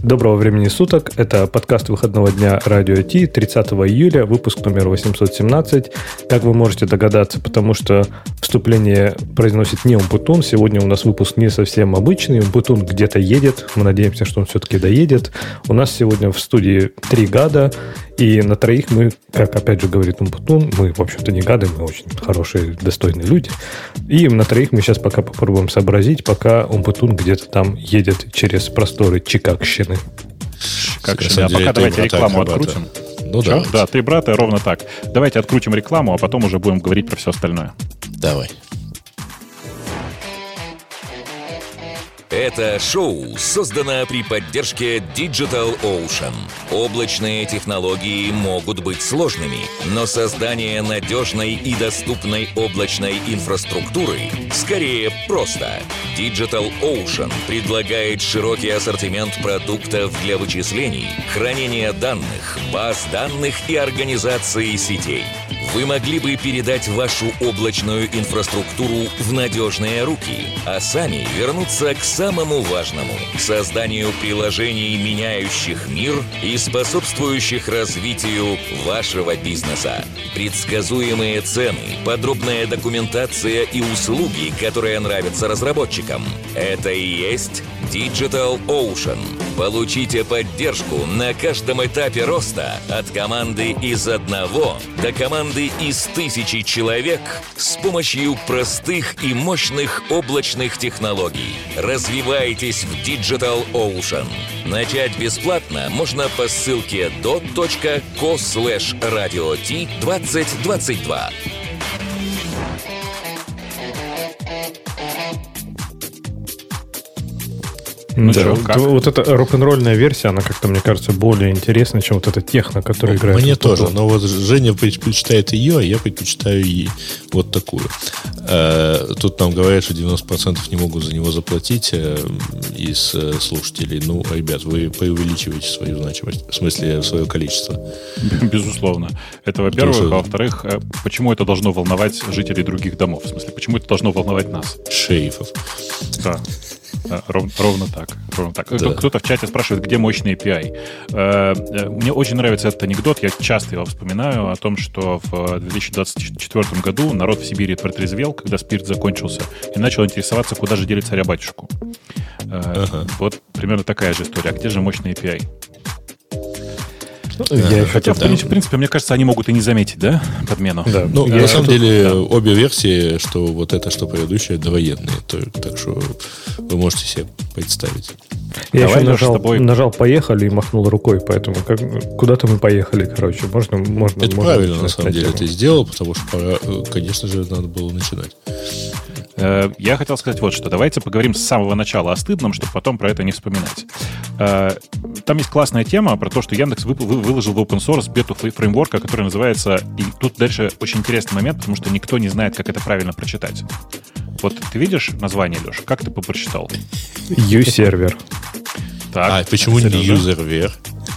Доброго времени суток. Это подкаст выходного дня Радио Ти, 30 июля, выпуск номер 817. Как вы можете догадаться, потому что вступление произносит не Умпутун. Сегодня у нас выпуск не совсем обычный. Умпутун где-то едет. Мы надеемся, что он все-таки доедет. У нас сегодня в студии 3 гада. И на троих мы, как опять же говорит Умпутун, мы, в общем-то, не гады, мы очень хорошие, достойные люди. И на троих мы сейчас пока попробуем сообразить, пока Умпутун где-то там едет через просторы Чикагщины. А пока давайте рекламу открутим. Ну да. Да, ты брат, ровно так. Давайте открутим рекламу, а потом уже будем говорить про все остальное. Давай. Это шоу создано при поддержке Digital Ocean. Облачные технологии могут быть сложными, но создание надежной и доступной облачной инфраструктуры скорее просто. Digital Ocean предлагает широкий ассортимент продуктов для вычислений, хранения данных, баз данных и организации сетей. Вы могли бы передать вашу облачную инфраструктуру в надежные руки, а сами вернуться к самому важному – созданию приложений, меняющих мир и способствующих развитию вашего бизнеса. Предсказуемые цены, подробная документация и услуги, которые нравятся разработчикам – это и есть Digital Ocean. Получите поддержку на каждом этапе роста от команды из 1 до команды из 1000 человек с помощью простых и мощных облачных технологий. Развивайтесь в Digital Ocean. Начать бесплатно можно по ссылке dot.co/radiot2022. Ну да, вот эта рок-н-ролльная версия, она как-то, мне кажется, более интересна, чем вот эта техно, которая играет. Мне тоже, но вот Женя предпочитает ее, а я предпочитаю вот такую. Тут нам говорят, что 90% не могут за него заплатить из слушателей. Ну, ребят, вы преувеличиваете свою значимость, в смысле, свое количество. Безусловно. Это, во-первых. А во-вторых, почему это должно волновать жителей других домов? В смысле, почему это должно волновать нас? Шерифов. Да. Ровно так. Да. Кто-то в чате спрашивает, где мощный API. Мне очень нравится этот анекдот, я часто его вспоминаю, о том, что в 2024 году народ в Сибири протрезвел, когда спирт закончился, и начал интересоваться, куда же дели царя-батюшку. Вот примерно такая же история. А где же мощный API? Хотя, в принципе, мне кажется, они могут и не заметить, да, подмену? Да. Ну, на самом деле, обе версии, что вот это, что предыдущее, довоенные. Так что вы можете себе представить. Я еще нажал «Поехали» и махнул рукой, поэтому куда-то мы поехали, короче. Можно это правильно, на самом деле, ты сделал, потому что, пора, конечно же, надо было начинать. Я хотел сказать вот что. Давайте поговорим с самого начала о стыдном, чтобы потом про это не вспоминать. Там есть классная тема про то, что Яндекс выложил в open source бету фреймворка, который называется... И тут дальше очень интересный момент, потому что никто не знает, как это правильно прочитать. Вот ты видишь название, Леша? Как ты прочитал? uServer. Так, почему не userver?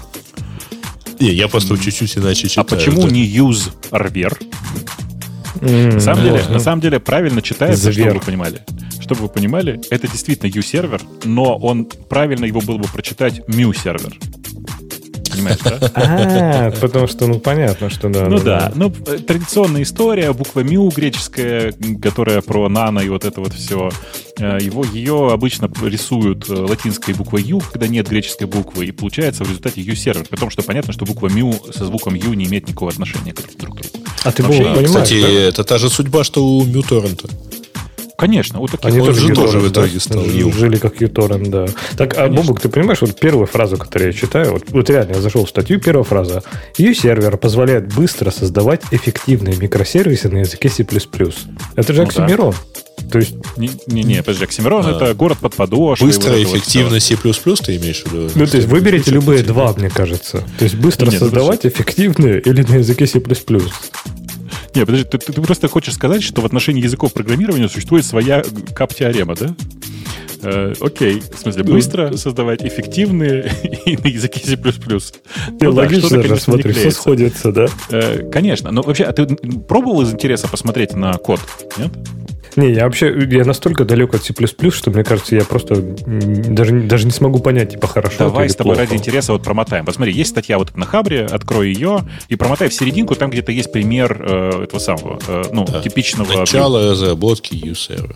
Я просто чуть-чуть иначе читаю. А почему не userver? На самом деле правильно читается, чтобы вы понимали. Чтобы вы понимали, это действительно uServer, но он правильно его было бы прочитать mu-сервер. Понимаешь, да? Потому что, понятно, что да. Да. Традиционная история, буква mu греческая, которая про нано и вот это вот все. Ее обычно рисуют латинской буквой U, когда нет греческой буквы, и получается в результате uServer. Потому что понятно, что буква mu со звуком U не имеет никакого отношения друг к другу. А ты понимаешь, кстати, это та же судьба, что у mu-торрента. Конечно, вот такие. Они тоже в итоге стали. Жили как uTorrent, да. Так, а Бобук, ты понимаешь, вот первую фразу, которую я читаю, вот реально, я зашел в статью, первая фраза. uServer позволяет быстро создавать эффективные микросервисы на языке C++. Это же оксимирон. То есть... Не, подожди, оксимирон это город под подошвой. Быстро, эффективно C++ ты имеешь в виду? Ну, то есть выберите любые два, мне кажется. То есть быстро создавать эффективные или на языке C++. Не, подожди, ты просто хочешь сказать, что в отношении языков программирования существует своя кап-теорема, да? Окей, в смысле, быстро создавать эффективные и на языке C++. Логично же, смотри, все сходится, да? Конечно, но вообще, а ты пробовал из интереса посмотреть на код, нет? Не, я настолько далек от C++, что, мне кажется, я просто даже не смогу понять, типа, хорошо Давай это с тобой плохо. ради интереса вот промотаем. Посмотри, есть статья вот на Хабре, открой ее и промотай в серединку, там где-то есть пример этого самого, типичного... Начало разработки user.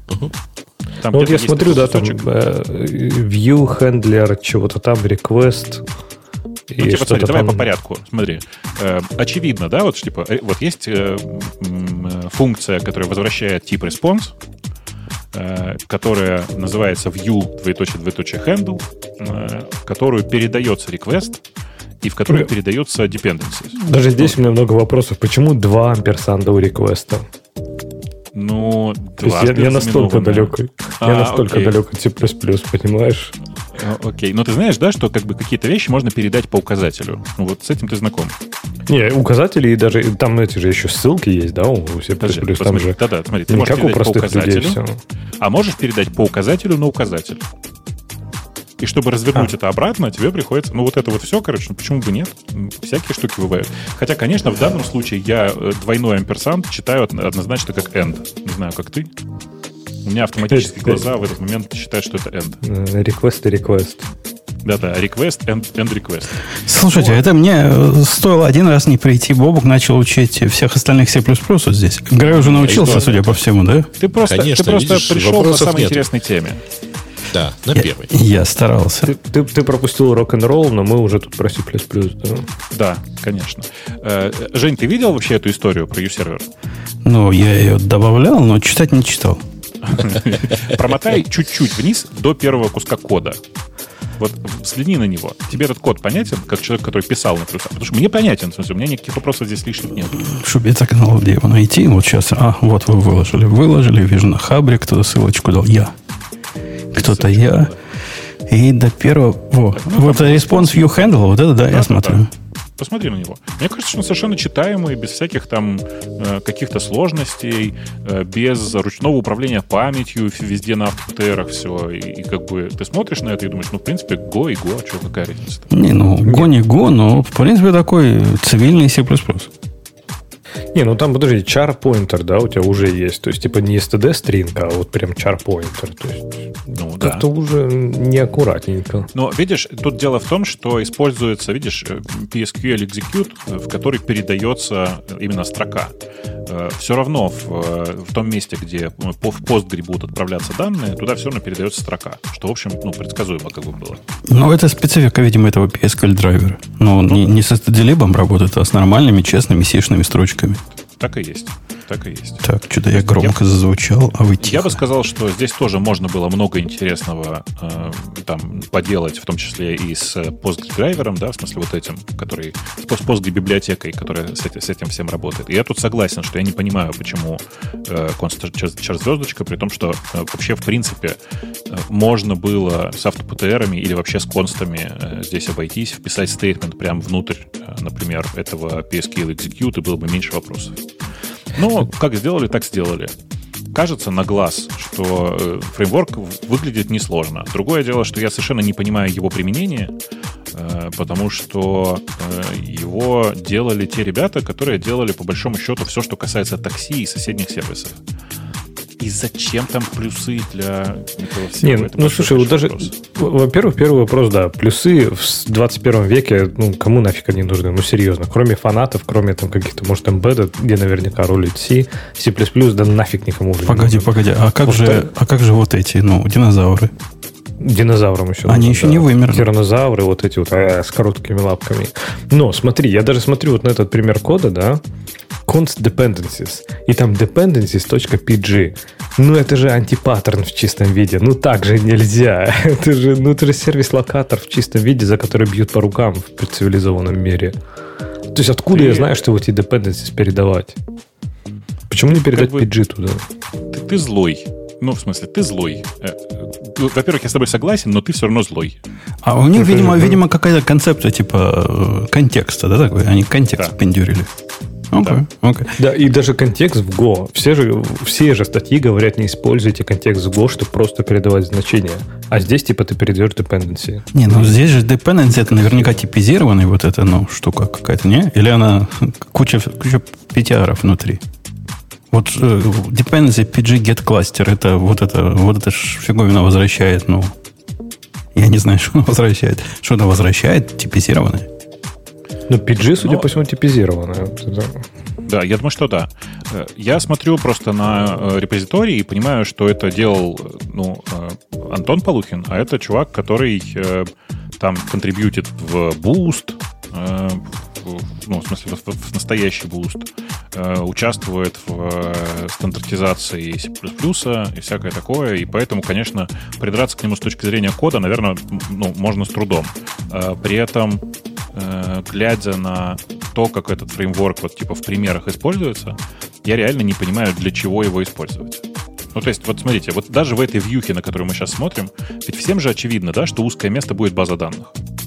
Там вот я смотрю, да, там view, handler, чего-то там, request... Ну, типа, смотри, давай по порядку. Смотри. Очевидно, да, вот, типа, вот есть функция, которая возвращает тип response, которая называется view, handle, в которую передается request, и в которую передается dependency. Даже здесь у меня много вопросов. Почему 2 амперсанда у реквеста? Ну, я настолько далек. Я настолько далек от C++, понимаешь? Окей. Но ты знаешь, да, что как бы какие-то вещи можно передать по указателю. Ну, вот с этим ты знаком. Не, указатели и даже там эти же еще ссылки есть, да, у C++. Там же да, смотри, ты можешь передать по указателю, а можешь передать по указателю на указатель. И чтобы развернуть это обратно, тебе приходится... Ну, вот это вот все, короче, ну почему бы нет? Всякие штуки бывают. Хотя, конечно, в данном случае я двойной амперсанд читаю однозначно как end. Не знаю, как ты. У меня автоматически глаза в этот момент считают, что это end. Request и request. Да-да, request, end request. Слушайте, это мне стоило один раз не прийти. Бобук начал учить всех остальных C++ вот здесь. Грей уже научился, судя по всему, да? Ты просто пришел по самой интересной теме. Да, на первый. Я старался. Ты пропустил рок-н-ролл, но мы уже тут про C++, да? Да, конечно. Жень, ты видел вообще эту историю про uServer? Ну, я ее добавлял, но читать не читал. Промотай чуть-чуть вниз до первого куска кода. Вот взгляни на него. Тебе этот код понятен, как человек, который писал на плюсах? Потому что мне понятен, в смысле, у меня никаких вопросов здесь лишних нет. Чтобы я так знал, где его найти. Вот сейчас, вот вы выложили, вижу на Хабре, кто-то ссылочку дал. Кто-то я. И до первого... Вот response view handle, вот это, да, я смотрю. Да. Посмотри на него. Мне кажется, что он совершенно читаемый, без всяких там каких-то сложностей, без ручного управления памятью, везде на автоПТРах все. И как бы ты смотришь на это и думаешь, ну, в принципе, Go и Go, что, какая разница-то? Go не Go, но, в принципе, такой цивильный C++. Не, ну там, подожди, char-pointer, да, у тебя уже есть. То есть, типа, не std-string, а вот прям char-pointer. То есть, как-то уже неаккуратненько. Но, видишь, тут дело в том, что используется, видишь, PSQL execute, в который передается именно строка. Все равно в том месте, где в Postgre будут отправляться данные, туда все равно передается строка. Что, в общем, предсказуемо как бы было. Ну, это специфика, видимо, этого PSQL-драйвера. Но он не с std-lib'ом работает, а с нормальными, честными C-шными строчками. Так и есть. Так и есть. Так, что-то я громко зазвучал, а вы тихо. Я бы сказал, что здесь тоже можно было много интересного там поделать, в том числе и с Postgre-драйвером, да, в смысле вот этим, который с Postgre-библиотекой, которая с этим всем работает. И я тут согласен, что я не понимаю, почему const через звездочка, при том, что вообще, в принципе, можно было с автоПТРами или вообще с констами здесь обойтись, вписать стейтмент прямо внутрь, например, этого PSQL execute, и было бы меньше вопросов. Но как сделали, так сделали. Кажется на глаз, что фреймворк выглядит несложно. Другое дело, что я совершенно не понимаю его применение, потому что его делали те ребята, которые делали по большому счету все, что касается такси и соседних сервисов. И зачем там плюсы для этого всего? Нет, ну слушай, вот даже, во-первых, первый вопрос, да, плюсы в 21 веке, кому нафиг они нужны? Ну, серьезно, кроме фанатов, кроме там каких-то, может, embedded, где наверняка рулит C, C++, да нафиг никому уже Погоди, а как же вот эти, динозавры? Динозаврам еще. Они еще не вымерли. Тираннозавры, вот эти вот с короткими лапками. Но смотри, я даже смотрю вот на этот пример кода, да, const dependencies, и там dependencies.pg. Ну, это же антипаттерн в чистом виде. Ну, так же нельзя. Это же сервис-локатор в чистом виде, за который бьют по рукам в цивилизованном мире. То есть, откуда я знаю, что вот эти dependencies передавать? Почему не передать PG туда? Ты злой. Ну, в смысле, ты злой. Во-первых, я с тобой согласен, но ты все равно злой. А у них, видимо, какая-то концепция типа контекста, да, такой? Они контекст пиндюрили. Okay. Да, и даже контекст в Go. Все же статьи говорят, не используйте контекст в Go, чтобы просто передавать значения. А здесь, типа, ты передаешь dependency. Не, здесь же dependency, это наверняка типизированная вот эта, штука какая-то, не? Или она куча PTR внутри? Вот dependency PG get cluster, это вот эта фиговина возвращает, ну, я не знаю, что она возвращает. Что-то возвращает типизированное. Ну, PG, судя по всему, типизированное. Да, я думаю, что да. Я смотрю просто на репозиторий и понимаю, что это делал Антон Полухин, а это чувак, который там контрибьютит в Boost, в смысле, в настоящий Boost, участвует в стандартизации C++ и всякое такое, и поэтому, конечно, придраться к нему с точки зрения кода, наверное, можно с трудом. При этом, глядя на то, как этот фреймворк вот типа в примерах используется, я реально не понимаю, для чего его использовать. Ну, то есть, вот смотрите, вот даже в этой вьюхе, на которую мы сейчас смотрим, ведь всем же очевидно, да, что узкое место будет база данных.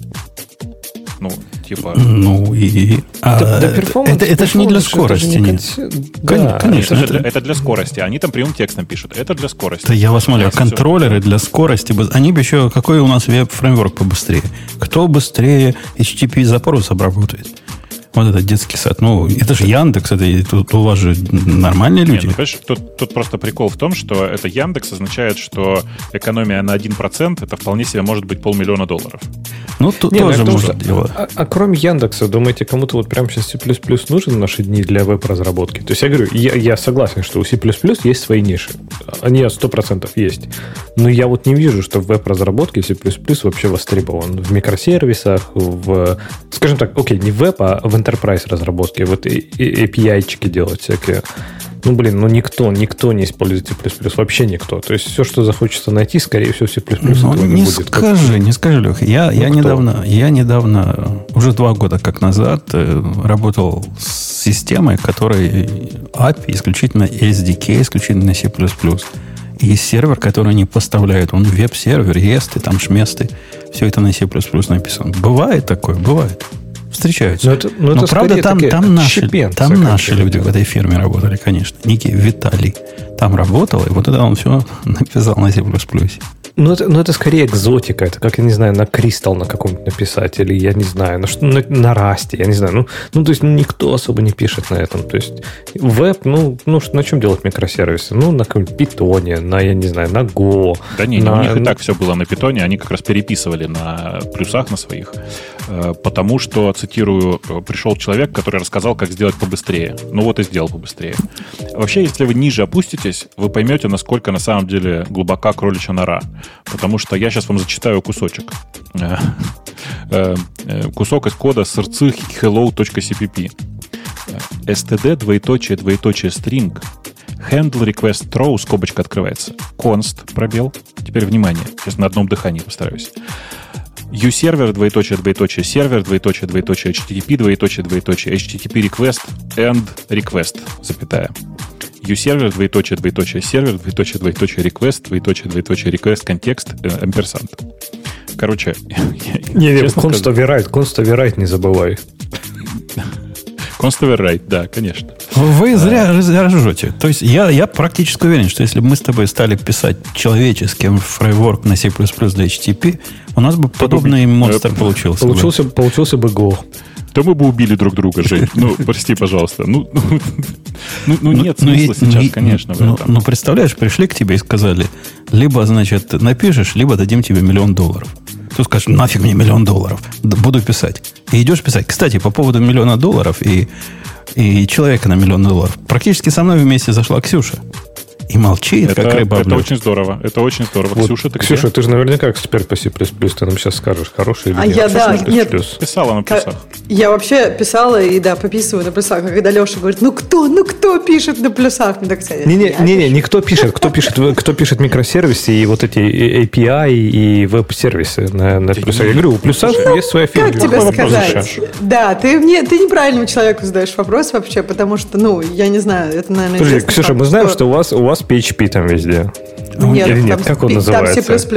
Ну, типа... Ну, и... это же не для скорости. Да, конечно. Это для скорости. Они там прямым текстом пишут. Это для скорости. Да я вас молю, контроллеры для скорости. Они бы еще... Какой у нас веб-фреймворк побыстрее? Кто быстрее HTTP-запрос обработает? Вот этот детский сад. Ну, это же Яндекс, тут у вас же нормальные люди. Нет, понимаешь, тут просто прикол в том, что это Яндекс означает, что экономия на 1% это вполне себе может быть $500,000. Ну, тут тоже может дело. А кроме Яндекса, думаете, кому-то вот прямо сейчас C++ нужен в наши дни для веб-разработки? То есть я говорю, я согласен, что у C++ есть свои ниши. Они 100% есть. Но я вот не вижу, что в веб-разработке C++ вообще востребован. В микросервисах, скажем так, окей, не в веб, а в enterprise разработке. Вот API-чики делать всякие. Никто не использует C++, вообще никто. То есть все, что захочется найти, скорее всего, C++ этого не будет. Не скажи, Леха. Я недавно, уже 2 года как назад, работал с системой, которой API исключительно SDK, исключительно C++. И сервер, который они поставляют, он веб-сервер, есты, там шместы, все это на C++ написано. Бывает такое, бывает. Встречаются. Но правда, там наши люди в этой фирме работали, конечно. Некий Виталий там работал, и вот это он все написал на C++. Это скорее экзотика. Это как, я не знаю, на Crystal на каком-нибудь написать, или, я не знаю, на Rust, я не знаю. То есть никто особо не пишет на этом. То есть веб, на чем делать микросервисы? На каком-нибудь Python, я не знаю, на Go. Да не, у них и так все было на Python, они как раз переписывали на плюсах на своих, потому что, цитирую, пришел человек, который рассказал, как сделать побыстрее. Вот и сделал побыстрее. Вообще, если вы ниже опуститесь, вы поймете, насколько на самом деле глубока кроличья нора. Потому что я сейчас вам зачитаю кусочек. Кусок из кода src hello.cpp. std, string, handle request throw, скобочка открывается, const, пробел. Теперь внимание, сейчас на одном дыхании постараюсь. userver, сервер, http, http request and request, запятая. userver, сервер, request, контекст, амперсант. Короче, const override не забывай. Const override, да, конечно. Вы зря ржете. То есть я практически уверен, что если бы мы с тобой стали писать человеческим фреймворк на C++ для HTTP, у нас бы подобный монстр получился. Получился бы Go. То мы бы убили друг друга, Жень. Прости, пожалуйста. Нет смысла сейчас, конечно, в этом. Представляешь, пришли к тебе и сказали, либо, значит, напишешь, либо дадим тебе $1 миллион. Ты скажешь, нафиг мне $1 миллион, буду писать. И идешь писать. Кстати, по поводу $1 миллиона и человека на $1 миллион. Практически со мной вместе зашла Ксюша. И молчит, как рыба. Это очень здорово. Это очень здорово. Вот, Ксюша, ты же наверняка эксперт по C++. Ты нам сейчас скажешь, хороший или нет. Нет. Писала на плюсах. Я вообще писала и, пописываю на плюсах. Когда Леша говорит, кто пишет на плюсах? Мне так не, никто пишет. Кто пишет микросервисы и вот эти API и веб-сервисы на плюсах. Я говорю, у плюсов есть своя фирма. Как тебе сказать? Да, ты неправильному человеку задаешь вопрос вообще, потому что, я не знаю, это, наверное... Подожди, Ксюша, мы знаем, что у вас PHP там везде. Нет, или нет? Как он называется? Там C++.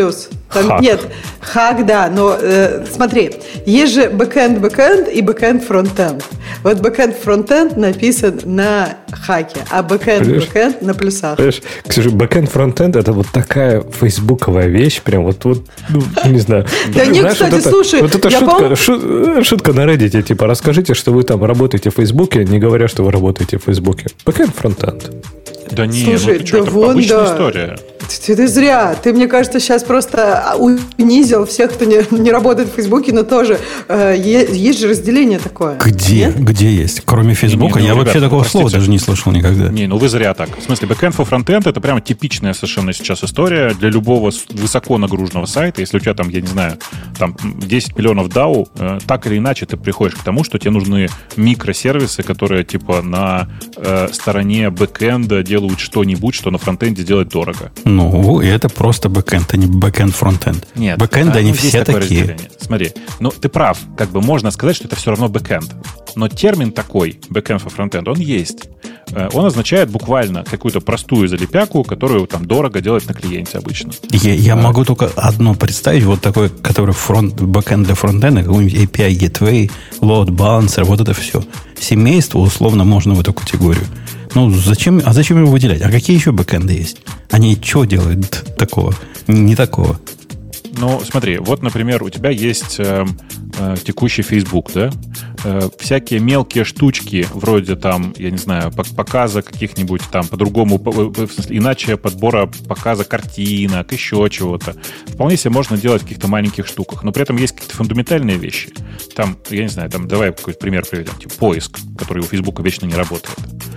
Там, нет, хак, да, но смотри, есть же бэкэнд и бэкэнд-фронтенд. Вот бэкэнд-фронтенд написан на хаке, а бэкэнд на плюсах. Понимаешь, Ксюша, бэкэнд-фронтенд это вот такая фейсбуковая вещь, прям вот ну, не знаю. Да нет, кстати, слушай, вот эта шутка на Reddit, типа, расскажите, что вы там работаете в Фейсбуке, не говоря, что вы работаете в Фейсбуке. Бэкэнд-фронтенд. Да нет, слушай, ну ты что, это вон, обычная история. Ты зря. Ты, мне кажется, сейчас просто унизил всех, кто не работает в Фейсбуке, но тоже есть же разделение такое. Где? Где есть? Кроме Фейсбука? Я вообще такого слова даже не слышал никогда. Не, ну вы зря так. В смысле, backend for frontend это прямо типичная совершенно сейчас история для любого высоко нагруженного сайта. Если у тебя там, я не знаю, там 10 миллионов DAO, так или иначе ты приходишь к тому, что тебе нужны микросервисы, которые типа на стороне бэкэнда делают что-нибудь, что на фронтенде делать дорого. Ну, и это просто бэкэнд, а не бэкэнд-фронтенд. Нет. Бэкэнды, они все такие. Разделение. Смотри, ну ты прав, как бы можно сказать, что это все равно бэкэнд. Но термин такой, backend for frontend, он есть. Он означает буквально какую-то простую залепяку, которую там дорого делать на клиенте обычно. Я могу только одно представить, вот такой, который бэкэнд для фронтенда, какой-нибудь API Gateway, Load Balancer, вот это все. Семейство условно можно в эту категорию. Ну, зачем его выделять? А какие еще бэкэнды есть? Они что делают такого? Не такого. Ну, смотри, вот, например, у тебя есть текущий Facebook, да? Всякие мелкие штучки, вроде там, я не знаю, показа каких-нибудь там по-другому, в смысле, иначе подбора показа картинок, еще чего-то. Вполне себе можно делать в каких-то маленьких штуках, но при этом есть какие-то фундаментальные вещи. Там, я не знаю, там, давай какой-то пример приведем, типа поиск, который у Facebook вечно не работает.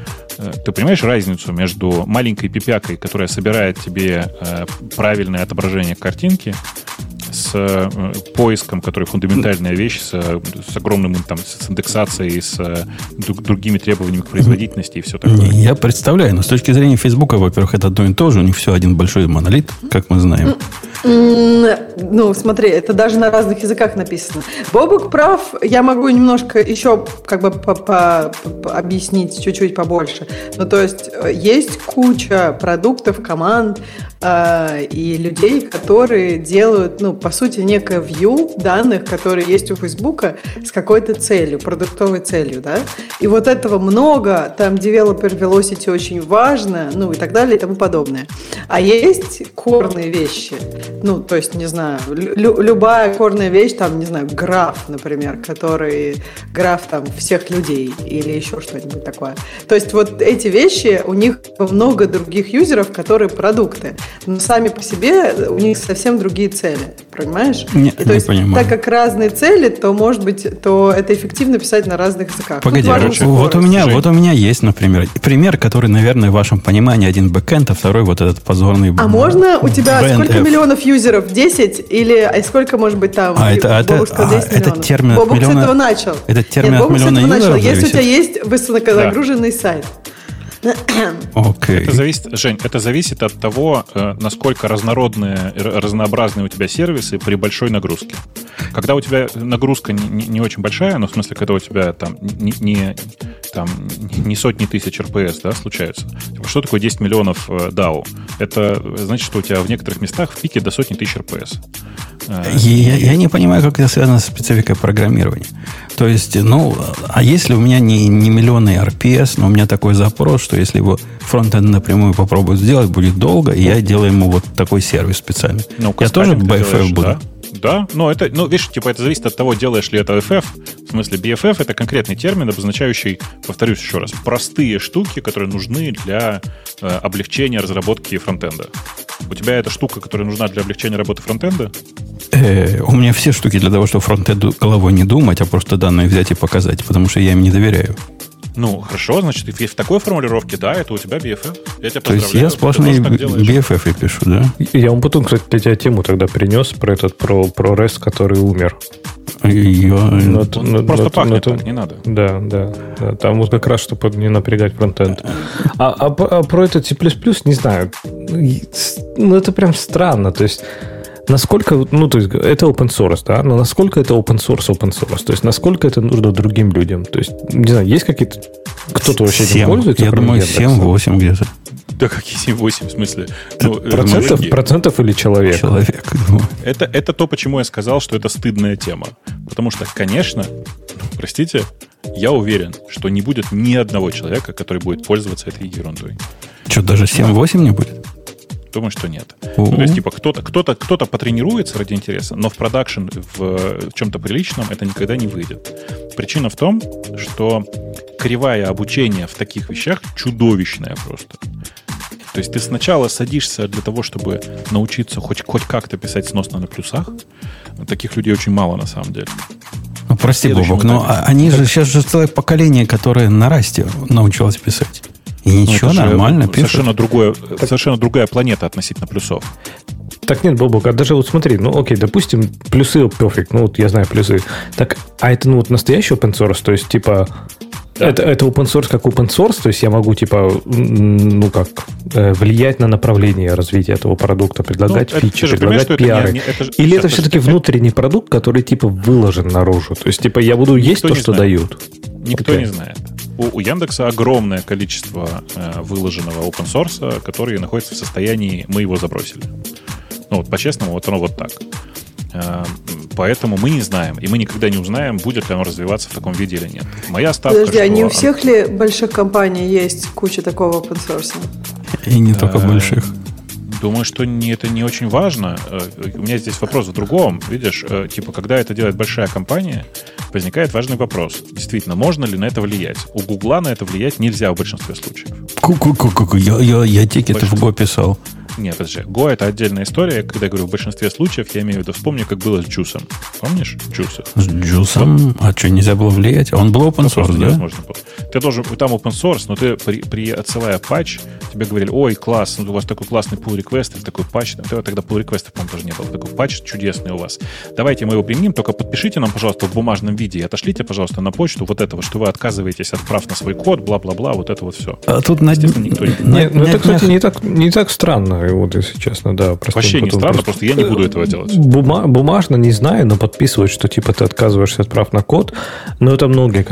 Ты понимаешь разницу между маленькой пипякой, которая собирает тебе правильное отображение картинки, с поиском, который фундаментальная вещь, с огромным там, с индексацией, с другими требованиями к производительности и все такое? Я представляю, но с точки зрения Фейсбука, во-первых, это одно и то же, у них все один большой монолит, как мы знаем. Ну, смотри, это даже на разных языках написано. Бобук прав, я могу немножко еще как бы объяснить чуть-чуть побольше. Ну, то есть куча продуктов, команд и людей, которые делают, ну, по сути, некое view данных, которые есть у Фейсбука с какой-то целью, продуктовой целью, да? И вот этого много, там developer velocity очень важно, ну, и так далее, и тому подобное. А есть корные вещи. Ну, то есть, не знаю, любая корная вещь, там, не знаю, граф, например, граф там всех людей или еще что-нибудь такое. То есть, вот эти вещи, у них много других юзеров, которые продукты. Но сами по себе у них совсем другие цели. Понимаешь? Нет, и то есть, понимаю. Так как разные цели, то, может быть, то это эффективно писать на разных языках. Погоди, вот у меня есть, например, пример, который, наверное, в вашем понимании один бэкэнд, а второй вот этот позорный. А можно у тебя сколько миллионов юзеров? 10? Или сколько, может быть, там? Этот термин Бобук с этого начал. Этот термин от миллиона юзеров зависит? Если у тебя есть высоконагруженный сайт. Okay. Жень, это зависит от того, насколько разнообразные у тебя сервисы при большой нагрузке. Когда у тебя нагрузка не очень большая, но в смысле, когда у тебя там не сотни тысяч RPS, да, случаются. Что такое 10 миллионов DAO? Это значит, что у тебя в некоторых местах в пике до сотни тысяч RPS. Я не понимаю, как это связано с спецификой программирования. То есть, ну, а если у меня не миллионы RPS, но у меня такой запрос, что если его фронтенд напрямую попробует сделать, будет долго, и я делаю ему вот такой сервис специальный. Ну, я тоже BFF буду. Да, но это, видишь, типа это зависит от того, делаешь ли это FF. В смысле, BFF — это конкретный термин, обозначающий, повторюсь еще раз, простые штуки, которые нужны для облегчения разработки фронтенда. У тебя эта штука, которая нужна для облегчения работы фронтенда? У меня все штуки для того, чтобы фронтенду головой не думать, а просто данные взять и показать, потому что я им не доверяю. Ну, хорошо, значит, в такой формулировке, да, это у тебя BFF. Я тебя поздравляю. То есть я сплошные BFF и пишу, да? Я вам потом, кстати, для тебя тему тогда принес про REST, который умер. Просто пахнет так, не надо. Да. Там вот как раз, чтобы не напрягать фронтенд. А про этот C++, не знаю. Ну, это прям странно. То есть, насколько, ну, то есть, это open source, да, но насколько это open source, то есть, насколько это нужно другим людям, то есть, не знаю, есть какие-то, кто-то вообще этим пользуется? Я думаю, 7-8 где-то. Да какие 7-8, в смысле? Процентов или человек? Человек. Это то, почему я сказал, что это стыдная тема. Потому что, конечно, простите, я уверен, что не будет ни одного человека, который будет пользоваться этой ерундой. Что, даже 7-8 не будет? Думаю, что нет. Ну, то есть, типа, кто-то потренируется ради интереса, но в продакшн, в чем-то приличном это никогда не выйдет. Причина в том, что кривая обучения в таких вещах чудовищная просто. То есть ты сначала садишься для того, чтобы научиться хоть как-то писать сносно на плюсах. Таких людей очень мало на самом деле. Ну, прости, Бобок, но они же сейчас же целое поколение, которое на расте научилось писать. И ничего, нормально пишут. Совершенно другая планета относительно плюсов. Так нет, Бобок, а даже вот смотри, ну окей, допустим, плюсы perfect, ну вот я знаю плюсы. Так, а это ну вот настоящий open source, то есть типа да. это open source как open source, то есть я могу типа, ну как, влиять на направление развития этого продукта, предлагать фичи, предлагать пиары. Или это все-таки внутренний продукт, который типа выложен наружу, то есть типа я буду есть то, что дают. Никто не знает. У Яндекса огромное количество выложенного open source, который находится в состоянии «мы его забросили». Ну, вот по-честному, вот оно вот так. Поэтому мы не знаем, и мы никогда не узнаем, будет ли оно развиваться в таком виде или нет. Моя ставка... Подожди, а не у всех ли больших компаний есть куча такого open source? И не только больших. Думаю, что это не очень важно. У меня здесь вопрос в другом. Видишь, типа, когда это делает большая компания, возникает важный вопрос. Действительно, можно ли на это влиять? У Гугла на это влиять нельзя в большинстве случаев. Я тикеты в Go писал. Нет, подожди. Go — это отдельная история. Когда я говорю в большинстве случаев, я имею в виду, вспомни, как было с Juice. Помнишь Juice? С Juice? А что, нельзя было влиять? Он был open source, да? Невозможно было. Ты должен... Там open source, но ты, отсылая патч, тебе говорили, ой, класс, у вас такой классный pull request, или такой патч. Тогда pull request, по-моему, тоже не было. Такой патч чудесный у вас. Давайте мы его применим, только подпишите нам, пожалуйста, в бумажном виде и отошлите, пожалуйста, на почту вот этого, что вы отказываетесь от прав на свой код, бла-бла-бла, вот это вот все. А тут, естественно, никто не... Это, кстати, не так странно, вот если честно. Да, вообще не странно, просто я не буду этого делать. Бумажно не знаю, но подписывать, что типа ты отказываешься от прав на код, но это многие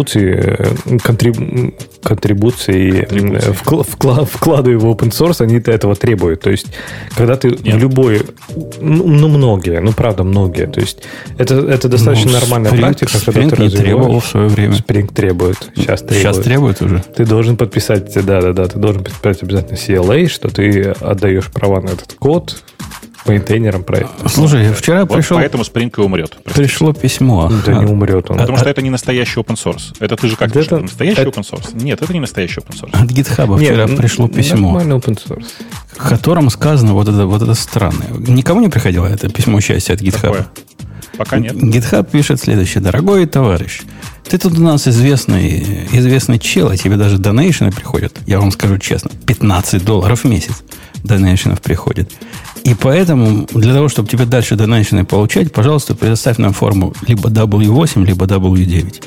вкладывая в open source, они этого требуют. То есть, когда ты в любой... многие, правда, многие. То есть, это достаточно нормальная практика, когда ты требовал в свое время. Spring требует. Сейчас требует уже. Ты должен подписать, ты должен подписать обязательно CLA, что ты отдаешь права на этот код мейнтейнерам проекта. Слушай, вчера пришел... Поэтому Spring и умрет. Пришло письмо. Да не умрет он. Потому что это не настоящий open source. Это ты же как пишешь? Настоящий open source? Нет, это не настоящий open source. От GitHub вчера пришло письмо. Нормальный open source. В котором сказано вот это странное. Никому не приходило это письмо счастья от GitHub? Какое? Пока нет. GitHub пишет следующее. Дорогой товарищ, ты тут у нас известный чел, а тебе даже донейшены приходят. Я вам скажу честно, $15 в месяц донейшенов приходит. И поэтому, для того, чтобы тебе дальше донейшены получать, пожалуйста, предоставь нам форму либо W8, либо W9.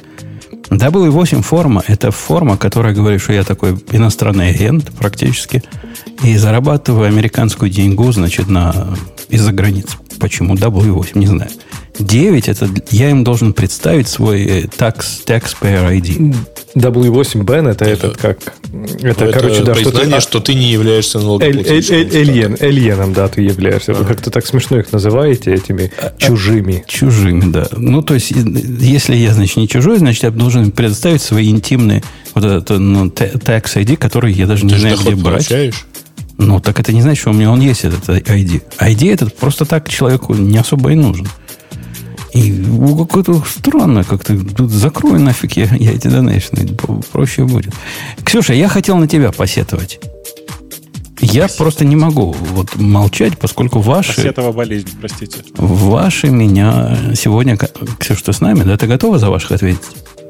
W8 форма – это форма, которая говорит, что я такой иностранный агент практически, и зарабатываю американскую деньгу, значит, из-за границы. Почему W8, не знаю. 9 – это я им должен представить свой taxpayer ID. W8Ben – это этот как... Это короче, да, признание, что ты не являешься налогоплательщиком. Эльеном, да, ты являешься. Вы как-то так смешно их называете, этими чужими. Чужими, да. Ну, то есть, если я, значит, не чужой, значит, я должен предоставить свои интимные вот этот tax ID, который я даже не знаю, где брать. Получаешь? Ну, так это не значит, что у меня он есть, этот ID. ID этот просто так человеку не особо и нужен. И какое-то странное как-то. Тут закрой нафиг я эти донейшны. Проще будет. Ксюша, я хотел на тебя посетовать. Я просто не могу вот молчать, поскольку ваши... Посетова болезнь, простите. Ваши меня сегодня... Ксюша, ты с нами, да? Ты готова за ваших ответить?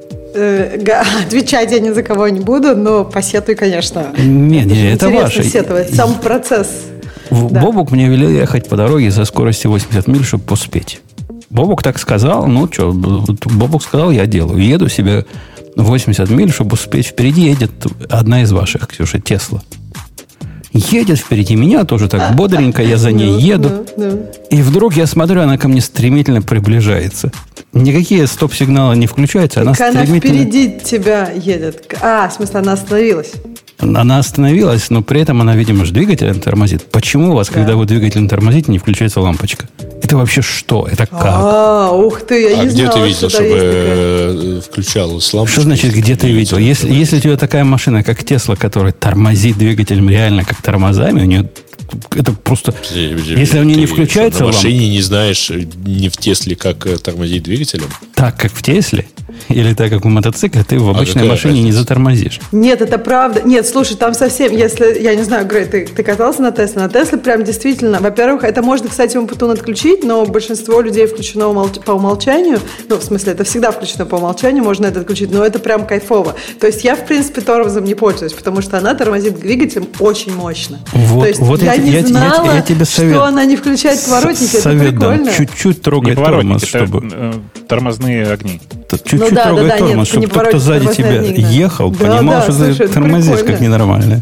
Отвечать я ни за кого не буду, но посетуй, конечно. Нет, это ваше. Сетовать, сам процесс. Бобук мне велел ехать по дороге за скоростью 80 миль, чтобы успеть. Бобук так сказал, ну что, Бобук сказал, я делаю. Еду себе 80 миль, чтобы успеть. Впереди едет одна из ваших, Ксюша, Тесла. Едет впереди меня, тоже так бодренько, я за ней еду. И вдруг я смотрю, она ко мне стремительно приближается. Никакие стоп-сигналы не включаются. Она впереди тебя едет. В смысле, она остановилась. Она остановилась, но при этом она, видимо, же двигателем тормозит. Почему у вас, когда вы двигателем тормозите, не включается лампочка? Это вообще что? Это как? Ух ты, я не знала, где ты видел, чтобы включалась лампочка? Что значит, где ты видел? Если у тебя такая машина, как Тесла, которая тормозит двигателем реально как тормозами, у нее это просто... Если у нее не включается лампочка... На машине не знаешь, не в Тесле, как тормозить двигателем? Так, как в Тесле? Или так, как в мотоцикле, ты в обычной машине не затормозишь. Нет, это правда. Нет, слушай, там совсем, если, я не знаю, Грей, ты катался на Тесле? На Тесле прям действительно, во-первых, это можно, кстати, Умпутун отключить, но большинство людей включено по умолчанию. Ну, в смысле, это всегда включено по умолчанию, можно это отключить, но это прям кайфово. То есть я, в принципе, тормозом не пользуюсь, потому что она тормозит двигателем очень мощно. Вот, то есть вот я не знала, я тебе что она не включает поворотники, это прикольно. Чуть-чуть трогай тормоз, чтобы... Тормозные огни. Чуть-чуть трогай тормоз, чтобы тот, кто сзади тебя ехал, понимал, что ты тормозишь как ненормально.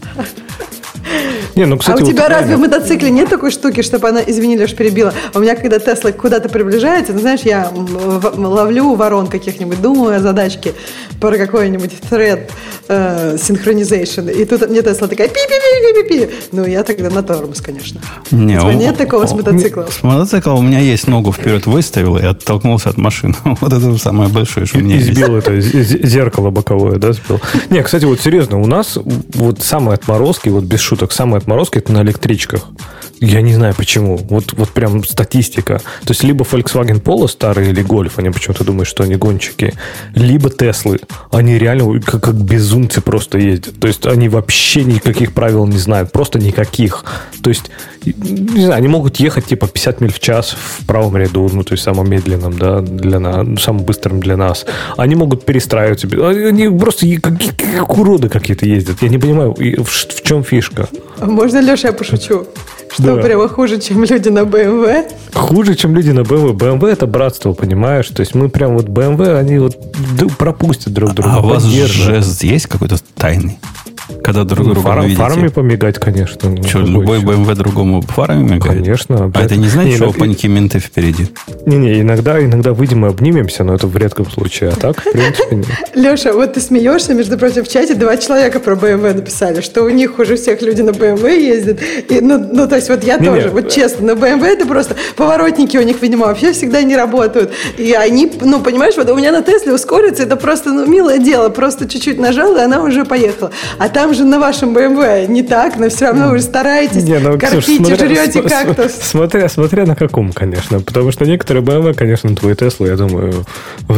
Кстати, у тебя разве в мотоцикле нет такой штуки, чтобы она, извини, Леш, перебила, у меня, когда Тесла куда-то приближается, ты знаешь, я ловлю ворон каких-нибудь, думаю о задачке про какой-нибудь thread synchronization, и тут мне Тесла такая пи-пи-пи-пи-пи-пи. Ну, я тогда на тормоз, конечно. Нет такого с мотоциклом. С мотоцикла у меня есть ногу вперед выставил и оттолкнулся от машины. Вот это самое большое, что у меня есть. Сбил это зеркало боковое, да, сбил? Не, кстати, вот серьезно, у нас вот самые отморозки, вот без шуток, самые отморозки это на электричках. Я не знаю почему. Вот прям статистика. То есть либо Volkswagen Polo старые или Golf, они почему-то думают, что они гонщики, либо Теслы. Они реально как безумцы просто ездят. То есть они вообще никаких правил не знают. Просто никаких. То есть, не знаю, они могут ехать типа 50 миль в час в правом ряду, ну, то есть самым медленным, да, для нас, самым быстрым для нас. Они могут перестраиваться. Они просто как уроды какие-то ездят. Я не понимаю, в чем фишка. Можно, Леша, я пошучу? Что, прямо хуже, чем люди на BMW? Хуже, чем люди на BMW. BMW это братство, понимаешь? То есть мы прям вот BMW, они вот пропустят друг друга. А у вас жест есть какой-то тайный? Когда друг друга видите? Фарами помигать, конечно. Что, любой BMW другому фарами мигает? Конечно. А это не значит, что опаньки менты впереди? Не, иногда выйдем и обнимемся, но это в редком случае. А так, в принципе, нет. Леша, вот ты смеешься, между прочим, в чате 2 человека про BMW написали, что у них хуже всех люди на BMW ездят. И, ну, то есть вот я тоже, вот честно, на BMW это просто поворотники у них, видимо, вообще всегда не работают. И они, ну, понимаешь, вот у меня на Тесле ускориться, это просто, ну, милое дело, просто чуть-чуть нажал, и она уже поехала. А там же на вашем BMW не так, но все равно вы стараетесь, корпите, жрете как-то. Смотря на каком, конечно. Потому что некоторые BMW, конечно, твои Теслы, я думаю,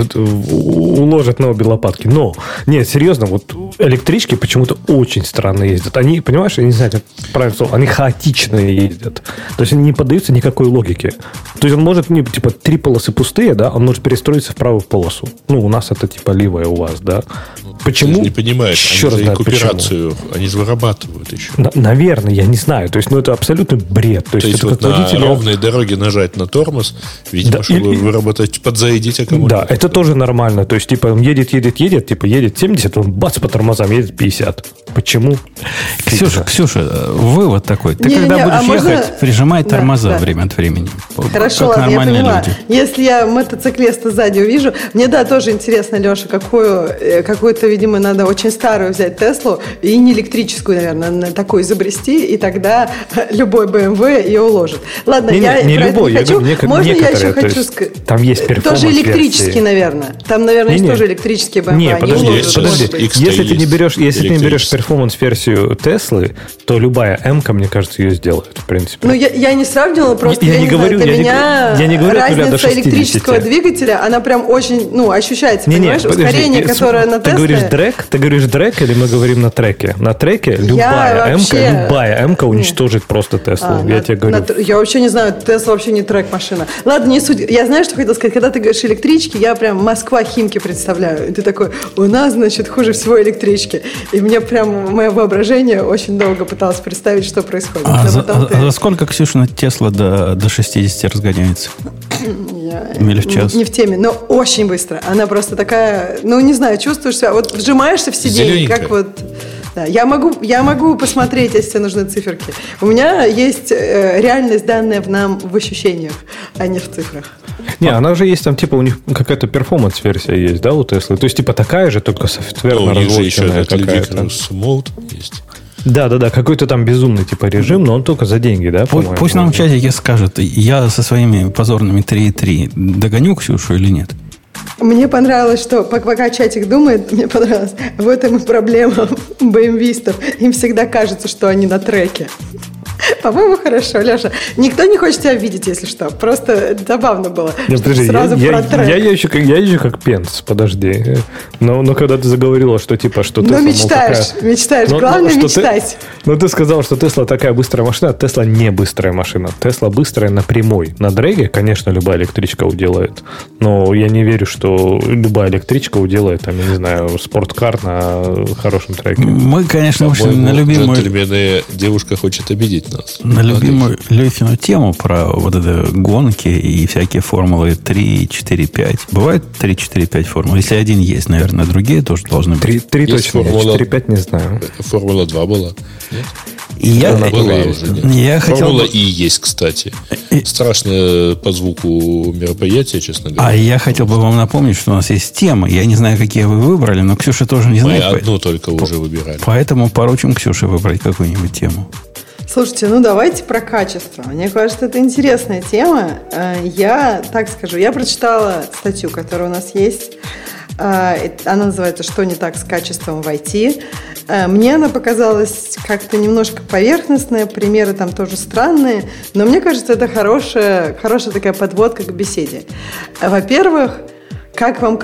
уложат на обе лопатки. Но, нет, серьезно, вот электрички почему-то очень странно ездят. Они, понимаешь, я не знаю, как правильно слово, они хаотично ездят. То есть они не поддаются никакой логике. То есть он может, типа, 3 полосы пустые, да, он может перестроиться в правую полосу. Ну, у нас это типа левая у вас, да. Почему? Ты же не понимаешь, они же рекуперацию, они же вырабатывают еще. Наверное, я не знаю. То есть, это абсолютный бред. То есть вот на ровной дороге нажать на тормоз, видимо, чтобы выработать, подзарядить аккумулятор. Да, это тоже нормально. То есть, типа, он едет, типа, едет 70, он бац по тормозам, едет 50. Почему? Ксюша, вывод такой. Ты когда будешь ехать, прижимай тормоза время от времени. Хорошо, ладно, я поняла. Если я мотоциклиста сзади увижу, мне, да, тоже интересно, Леша, какую-то, видимо, надо очень старую взять Теслу и не электрическую, наверное, такую изобрести, и тогда любой BMW ее уложит. Ладно, не любой, я хочу. Можно я еще хочу сказать? Там есть перформанс. Тоже электрический, наверное. Там, наверное, есть тоже электрические BMW. Не, подожди. Если ты не берешь перформанс-версию Теслы, то любая М-ка, мне кажется, ее сделает, в принципе. Ну, я не сравнивала, просто я не говорю, для меня разница электрического двигателя, она прям очень, ощущается, понимаешь? Ускорение, которое на Тесле. Ты говоришь дрэк или мы говорим на треке? На треке любая М-ка уничтожит просто Теслу. Я тебе говорю. Я вообще не знаю, Тесла вообще не трек-машина. Ладно, не суть. Я знаю, что хотела сказать. Когда ты говоришь электрички, я прям Москва-Химки представляю. И ты такой, у нас, значит, хуже всего электрички. И мне прям мое воображение очень долго пыталось представить, что происходит. За сколько, Ксюшина, Тесла до 60 разгоняется? Миль в час. Не в теме, но очень быстро. Она просто такая, не знаю, чувствуешь себя, вот вжимаешься в сиденье, как вот... Да, я могу посмотреть, если тебе нужны циферки. У меня есть реальность, данная нам в ощущениях, а не в цифрах. Не, она уже есть, там, типа, у них какая-то перформанс-версия есть, да, у Теслы? То есть, типа, такая же, только софтверно разлоченная какая-то. Mode есть. Да, какой-то там безумный, типа, режим, но он только за деньги, да, по-моему? Пусть нам в чатике скажет, я со своими позорными 3.3 догоню Ксюшу или нет? Мне понравилось, что пока чатик думает, мне понравилось, в этом и проблема BMW-стов. Им всегда кажется, что они на треке. По-моему, хорошо, Леша. Никто не хочет тебя видеть, если что. Просто забавно было. Нет, подожди, сразу про трек. Я езжу как Пенс, подожди. Но когда ты заговорила, что типа, что Тесла... Ну, мечтаешь. Главное мечтать. Ты сказал, что Тесла такая быстрая машина, а Тесла не быстрая машина. Тесла быстрая на прямой. На дрэге, конечно, любая электричка уделает. Но я не верю, что любая электричка уделает, там, я не знаю, спорткар на хорошем треке. Мы, конечно, вышли на любимую... Джентльмены, девушка хочет обидеть нас. На любимую Лехину тему про вот это гонки и всякие формулы 3, 4, 5. Бывает 3, 4, 5 формул? Если один есть, наверное, другие тоже должны быть. 3 точно, 4, 5 не знаю. Формула 2 была. Нет? И я Формула И есть, кстати. Страшно по звуку мероприятия, честно говоря. А я хотел бы вам напомнить, что у нас есть темы. Я не знаю, какие вы выбрали, но Ксюша тоже не знает. Мы одну только уже выбирали. Поэтому поручим Ксюше выбрать какую-нибудь тему. Слушайте, давайте про качество. Мне кажется, это интересная тема. Я так скажу, я прочитала статью, которая у нас есть. Она называется «Что не так с качеством в IT?». Мне она показалась как-то немножко поверхностная, примеры там тоже странные, но мне кажется, это хорошая такая подводка к беседе. Во-первых, как вам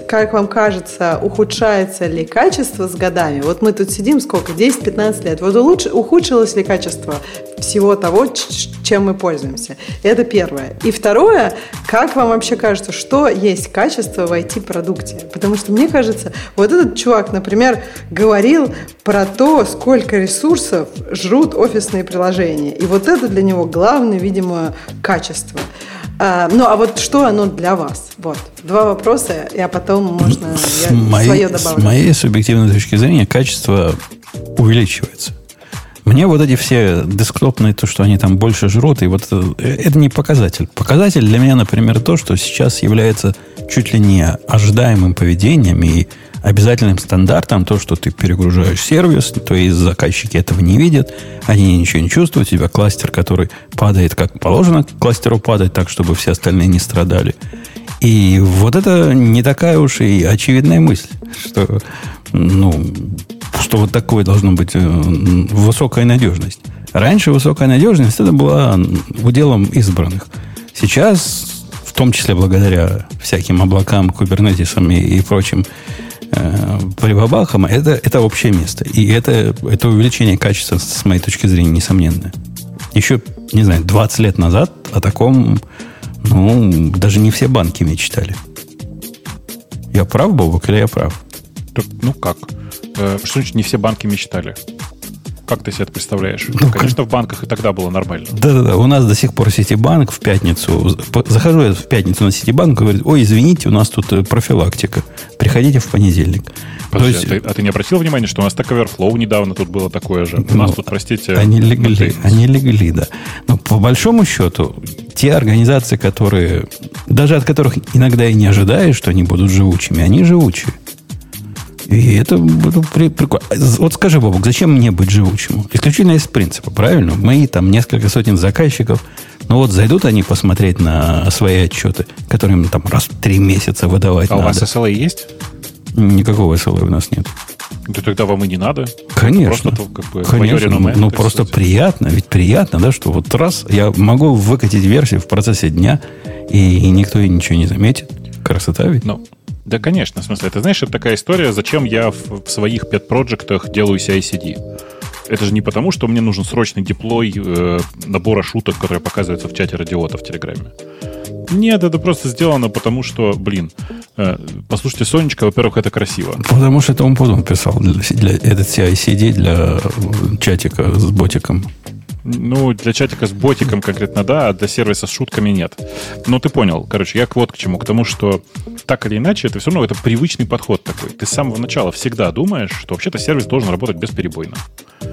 кажется, ухудшается ли качество с годами? Вот мы тут сидим сколько? 10-15 лет. Вот ухудшилось ли качество всего того, чем мы пользуемся? Это первое. И второе, как вам вообще кажется, что есть качество в IT-продукте? Потому что мне кажется, вот этот чувак, например, говорил про то, сколько ресурсов жрут офисные приложения. И вот это для него главное, видимо, качество. А вот что оно для вас? Вот. 2 вопроса, а потом можно свое добавлю. С моей субъективной точки зрения, качество увеличивается. Мне вот эти все десктопные, то, что они там больше жрут, и вот это не показатель. Показатель для меня, например, то, что сейчас является чуть ли не ожидаемым поведением и обязательным стандартом, то, что ты перегружаешь сервис, то есть заказчики этого не видят, они ничего не чувствуют, у тебя кластер, который падает как положено кластеру падать, так, чтобы все остальные не страдали. И вот это не такая уж и очевидная мысль, что вот такое должно быть высокая надежность. Раньше высокая надежность это была уделом избранных. Сейчас, в том числе благодаря всяким облакам, кубернетисам и прочим прибабахам, это общее место. И это увеличение качества, с моей точки зрения, несомненное. Еще, не знаю, 20 лет назад о таком, даже не все банки мечтали. Я прав, Бобок, или я прав? Как? Что значит не все банки мечтали? Как ты себе это представляешь? Конечно, в банках и тогда было нормально. Да. У нас до сих пор Ситибанк в пятницу. Захожу я в пятницу на Ситибанк и говорит: ой, извините, у нас тут профилактика. Приходите в понедельник. Подожди, а ты не обратил внимания, что у нас Stack Overflow недавно тут было такое же? У нас тут, простите... Они легли, да. Но по большому счету, те организации, которые... Даже от которых иногда и не ожидаешь, что они будут живучими, они живучие. И это прикольно. Вот скажи, Бобок, зачем мне быть живучим? Исключительно из принципа, правильно? Мои там несколько сотен заказчиков, зайдут они посмотреть на свои отчеты, которые им там раз в 3 месяца выдавать надо. А у вас SLA есть? Никакого SLA у нас нет. Да тогда вам и не надо. Конечно. Конечно. Реноме, просто приятно. Ведь приятно, да, что вот раз я могу выкатить версию в процессе дня, и никто и ничего не заметит. Красота ведь? Да, конечно. В смысле, ты знаешь, это такая история, зачем я в своих pet-проджектах делаю CI/CD. Это же не потому, что мне нужен срочный деплой набора шуток, которые показываются в чате радиота в Телеграме. Нет, это просто сделано потому, что, послушайте, Сонечка, во-первых, это красиво. Потому что это он потом писал для этот CI/CD для чатика с ботиком. Для чатика с ботиком конкретно да, а для сервиса с шутками нет. Ты понял. Короче, я вот к чему. К тому, что так или иначе, это все равно это привычный подход такой. Ты с самого начала всегда думаешь, что вообще-то сервис должен работать бесперебойно.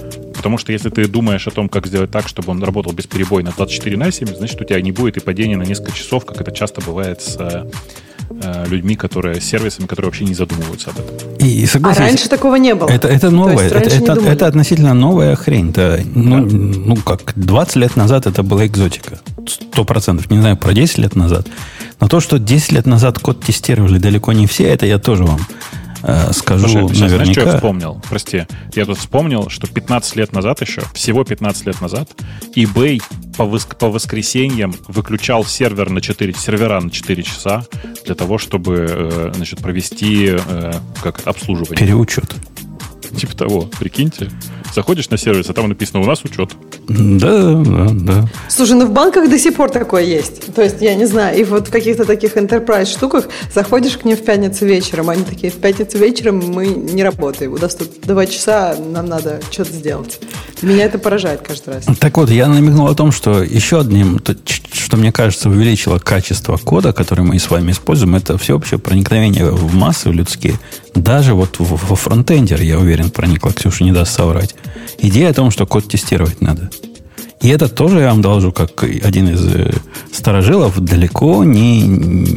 Потому что если ты думаешь о том, как сделать так, чтобы он работал бесперебойно 24/7, значит, у тебя не будет и падения на несколько часов, как это часто бывает с людьми, с сервисами, которые вообще не задумываются об этом. И согласен, раньше такого не было. Это новое. Это относительно новая хрень. Да. Ну, как 20 лет назад это была экзотика. 100%. Не знаю, про 10 лет назад. Но то, что 10 лет назад код тестировали далеко не все, это я тоже вам скажу. Слушай, сейчас, наверняка. Знаешь, что я вспомнил? Прости. Я тут вспомнил, что 15 лет назад еще, всего 15 лет назад, eBay по воскресеньям выключал сервера на 4 часа для того, чтобы провести обслуживание. Переучет. Типа того, прикиньте. Заходишь на сервис, а там написано «У нас учет». Да. Слушай, в банках до сих пор такое есть. То есть, я не знаю, и вот в каких-то таких enterprise штуках заходишь к ним в пятницу вечером, они такие: в пятницу вечером мы не работаем, у нас тут 2 часа, нам надо что-то сделать. Меня это поражает каждый раз. Так вот, я намекнул о том, что еще одним, что мне кажется, увеличило качество кода, который мы с вами используем, это всеобщее проникновение в массы людские. Даже вот во фронтендер, я уверен, проникла, Ксюша не даст соврать. Идея о том, что код тестировать надо. И это тоже, я вам доложу, как один из старожилов, далеко не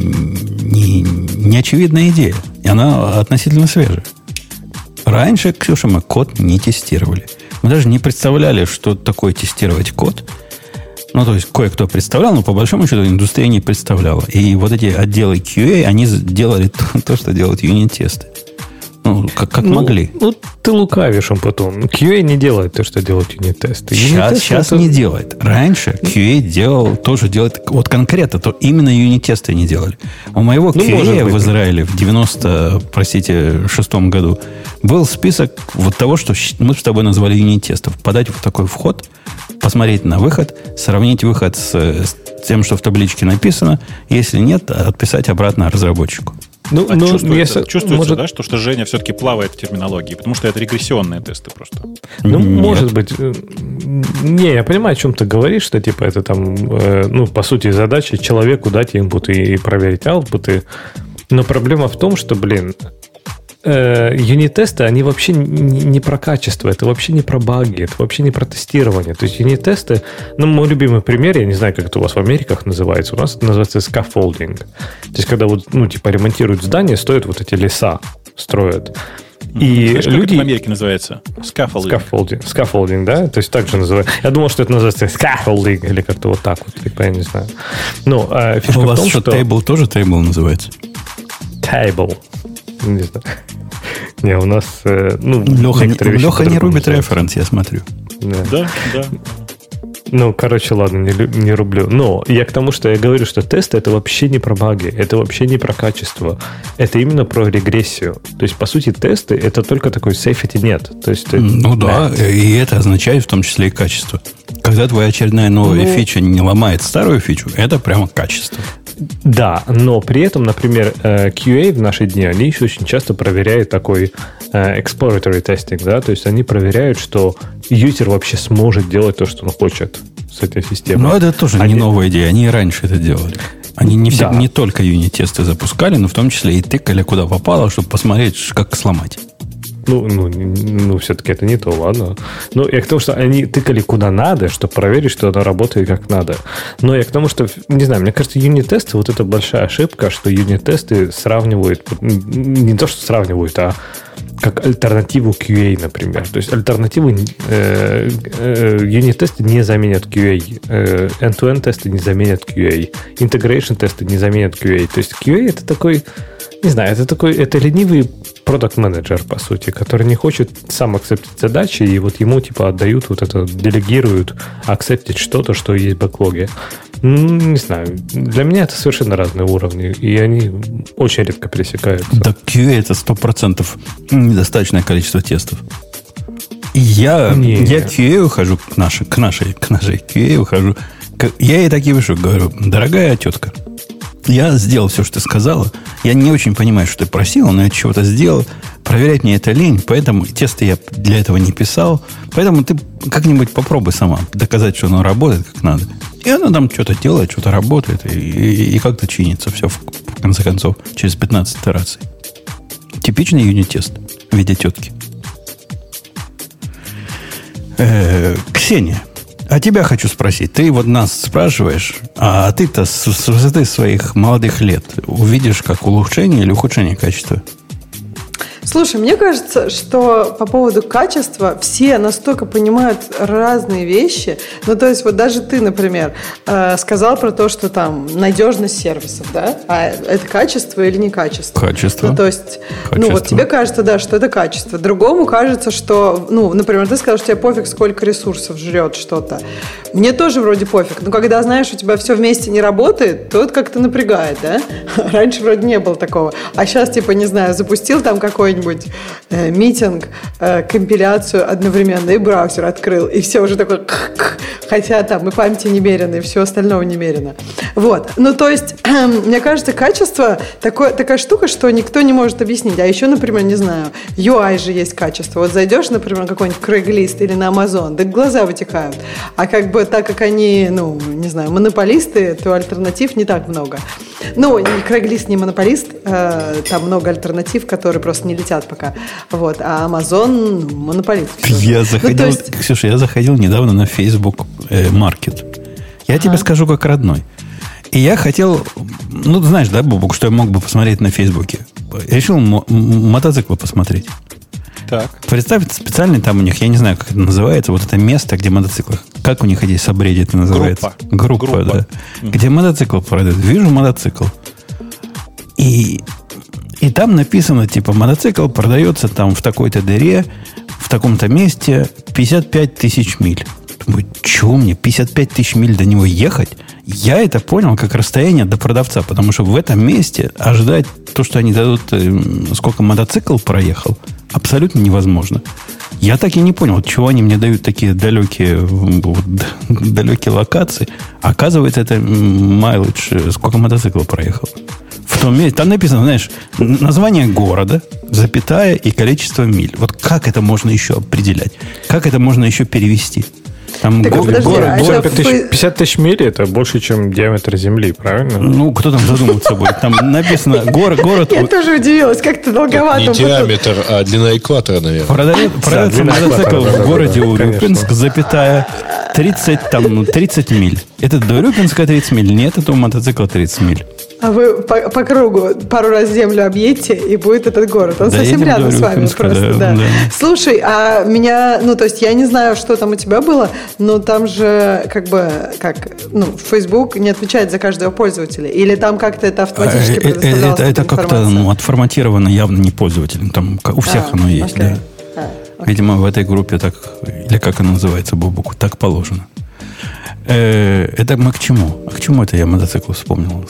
очевидная идея. И она относительно свежая. Раньше, Ксюша, мы код не тестировали. Мы даже не представляли, что такое тестировать код. Ну, то есть, кое-кто представлял, но по большому счету индустрия не представляла. И вот эти отделы QA, они делали то, что делают юнит-тесты. Ну, как могли. Ну, ты лукавишь, он потом. QA не делает то, что делают юнит-тесты. Сейчас не делает. Раньше QA делает, вот конкретно, то именно юнит-тесты не делали. У моего QA в Израиле в 96-м году был список вот того, что мы с тобой назвали юнит-тестов. Подать в такой вход, посмотреть на выход, сравнить выход с тем, что в табличке написано. Если нет, отписать обратно разработчику. Чувствуется, да, что Женя все-таки плавает в терминологии, потому что это регрессионные тесты просто. Может быть. Не, я понимаю, о чем ты говоришь, что типа это там, по сути, задача человеку дать инпут и проверить аутпуты. Но проблема в том, что, юнит-тесты, они вообще не про качество, это вообще не про баги, это вообще не про тестирование. То есть юнит-тесты, мой любимый пример, я не знаю, как это у вас в Америках называется, у нас это называется scaffolding. То есть, когда ремонтируют здание, стоят вот эти леса, строят. И знаешь, люди... как это в Америке называется? Scaffolding, да? То есть так же называют. Я думал, что это называется scaffolding или как-то вот так вот, типа, я не знаю. Фишка у вас в том, что table тоже table называется? Table. Не знаю. Не, у нас... Леха не рубит референс, я смотрю. Да. Ладно, не рублю. Но я к тому, что я говорю, что тесты это вообще не про баги, это вообще не про качество. Это именно про регрессию. То есть, по сути, тесты это только такой safety net. То есть, да, и это означает в том числе и качество. Когда твоя очередная новая фича не ломает старую фичу, это прямо качество. Да, но при этом, например, QA в наши дни, они еще очень часто проверяют такой exploratory testing, да, то есть они проверяют, что юзер вообще сможет делать то, что он хочет с этой системой. Но это тоже не новая идея, они и раньше это делали. Они не только юнит-тесты запускали, но в том числе и тыкали куда попало, чтобы посмотреть, как сломать. Все-таки это не то, ладно. Но я к тому, что они тыкали куда надо, чтобы проверить, что оно работает как надо. Но я к тому, что, не знаю, мне кажется, юнит-тесты, вот это большая ошибка, что юнит-тесты сравнивают, не то, что сравнивают, а как альтернативу QA, например. То есть альтернативы юнит-тесты не заменят QA, end-to-end тесты не заменят QA, integration тесты не заменят QA. То есть QA это такой, не знаю, это ленивый продакт-менеджер, по сути, который не хочет сам акцептить задачи, и вот ему типа отдают вот это, делегируют акцептить что-то, что есть в бэклоге. Не знаю. Для меня это совершенно разные уровни, и они очень редко пересекаются. Да, QA это 100% недостаточное количество тестов. Я QA ухожу к нашей QA ухожу. Я ей так и пишу, говорю: дорогая тетка, я сделал все, что ты сказала. Я не очень понимаю, что ты просила, но я чего-то сделал. Проверять мне это лень, поэтому тесты я для этого не писал. Поэтому ты как-нибудь попробуй сама доказать, что оно работает как надо. И оно там что-то делает, что-то работает, и как-то чинится все, в конце концов, через 15 итераций. Типичный юнит-тест в виде тетки. Ксения, а тебя хочу спросить. Ты вот нас спрашиваешь, а ты-то с высоты своих молодых лет увидишь как улучшение или ухудшение качества? Слушай, мне кажется, что по поводу качества все настолько понимают разные вещи. Ну, то есть, вот даже ты, например, сказал про то, что там надежность сервисов, да? А это качество или не качество? Качество. Ну, то есть, ну, вот тебе кажется, да, что это качество. Другому кажется, что, ну, например, ты сказал, что тебе пофиг, сколько ресурсов жрет что-то. Мне тоже вроде пофиг. Но когда, знаешь, у тебя все вместе не работает, то это как-то напрягает, да? Раньше вроде не было такого. А сейчас, типа, не знаю, запустил там какой-нибудь митинг, компиляцию одновременно, и браузер открыл, и все уже такое, хотя там и памяти немерено, и все остального немерено. Вот. Ну, то есть, мне кажется, качество такая штука, что никто не может объяснить. А еще, например, не знаю, UI же есть качество. Вот зайдешь, например, на какой-нибудь Craigslist или на Amazon, да глаза вытекают. А как бы так как они, ну, не знаю, монополисты, то альтернатив не так много. Ну, Craigslist не монополист, там много альтернатив, которые просто не летят пока. Вот. А Amazon монополист. Я заходил, Ксюша, я заходил недавно на Facebook Market. Я тебе скажу как родной. И я хотел, ну, знаешь, да, Бобук, что я мог бы посмотреть на Фейсбуке? Решил мотоциклы посмотреть. Так. Представь, специальный там у них, я не знаю, как это называется, вот это место, где мотоциклы. Как у них эти сабреди это называется? Группа, да. Где мотоцикл продают. Вижу мотоцикл. И там написано, типа, мотоцикл продается там в такой-то дыре, в таком-то месте 55 тысяч миль. Думаю, чего мне 55 тысяч миль до него ехать? Я это понял как расстояние до продавца, потому что в этом месте ожидать то, что они дадут, сколько мотоцикл проехал, абсолютно невозможно. Я так и не понял, чего они мне дают такие далекие локации. Оказывается, это майлидж, сколько мотоцикл проехал. В том месте, там написано, знаешь, название города, запятая и количество миль. Вот как это можно еще определять? Как это можно еще перевести? Там так, подожди, 50 тысяч миль это больше, чем диаметр Земли, правильно? Ну, кто там задуматься будет? Там написано город... Я тоже удивилась, как-то долговато. Не диаметр, а длина экватора, наверное. Продается мотоцикл в городе Урюпинск, запятая 30 миль. Это до Урюпинска 30 миль? Нет, это у мотоцикла 30 миль. А вы по кругу пару раз землю объедете, и будет этот город. Он совсем рядом с вами просто, да. Слушай, а меня, ну, то есть я не знаю, что там у тебя было, но там же Facebook не отвечает за каждого пользователя. Или там как-то это автоматически предоставлялось? Это как-то отформатировано явно не пользователем. Там у всех оно есть, да. Видимо, в этой группе так, или как она называется, Бобуку, так положено. Это мы к чему? А к чему это я мотоцикл вспомнил?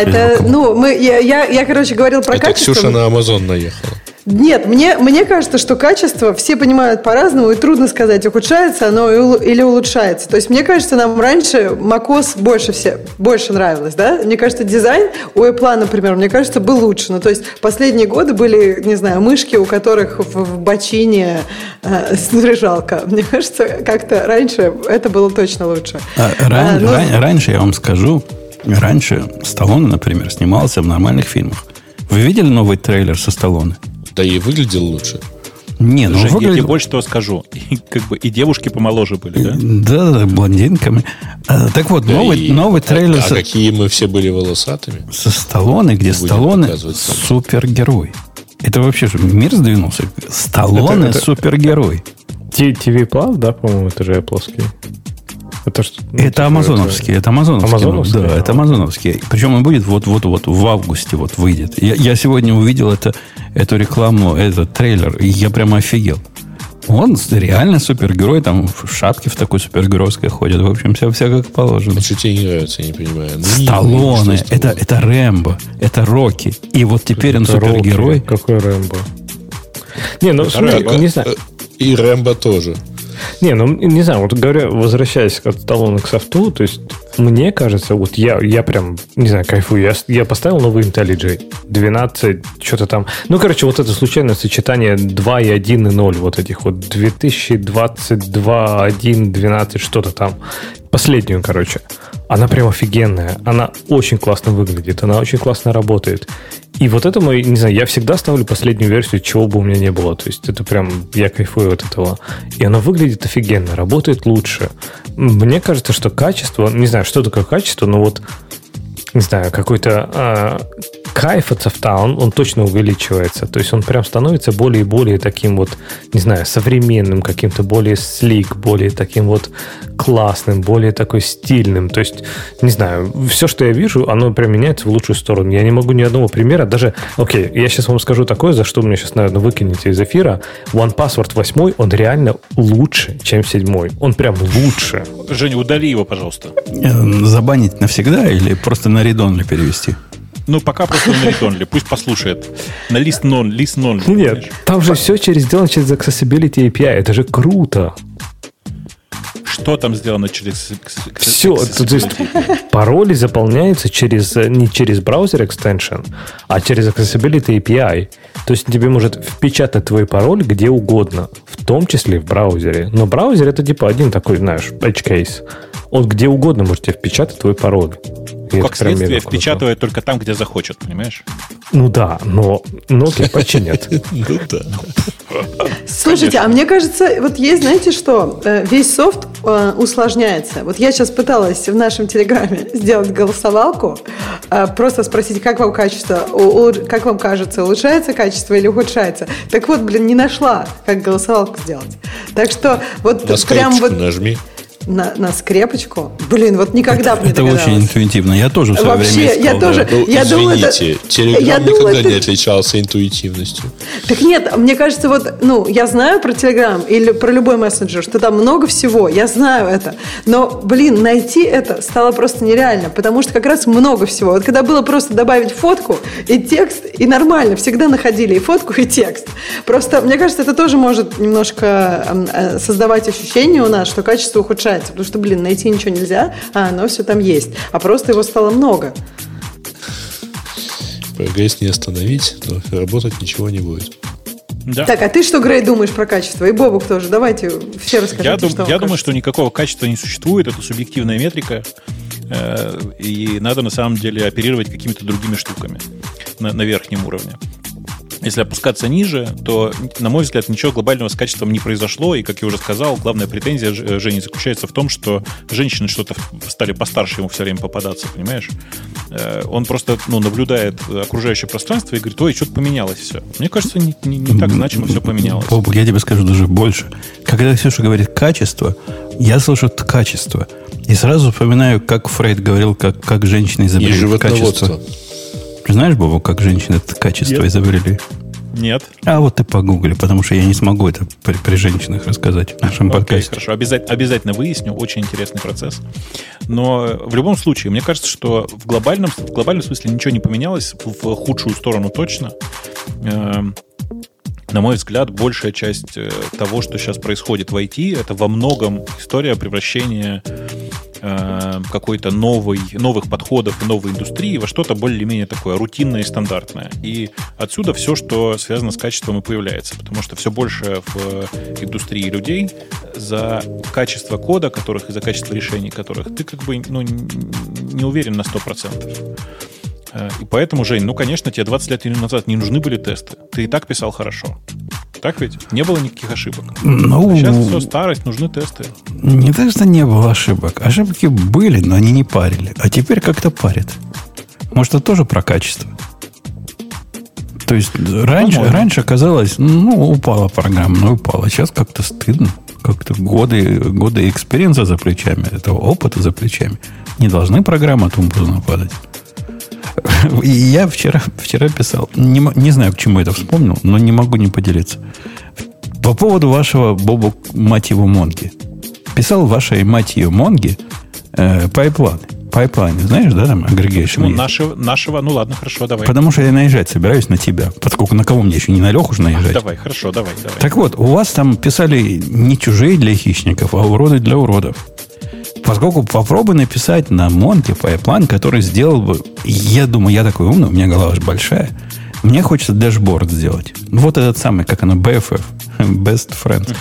Я, короче, говорил про качество. Это Ксюша на Amazon наехала. Нет, мне кажется, что качество все понимают по-разному, и трудно сказать, ухудшается оно или улучшается. То есть, мне кажется, нам раньше macOS больше нравилось, да? Мне кажется, дизайн у Apple, например, мне кажется, был лучше. Ну, то есть, последние годы были, не знаю, мышки, у которых в бочине снаряжалка. Мне кажется, как-то раньше это было точно лучше. Раньше, я вам скажу, раньше Сталлоне, например, снимался в нормальных фильмах. Вы видели новый трейлер со Сталлоне? Да и выглядел лучше. Не, ну Жень, я тебе больше того скажу. И девушки помоложе были, да? Да, блондинками. Так вот, новый трейлер... А какие мы все были волосатыми? Со Сталлоне, где Сталлоне супергерой. Это вообще же мир сдвинулся. Сталлоне супергерой. TV Plus, да, по-моему, это же Apple-овский. Это амазоновский. Это амазоновский. Да, это амазоновский. Причем он будет вот в августе выйдет. Я сегодня увидел эту рекламу, этот трейлер, и я прямо офигел. Он реально супергерой, там в шапке в такой супергеройской ходит. В общем, все как положено. Что тебе не нравится, я не понимаю. Сталлоне, это Рэмбо, это Рокки. И вот теперь он супергерой. Какой Рэмбо? Не, ну смотри, не знаю. И Рэмбо тоже. Не, ну, не знаю, вот говоря, возвращаясь от Сталлоне к софту, то есть, мне кажется, вот я прям, не знаю, кайфую. Я поставил новый IntelliJ 12, что-то там. Ну, короче, вот это случайное сочетание 2 и 1 и 0, вот этих вот 2022, 1, 12, что-то там. Последнюю, короче. она прям офигенная. Она очень классно выглядит, она очень классно работает. И вот это мой, не знаю, я всегда ставлю последнюю версию, чего бы у меня не было. То есть это прям, я кайфую от этого. И она выглядит офигенно, работает лучше. Мне кажется, что качество, не знаю, что такое качество, но вот, не знаю, какой-то кайф от Softown, он точно увеличивается. То есть он прям становится более и более таким вот, не знаю, современным, каким-то более слик, более таким вот классным, более такой стильным. То есть, не знаю, все, что я вижу, оно прям меняется в лучшую сторону. Я не могу ни одного примера, даже, окей, я сейчас вам скажу такое, за что меня сейчас, наверное, выкинете из эфира. OnePassword 8, он реально лучше, чем 7. Он прям лучше. Женя, удали его, пожалуйста. Забанить навсегда или просто на read-only перевести? Ну, пока просто на read-only. Пусть послушает. На listen-only. Нет, там же все сделано через Accessibility API. Это же круто. Что там сделано через... Все. То есть пароли заполняются не через браузер extension, а через Accessibility API. То есть тебе может впечатать твой пароль где угодно, в том числе в браузере. Но браузер это типа один такой, знаешь, edge case. Он где угодно можете впечатать твой пароль. Как следствие, впечатывает только там, где захочет, понимаешь? Ну да, но Nokia починят. Ну да. Слушайте, а мне кажется, вот есть, знаете что, весь софт усложняется. Вот я сейчас пыталась в нашем Телеграме сделать голосовалку, просто спросить, как вам кажется, улучшается качество или ухудшается. Так вот, не нашла, как голосовалку сделать. Так что вот прям вот... нажми. На скрепочку? Вот никогда бы не догадалась. Это очень интуитивно. Я тоже в свое время искал. Я тоже. Извините, Telegram никогда не отличался интуитивностью. Так нет, мне кажется, я знаю про Telegram или про любой мессенджер, что там много всего, я знаю это. Но, найти это стало просто нереально, потому что как раз много всего. Вот когда было просто добавить фотку и текст, и нормально, всегда находили и фотку, и текст. Просто, мне кажется, это тоже может немножко создавать ощущение у нас, что качество ухудшается. Потому что, найти ничего нельзя, а оно все там есть. А просто его стало много. Прогресс не остановить, но работать ничего не будет. Да. Так, а ты что, Грей, думаешь про качество? И Бобук тоже. Давайте все расскажите, Я думаю, что никакого качества не существует. Это субъективная метрика. И надо, на самом деле, оперировать какими-то другими штуками на верхнем уровне. Если опускаться ниже, то, на мой взгляд, ничего глобального с качеством не произошло. И, как я уже сказал, главная претензия Жени заключается в том, что женщины что-то стали постарше ему все время попадаться, понимаешь? Он просто наблюдает окружающее пространство и говорит, ой, что-то поменялось все. Мне кажется, не так значимо все поменялось. Бобук, я тебе скажу даже больше. Когда Ксюша говорит «качество», я слышу «качество». И сразу вспоминаю, как Фрейд говорил, как женщины изобрели качество. Ты знаешь, Бобук, как женщины это качество изобрели? Нет. А вот ты погугли, потому что я не смогу это при женщинах рассказать в нашем подкасте. Хорошо, обязательно выясню. Очень интересный процесс. Но в любом случае, мне кажется, что в глобальном смысле ничего не поменялось. В худшую сторону точно. На мой взгляд, большая часть того, что сейчас происходит в IT, это во многом история превращения какой-то новых подходов и новой индустрии во что-то более-менее такое рутинное и стандартное. И отсюда все, что связано с качеством, и появляется. Потому что все больше в индустрии людей за качество кода, которых и за качество решений которых ты не уверен на 100%. И поэтому, Жень, конечно, тебе 20 лет назад не нужны были тесты. Ты и так писал хорошо. Так ведь? Не было никаких ошибок. Сейчас все старость, нужны тесты. Не так, что не было ошибок. Ошибки были, но они не парили. А теперь как-то парят. Может, это тоже про качество? То есть раньше казалось, упала программа, упала. Сейчас как-то стыдно. Как-то годы экспириенса за плечами, этого опыта за плечами. Не должны программы от умпузна падать. И я вчера писал, не знаю, к чему это вспомнил, но не могу не поделиться. По поводу вашего, Бобу, мать его, Монги. Писал вашей, мать ее, Монги пайплайн, знаешь, да, там, агрегейшн. Нашего, ладно, хорошо, давай. Потому что я наезжать собираюсь на тебя. Поскольку на кого мне еще не на Леху же наезжать. Давай, хорошо, давай. Так вот, у вас там писали не чужие для хищников, а уроды для уродов. Поскольку попробуй написать на Монте пайплайн, который сделал бы, я думаю, я такой умный, у меня голова же большая, Мне хочется дэшборд сделать. Вот этот самый, как оно, BFF, Best Friend.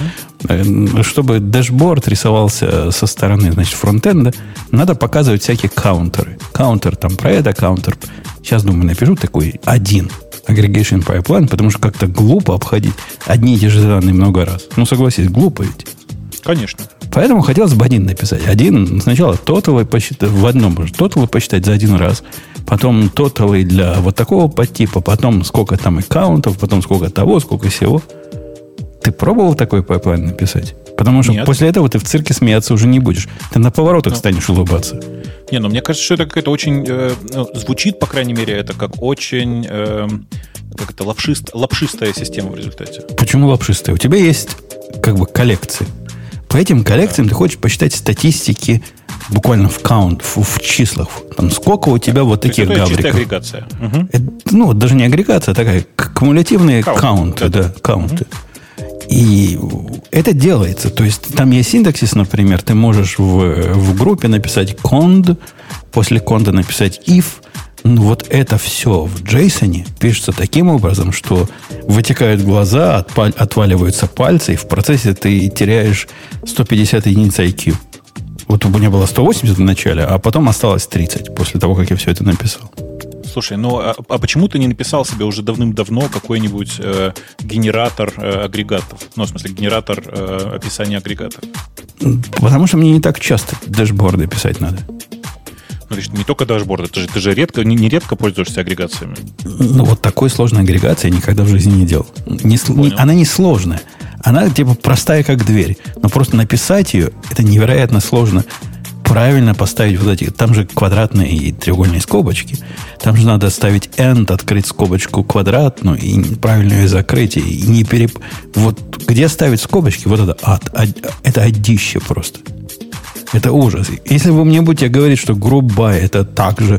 Чтобы дэшборд рисовался со стороны, значит, фронтенда, надо показывать всякие каунтеры. Каунтер там про это, каунтер. Сейчас, думаю, напишу такой один aggregation pipeline, потому что как-то глупо обходить одни и те же данные много раз. Ну, согласись, глупо ведь. Конечно. Поэтому хотелось бы один написать. Один сначала тоталы посчитать, в одном тоталы посчитать за один раз, потом тоталы для вот такого подтипа, потом сколько там аккаунтов, потом сколько того, сколько всего. Ты пробовал такой пайплайн написать? Потому что Нет. После этого ты в цирке смеяться уже не будешь. Ты на поворотах станешь улыбаться. Не, ну мне кажется, что это какая-то очень... звучит, по крайней мере, это как очень... как это, лапшистая система в результате. Почему лапшистая? У тебя есть как бы коллекции. По этим коллекциям ты хочешь посчитать статистики буквально в каунт, в числах. Там сколько у тебя вот таких гавриков. Чистая агрегация. Угу. Это, ну, даже не агрегация, а такая кумулятивные каунты. Да, каунты. И это делается. То есть там есть синтаксис, например, ты можешь в группе написать cond, после конда написать if. Ну, вот это все в JSON пишется таким образом, что вытекают глаза, отваливаются пальцы, и в процессе ты теряешь 150 единиц IQ. Вот у меня было 180 в начале, а потом осталось 30 после того, как я все это написал. Слушай, ну а почему ты не написал себе уже давным-давно какой-нибудь генератор агрегатов? Ну, в смысле, генератор описания агрегатов? Потому что мне не так часто дэшборды писать надо. Ну, не только дашборды, ты же нередко пользуешься агрегациями. Ну, вот такой сложной агрегации я никогда в жизни не делал. Она не сложная. Она типа простая, как дверь. Но просто написать ее, это невероятно сложно. Правильно поставить вот эти... Там же квадратные и треугольные скобочки. Там же надо ставить end, открыть скобочку квадратную и правильно ее закрыть. И не Вот где ставить скобочки, вот это ад. Это адище просто. Это ужас. Если вы мне будете говорить, что group by это также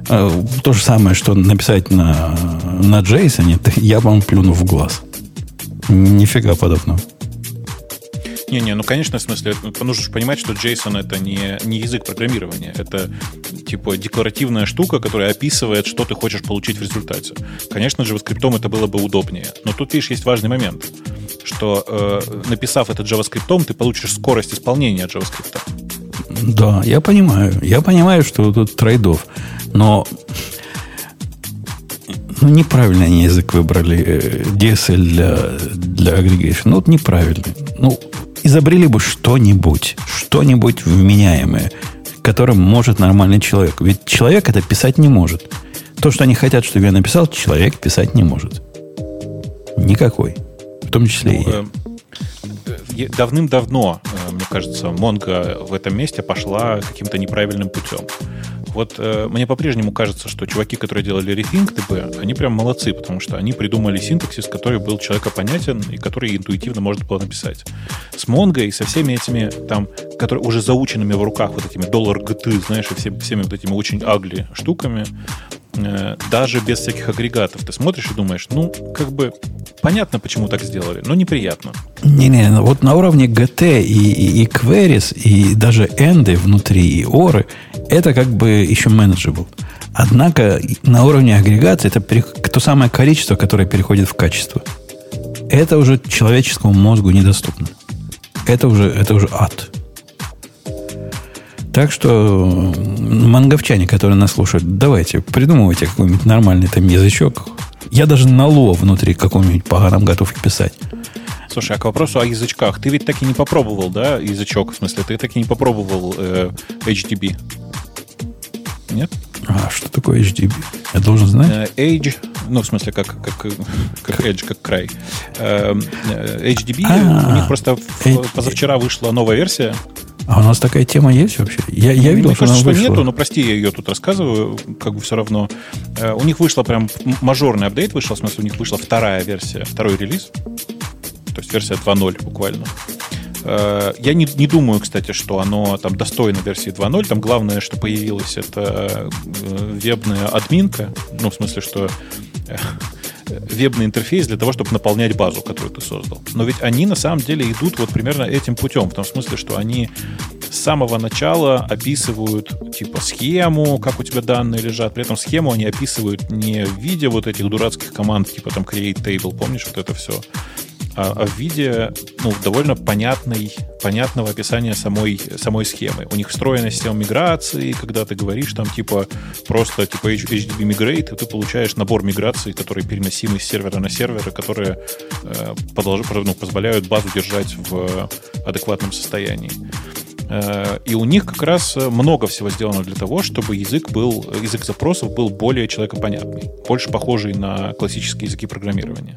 то же самое, что написать на JSON, то я вам плюну в глаз. Нифига подобного. Не, ну, конечно, в смысле, нужно же понимать, что JSON это не язык программирования. Это, типа, декларативная штука, которая описывает, что ты хочешь получить в результате. Конечно же, JavaScript это было бы удобнее. Но тут, видишь, есть важный момент, что, написав это JavaScript, ты получишь скорость исполнения JavaScript. Да, я понимаю. Я понимаю, что тут трейд-офф. Но неправильный они язык выбрали DSL для aggregation. Ну, вот неправильный. Ну, изобрели бы что-нибудь вменяемое, которым может нормальный человек. Ведь человек это писать не может. То, что они хотят, чтобы я написал, человек писать не может. Никакой. В том числе и я. Давным-давно, мне кажется, Mongo в этом месте пошла каким-то неправильным путем. Вот мне по-прежнему кажется, что чуваки, которые делали RethinkDB, они прям молодцы, потому что они придумали синтаксис, который был человекопонятен и который интуитивно можно было написать. С Mongo и со всеми этими там, которые уже заученными в руках вот этими $GT, знаешь, и всеми вот этими очень ugly штуками, даже без всяких агрегатов, ты смотришь и думаешь, ну, как бы понятно, почему так сделали, но неприятно. Не, вот на уровне GT и queries, и даже энды внутри, и оры, это как бы еще manageable. Однако на уровне агрегации это то самое количество, которое переходит в качество. Это уже человеческому мозгу недоступно. Это уже ад. Так что монговчане, которые нас слушают, давайте, придумывайте какой-нибудь нормальный там язычок. Я даже на ло внутри какого-нибудь поганом готов писать. Слушай, а к вопросу о язычках. Ты ведь так и не попробовал, да, язычок? В смысле, ты так и не попробовал HDB? Нет? А что такое HDB? Я должен знать? Edge, ну, в смысле, как Edge, как край. HDB, у них просто позавчера вышла новая версия. А у нас такая тема есть вообще? Я видел, что она вышла. Нету, но прости, я ее тут рассказываю, как бы все равно. У них вышла прям мажорный апдейт, вышел, в смысле, у них вышла вторая версия, второй релиз. То есть версия 2.0 буквально. Я не думаю, кстати, что оно там достойно версии 2.0. Там главное, что появилась, это вебная админка. Ну, в смысле, что вебный интерфейс для того, чтобы наполнять базу, которую ты создал. Но ведь они на самом деле идут вот примерно этим путем, в том смысле, что они с самого начала описывают типа схему, как у тебя данные лежат. При этом схему они описывают не в виде вот этих дурацких команд, типа там create table, помнишь вот это все, а в виде довольно понятного описания самой схемы. У них встроенная система миграции, когда ты говоришь там просто HTTP migrate, и ты получаешь набор миграций, которые переносимы с сервера на сервер, которые позволяют базу держать в адекватном состоянии. И у них как раз много всего сделано для того, чтобы язык запросов был более человекопонятный, больше похожий на классические языки программирования.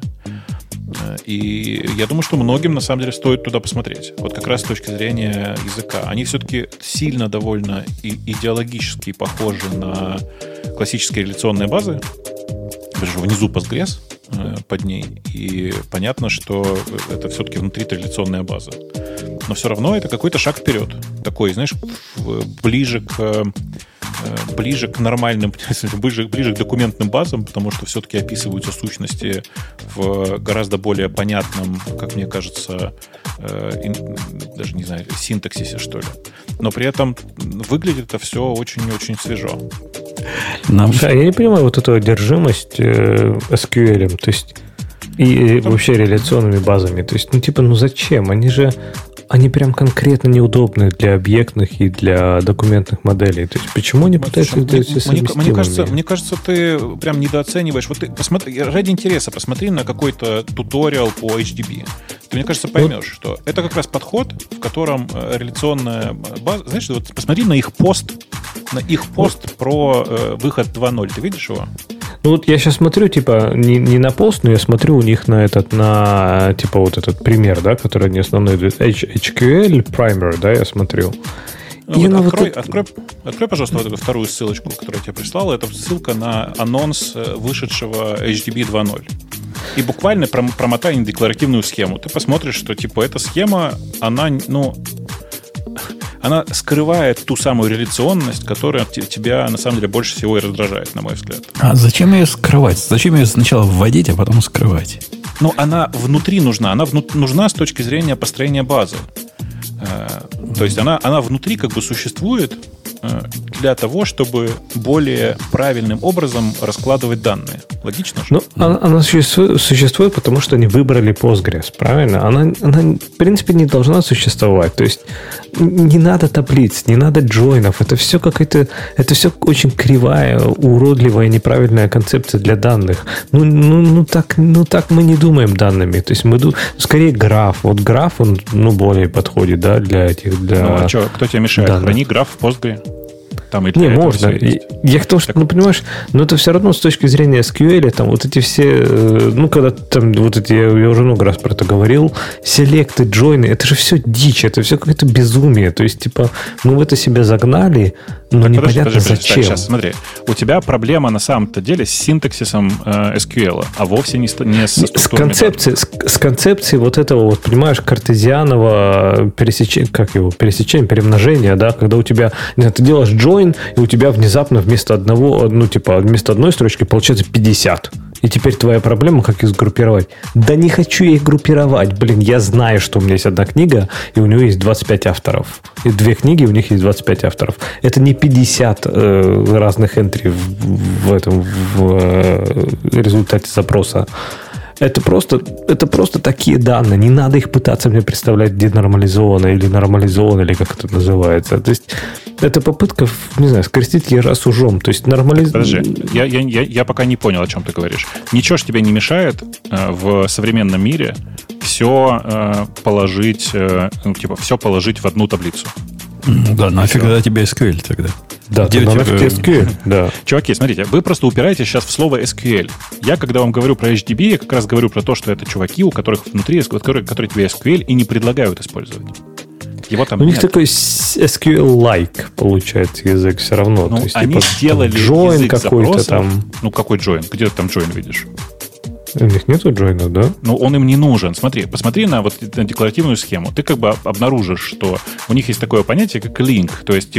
И я думаю, что многим на самом деле стоит туда посмотреть. Вот как раз с точки зрения языка. Они все-таки сильно довольно идеологически похожи на классические реляционные базы. Даже внизу Postgres под ней. И понятно, что это все-таки внутри реляционная база. Но все равно это какой-то шаг вперед. Такой, знаешь, ближе к нормальным, ближе к документным базам, потому что все-таки описываются сущности в гораздо более понятном, как мне кажется, даже не знаю, синтаксисе, что ли. Но при этом выглядит это все очень-очень свежо. Я не понимаю вот эту одержимость SQL, то есть и вообще реляционными базами. То есть, зачем? Они прям конкретно неудобны для объектных и для документных моделей. То есть, почему они пытаются их делать совместимыми? Мне кажется, ты прям недооцениваешь. Вот ты посмотри, ради интереса посмотри на какой-то туториал по HDB. Ты, мне кажется, поймешь, что это как раз подход, в котором реляционная база... Знаешь, вот посмотри на их пост про выход 2.0. Ты видишь его? Я сейчас смотрю, не на пост, но я смотрю у них на этот пример, да, который они основной HQL Primer, да, я смотрю. Открой, пожалуйста, вот эту вторую ссылочку, которую я тебе прислал. Это ссылка на анонс вышедшего HDB 2.0. И буквально промотай декларативную схему. Ты посмотришь, что эта схема, она скрывает ту самую реляционность, которая тебя, на самом деле, больше всего и раздражает, на мой взгляд. А зачем ее скрывать? Зачем ее сначала вводить, а потом скрывать? Она внутри нужна. Она нужна с точки зрения построения базы. То есть она внутри как бы существует для того, чтобы более правильным образом раскладывать данные. Логично же? Она существует, потому что они выбрали Postgres, правильно? Она, в принципе, не должна существовать. То есть не надо таблиц, не надо джойнов. Это все это все очень кривая, уродливая, неправильная концепция для данных. Так мы не думаем данными. То есть скорее граф. Вот граф, он более подходит, да, для этих... кто тебе мешает? Данных. Храни граф в Postgre. Там не, можно. Я к тому, что, понимаешь, но это все равно с точки зрения SQL, там вот эти все, когда там вот эти, я уже много раз про это говорил, селекты, джойны, это же все дичь, это все какое-то безумие. То есть, мы в это себя загнали, но непонятно зачем. Так, сейчас, смотри. У тебя проблема на самом-то деле с синтаксисом SQL, а вовсе не с концепцией. С концепцией вот этого, понимаешь, картезианного пересечения, перемножения, да, когда у тебя, ты делаешь join, и у тебя внезапно вместо одной строчки получается 50. И теперь твоя проблема, как их сгруппировать. Да не хочу я их группировать. Я знаю, что у меня есть одна книга, и у нее есть 25 авторов. И 2 книги, у них есть 25 авторов. Это не 50 разных энтри в результате запроса. Это просто такие данные. Не надо их пытаться мне представлять денормализованно или нормализованно, или как это называется. То есть это попытка, не знаю, скрестить ежа с ужом. То есть Подожди, я пока не понял, о чем ты говоришь. Ничего ж тебе не мешает в современном мире все положить, все положить в одну таблицу. Да, нафиг тогда тебе SQL тогда. Да, нафиг SQL, да. Чуваки, смотрите, вы просто упираетесь сейчас в слово SQL. Я, когда вам говорю про HDB, я как раз говорю про то, что это чуваки, у которых внутри, которые тебе SQL и не предлагают использовать. Его там у них такой SQL-like получается язык все равно. То есть, они сделали язык какой-то там. Какой join? Где ты там join видишь? У них нету джойна, да? Он им не нужен. Посмотри на на декларативную схему. Ты как бы обнаружишь, что у них есть такое понятие, как link. То есть,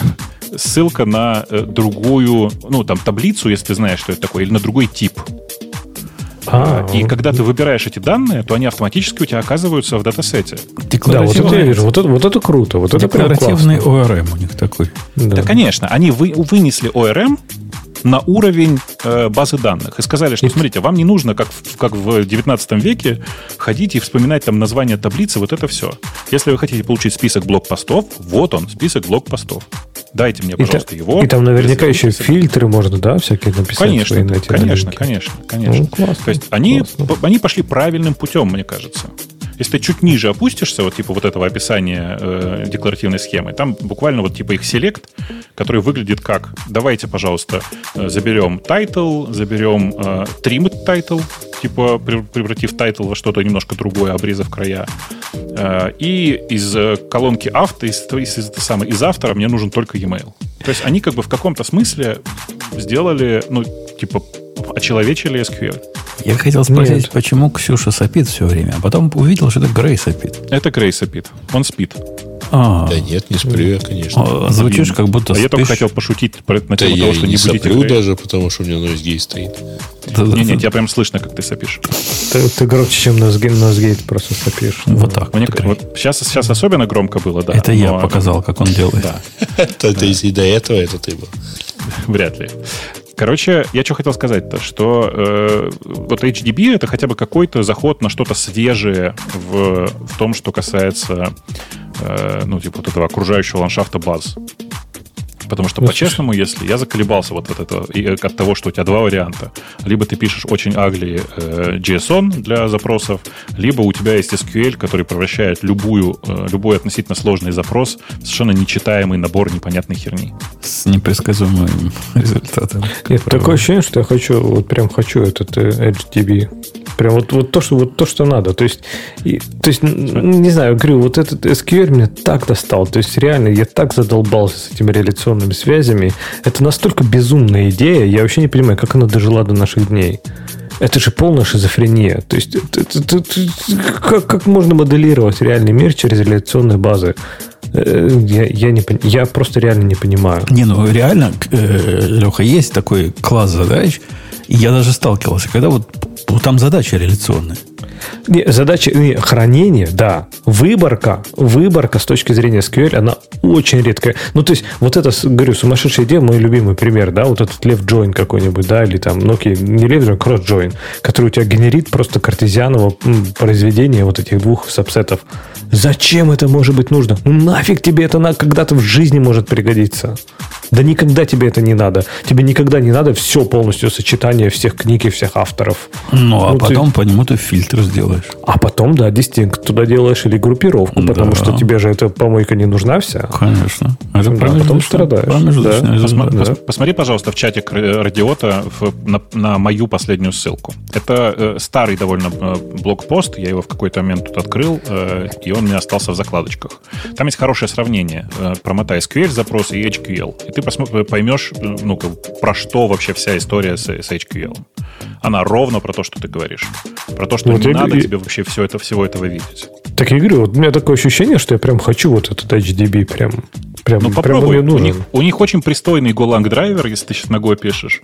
ссылка на другую, таблицу, если ты знаешь, что это такое, или на другой тип. И когда ты выбираешь эти данные, то они автоматически у тебя оказываются в датасете. Да, вот это я вижу. Вот это круто. Вот это прям классно. Декларативный ORM у них такой. Да, конечно. Они вынесли ORM на уровень базы данных и сказали, что, смотрите, вам не нужно, как в 19 веке, ходить и вспоминать там название таблицы, вот это все. Если вы хотите получить список блокпостов, вот он, список блокпостов. Дайте мне, пожалуйста, его. И там наверняка еще фильтры можно, да, всякие написать. Конечно. Ну, классно, то есть они пошли правильным путем, мне кажется. Если ты чуть ниже опустишься, вот типа вот этого описания декларативной схемы, там буквально вот типа их селект, который выглядит как: давайте, пожалуйста, заберем title, заберем trimmed title, типа превратив title во что-то немножко другое, обрезав края. И из колонки авто, из автора мне нужен только e-mail. То есть они как бы в каком-то смысле сделали, ну, типа, очеловечили SQL. Я хотел спросить, почему Ксюша сопит все время, а потом увидел, что это Грей сопит. Это Грей сопит. Он спит. Да нет, не сплю я, конечно. Звучишь, как будто спишь. Я только хотел пошутить на тему того, что не будете соплю Грей. Даже, потому что у меня нойзгейт стоит. Нет, тебя прям слышно, как ты сопишь. Ты громче, чем нойзгейт просто сопишь. Вот так. Вот сейчас особенно громко было, да. Это я показал, как он делает. То есть и до этого это ты был. Вряд ли. Короче, я что хотел сказать-то, что вот HDB — это хотя бы какой-то заход на что-то свежее в том, что касается ну, типа вот этого окружающего ландшафта баз. Потому что, по-честному, если я заколебался вот от этого, от того, что у тебя два варианта. Либо ты пишешь очень ugly JSON для запросов, либо у тебя есть SQL, который превращает любой относительно сложный запрос в совершенно нечитаемый набор непонятной херни. С непредсказуемым результатом. Нет, такое ощущение, что я хочу, вот прям хочу этот HDB. Прям вот то, что надо. То есть, не знаю, говорю, вот этот SQL меня так достал. То есть, реально, я так задолбался с этими реляционными связями. Это настолько безумная идея, я вообще не понимаю, как она дожила до наших дней. Это же полная шизофрения. То есть, как можно моделировать реальный мир через реляционные базы? Я просто реально не понимаю. Не, ну реально, Леха, есть такой класс задач, и я даже сталкивался, когда вот там задача реляционная. Задача хранения, да. Выборка с точки зрения SQL, она очень редкая. Ну, то есть, вот это, говорю, сумасшедшая идея, мой любимый пример, да, вот этот left join какой-нибудь, да, или там, ну, окей, не left join, cross join, который у тебя генерит просто картезианового произведения вот этих двух сабсетов. Зачем это может быть нужно? Ну, нафиг тебе это когда-то в жизни может пригодиться. Да никогда тебе это не надо. Тебе никогда не надо все полностью сочетание всех книг и всех авторов. Ну, а потом по нему ты фильтр сделаешь. А потом, да, дистинкт туда делаешь или группировку, потому что тебе же эта помойка не нужна вся. Конечно. Это потом страдаешь. Посмотри, пожалуйста, в чатик Радиота на мою последнюю ссылку. Это старый довольно блогпост, я его в какой-то момент тут открыл, и он у меня остался в закладочках. Там есть хорошее сравнение. Промотай SQL запрос и HQL. И ты поймешь, ну, про что вообще вся история с HQL. Она ровно про то, что ты говоришь. Про то, что вот не надо тебе вообще всего этого видеть. Так я говорю, вот у меня такое ощущение, что я прям хочу вот этот HDB прям ну, попробуй. У них очень пристойный Golang драйвер, если ты сейчас на Go пишешь.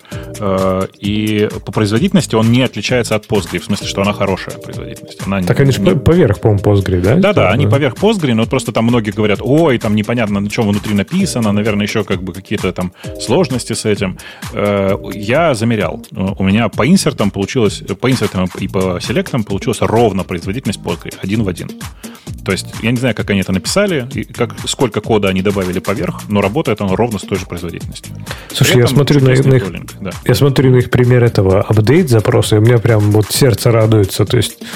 И по производительности он не отличается от Postgre. В смысле, что она хорошая производительность. Так они же поверх, по-моему, Postgre, да? Да, они поверх Postgre, но просто там многие говорят, ой, там непонятно, на чем внутри написано, наверное, еще как бы какие-то там сложности с этим. Я замерял. У меня по инсертам получилось, по инсертам и по селектам получилась ровно производительность Postgre, 1 в 1. То есть, я не знаю, как они это написали, и сколько кода они добавили поверх, но работает он ровно с той же производительностью. Слушай, я смотрю на их пример этого апдейт-запроса, и у меня прям вот сердце радуется. То есть,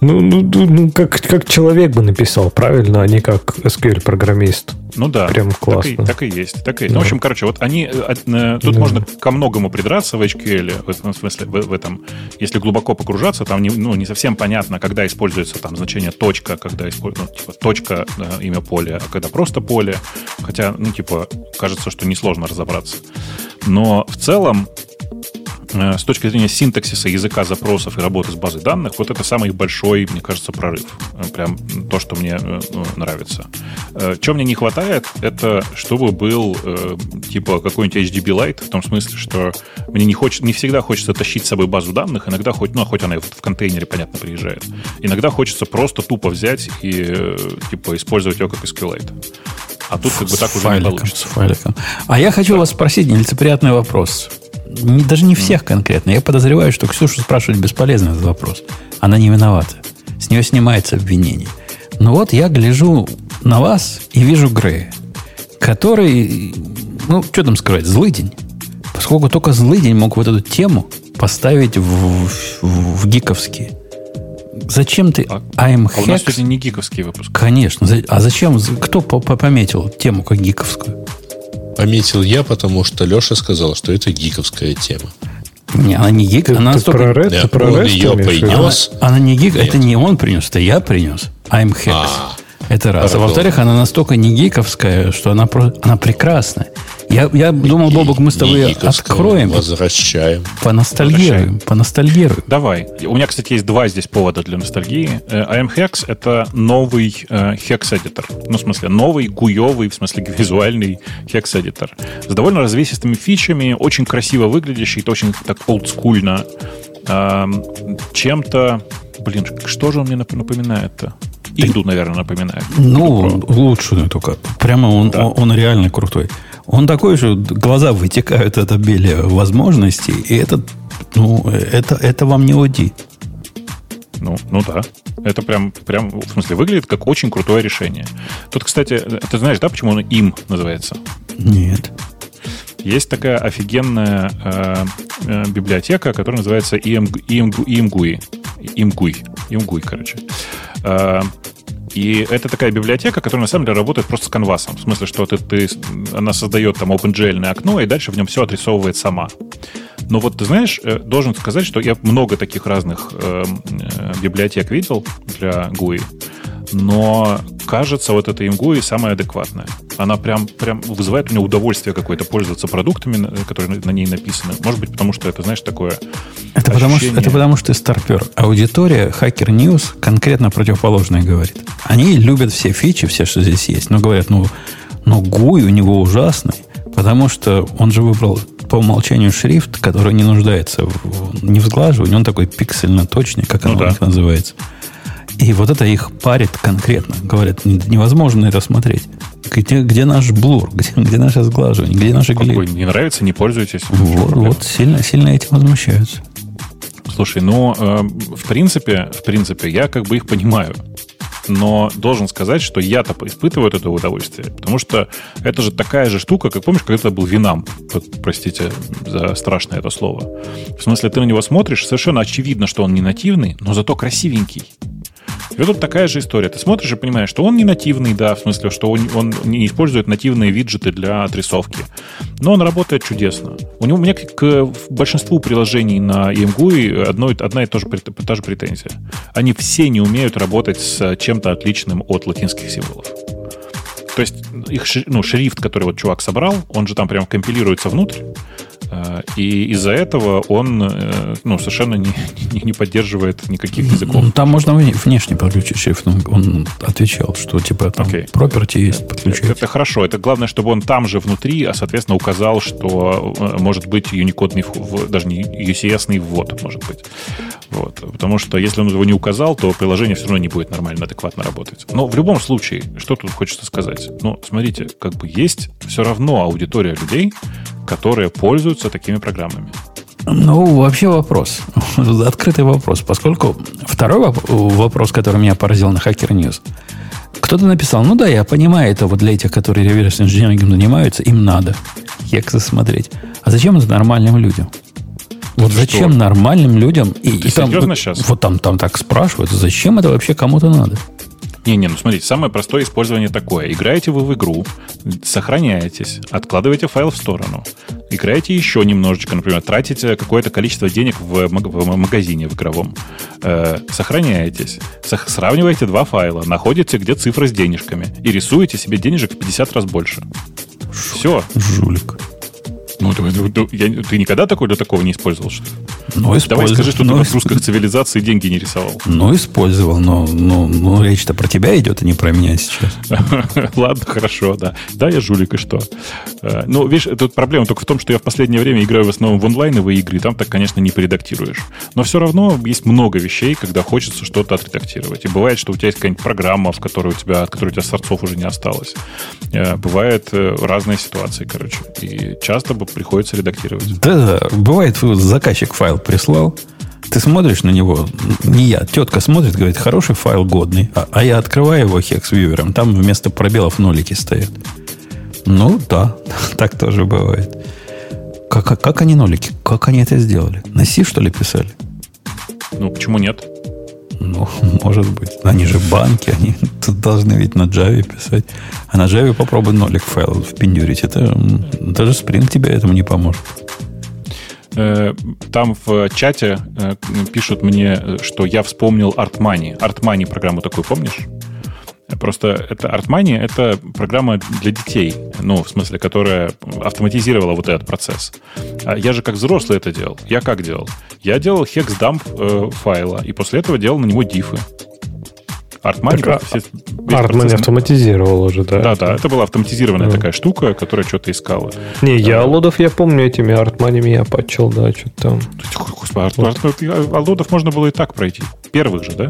как человек бы написал, правильно, а не как SQL-программист. Ну да, прям классно. Так и есть. Да. Ну, в общем, короче, вот они... Тут можно ко многому придраться в HQL, в смысле, в этом. Если глубоко погружаться, там не совсем понятно, когда используется там значение точка, когда используется, точка, имя поля, а когда просто поле. Хотя, кажется, что несложно разобраться. Но в целом с точки зрения синтаксиса языка запросов и работы с базой данных, вот это самый большой, мне кажется, прорыв. Прям то, что мне нравится. Чего мне не хватает, это чтобы был типа какой-нибудь HDB-Lite, в том смысле, что мне не всегда хочется тащить с собой базу данных, иногда хоть она в контейнере, понятно, приезжает. Иногда хочется просто тупо взять и типа использовать ее как SQLite. А тут как бы так уже не получится. А я хочу вас спросить нелицеприятный вопрос. Даже не всех конкретно. Я подозреваю, что Ксюшу спрашивать бесполезно этот вопрос. Она не виновата. С нее снимается обвинение. Но вот я гляжу на вас и вижу Грея, который, что там сказать, злыдень. Поскольку только злыдень мог вот эту тему поставить в гиковские. Зачем ты I'm Hex? У нас сегодня не гиковский выпуск. Конечно. А зачем? Кто пометил тему как гиковскую? Пометил я, потому что Леша сказал, что это гиковская тема. Не, она не гик, она настолько... Он ее принес. Она не гик, это не он принес, это я принес. I'm Hex. Это раз. А во-вторых, она настолько не гиковская, что она прекрасная. Я думал, Бобок, мы с тобой откроем. Возвращаем. Поностальгируем. Давай. У меня, кстати, есть два здесь повода для ностальгии. I'm Hex — это новый Hex-эдитор. В смысле, новый, гуевый, в смысле, визуальный Hex-эдитор. С довольно развесистыми фичами, очень красиво выглядящий, это очень так олдскульно. Чем-то... что же он мне напоминает-то? Иду, наверное, напоминает. Лучше только. Прямо он реально крутой. Он такой же, глаза вытекают от обилия возможностей, и это вам не OD. Да. Это прям, в смысле, выглядит как очень крутое решение. Тут, кстати, ты знаешь, да, почему он им называется? Нет. Есть такая офигенная библиотека, которая называется EMGUI. EMGUI, короче. И это такая библиотека, которая на самом деле работает просто с канвасом. В смысле, что она создает там OpenGL-ное окно, и дальше в нем все отрисовывает сама. Но вот ты знаешь, должен сказать, что я много таких разных библиотек видел для GUI, но кажется, вот эта MGUI самая адекватная. Она прям вызывает у меня удовольствие какое-то пользоваться продуктами, которые на ней написаны. Может быть, потому что это, знаешь, такое это потому что ты старпер. Аудитория Hacker News конкретно противоположное говорит. Они любят все фичи, все, что здесь есть, но говорят, но GUI у него ужасный, потому что он же выбрал по умолчанию шрифт, который не нуждается не в сглаживании, он такой пиксельно точный, как оно у них называется. И вот это их парит конкретно. Говорят, невозможно это смотреть. Где наш блур? Где наше сглаживание? Где наши глифы? Не нравится, не пользуйтесь. Вот сильно этим возмущаются. Слушай, в принципе, я как бы их понимаю. Но должен сказать, что я-то испытываю от этого удовольствие. Потому что это же такая же штука, как помнишь, когда это был Winamp. Простите за страшное это слово. В смысле, ты на него смотришь, совершенно очевидно, что он не нативный, но зато красивенький. И вот тут такая же история. Ты смотришь и понимаешь, что он не нативный, да, в смысле, что он не использует нативные виджеты для отрисовки. Но он работает чудесно. У меня к большинству приложений на EMGUI одна и та же претензия. Они все не умеют работать с чем-то отличным от латинских символов. То есть их шрифт, который вот чувак собрал, он же там прям компилируется внутрь. И из-за этого он совершенно не поддерживает никаких языков. Там можно внешне подключить шрифт. Он отвечал, что типа там property есть, подключить. Это хорошо. Это главное, чтобы он там же внутри, соответственно, указал, что может быть юникодный, даже не UCS-ный ввод, может быть. Вот. Потому что если он его не указал, то приложение все равно не будет нормально, адекватно работать. Но в любом случае, что тут хочется сказать? Смотрите, как бы есть все равно аудитория людей, которые пользуются такими программами. Вообще вопрос. Открытый вопрос. Поскольку второй вопрос, который меня поразил на Hacker News. Кто-то написал, я понимаю, это вот для этих, которые реверс-инженерингом занимаются, им надо хексы смотреть. А зачем это нормальным людям? Вот зачем нормальным людям... Ты серьезно сейчас? Вот там так спрашивают, зачем это вообще кому-то надо? Смотрите, самое простое использование такое. Играете вы в игру, сохраняетесь, откладываете файл в сторону, играете еще немножечко, например, тратите какое-то количество денег в магазине в игровом, сохраняетесь, сравниваете два файла, находите, где цифры с денежками, и рисуете себе денежек в 50 раз больше. Все. Жулик. Ты никогда для такого не использовал, что ли? Давай скажи, что ты в русских цивилизации деньги не рисовал. Использовал, но речь-то про тебя идет, а не про меня сейчас. Ладно, хорошо, да. Да, я жулик, и что? Видишь, тут проблема только в том, что я в последнее время играю в основном в онлайновые игры, и там так, конечно, не поредактируешь. Но все равно есть много вещей, когда хочется что-то отредактировать. И бывает, что у тебя есть какая-нибудь программа, от которой у тебя сорцов уже не осталось. Бывают разные ситуации, короче. И часто приходится редактировать. Да, бывает, заказчик файл прислал, ты смотришь на него, не я, тетка смотрит, говорит, хороший файл, годный, а я открываю его хекс-вьювером, там вместо пробелов нолики стоят. Да, так тоже бывает. Как они нолики? Как они это сделали? На C, что ли, писали? Почему нет? Может быть. Они же банки, они тут должны ведь на Java писать. А на Java попробуй нолик файл впендюрить. Даже Spring тебе этому не поможет. Там в чате пишут мне, что я вспомнил ArtMoney. ArtMoney программу такую помнишь? Просто ArtMoney — это программа для детей, в смысле, которая автоматизировала вот этот процесс. А я же как взрослый это делал. Я как делал? Я делал хекс-дамп файла, и после этого делал на него дифы. ArtMoney автоматизировал уже, да? Да, это была автоматизированная такая штука, которая что-то искала. Алодов, я помню, этими ArtMoney я патчил, да, что-то там. Господи, Алодов можно было и так пройти. Первых же, да?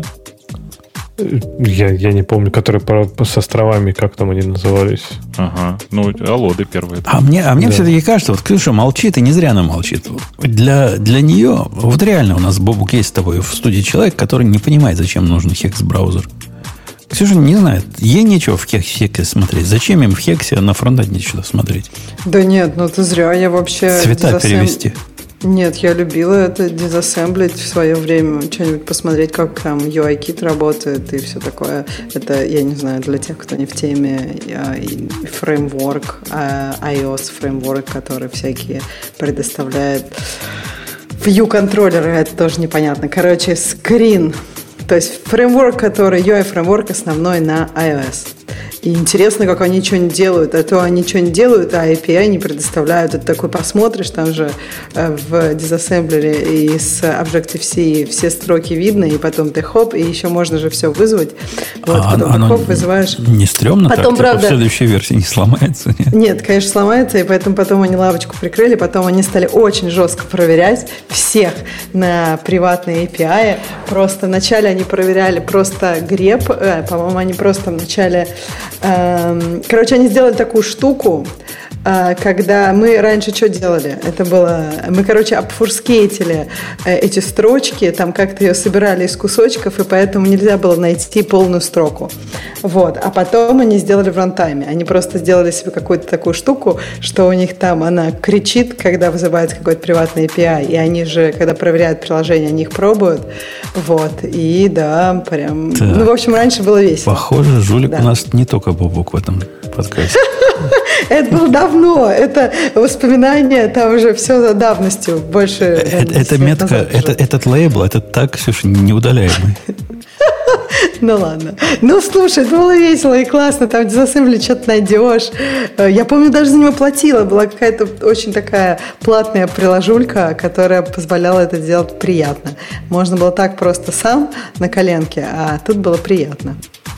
Я не помню, которые с островами, как там они назывались. Ага, Алоды первые. А мне все-таки кажется, вот Ксюша молчит, и не зря она молчит. Для нее, вот реально у нас, Бобук, есть с тобой в студии человек, который не понимает, зачем нужен хекс-браузер. Ксюша не знает, ей нечего в хексе смотреть. Зачем им в хексе на фронтенде что-то смотреть? Да нет, ты зря, я вообще... Цвета перевести. Нет, я любила это дизассемблить в свое время, что-нибудь посмотреть, как там UI-кит работает и все такое. Это, я не знаю, для тех, кто не в теме, фреймворк, iOS фреймворк, который всякие предоставляет view-контроллеры, это тоже непонятно. Короче, Screen, то есть фреймворк, который UI-фреймворк основной на iOS. И интересно, как они что-нибудь делают. А то они что-нибудь делают, а API не предоставляют. Это такой посмотришь, там же в дизассемблере и с Objective-C все строки видно, и потом ты хоп, и еще можно же все вызвать. Потом ты хоп, вызываешь. Не стрёмно потом, так? Правда, в следующей версии не сломается? Нет, конечно, сломается, и поэтому потом они лавочку прикрыли, потом они стали очень жестко проверять всех на приватные API. Просто вначале они проверяли просто греб, по-моему, они просто вначале... Короче, они сделали такую штуку, когда мы раньше что делали? Это было... Мы, обфурскейтили эти строчки, там как-то ее собирали из кусочков, и поэтому нельзя было найти полную строку. А потом они сделали в рантайме. Они просто сделали себе какую-то такую штуку, что у них там она кричит, когда вызывается какой-то приватный API, и они же, когда проверяют приложение, они их пробуют. И да, прям... Так. В общем, раньше было весело. Похоже, жулик у нас не только Бобук в этом подкасте. Это было давно. Это воспоминания, там уже все за давностью. Больше... Это метка, этот лейбл, это так, Ксюша, неудаляемый. Ладно. Слушай, это было весело и классно. Там дизассембли что-то найдешь. Я помню, даже за него платила. Была какая-то очень такая платная приложулька, которая позволяла это делать приятно. Можно было так просто сам на коленке, а тут было приятно.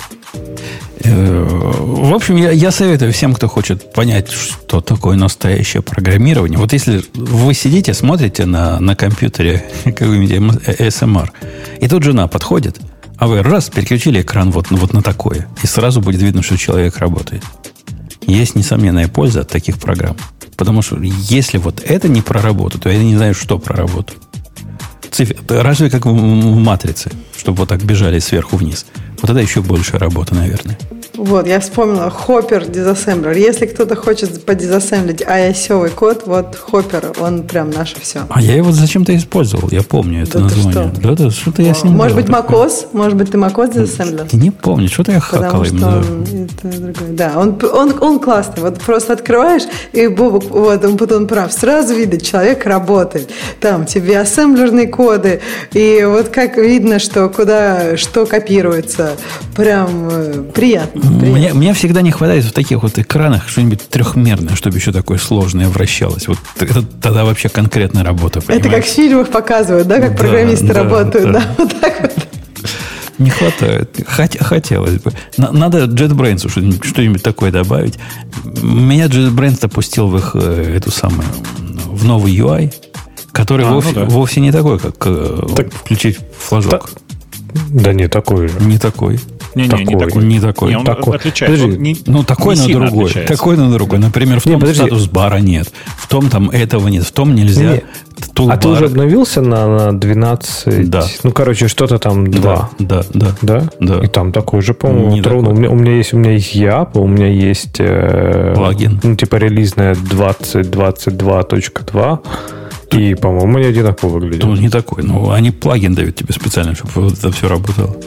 В общем, я советую всем, кто хочет понять, что такое настоящее программирование. Вот если вы сидите, смотрите на компьютере какой-нибудь ASMR, и тут жена подходит, а вы раз переключили экран вот на такое, и сразу будет видно, что человек работает. Есть несомненная польза от таких программ. Потому что если вот это не про работу, то я не знаю, что про работу. Разве как в матрице, чтобы вот так бежали сверху вниз. Вот это еще больше работы, наверное. Я вспомнила Hopper дизассемблер. Если кто-то хочет подизассемблить ISO-ый код, Hopper, он прям наше все. А я его зачем-то использовал, я помню это название. Да, что-то я с ним Может быть, macOS? Может быть, ты macOS дизассемблер? Не помню, что-то я хакал им. Да, он классный. Просто открываешь, и Бобук, он прав. Сразу видно, человек работает. Там тебе ассемблерные коды, и как видно, что куда что копируется. Прям приятно. Мне всегда не хватает в таких вот экранах что-нибудь трехмерное, чтобы еще такое сложное вращалось. Вот это тогда вообще конкретная работа. Понимаешь? Это как в фильмах показывают, да, как программисты работают. Да, вот так вот. Не хватает. Хотелось бы. Надо JetBrains что-нибудь такое добавить. Меня JetBrains допустил в их эту самую, в новый UI, который вовсе не такой, как включить флажок. Да не такой же. Не такой. Не такой. Он отличается. Такой на другой. Отличается. Такой на другой. Например, в том статус-бара нет. В том там этого нет. В том нельзя. А ты уже обновился на 12? Да. Ну, короче, что-то там 2. Да? И там такой же, по-моему, ровно. У меня есть EAP, у меня есть плагин. Ну, типа релизная 2022.2. И, по-моему, они одинаково выглядят. Ну, не такой. Ну, они плагин дают тебе специально, чтобы вот это все работало.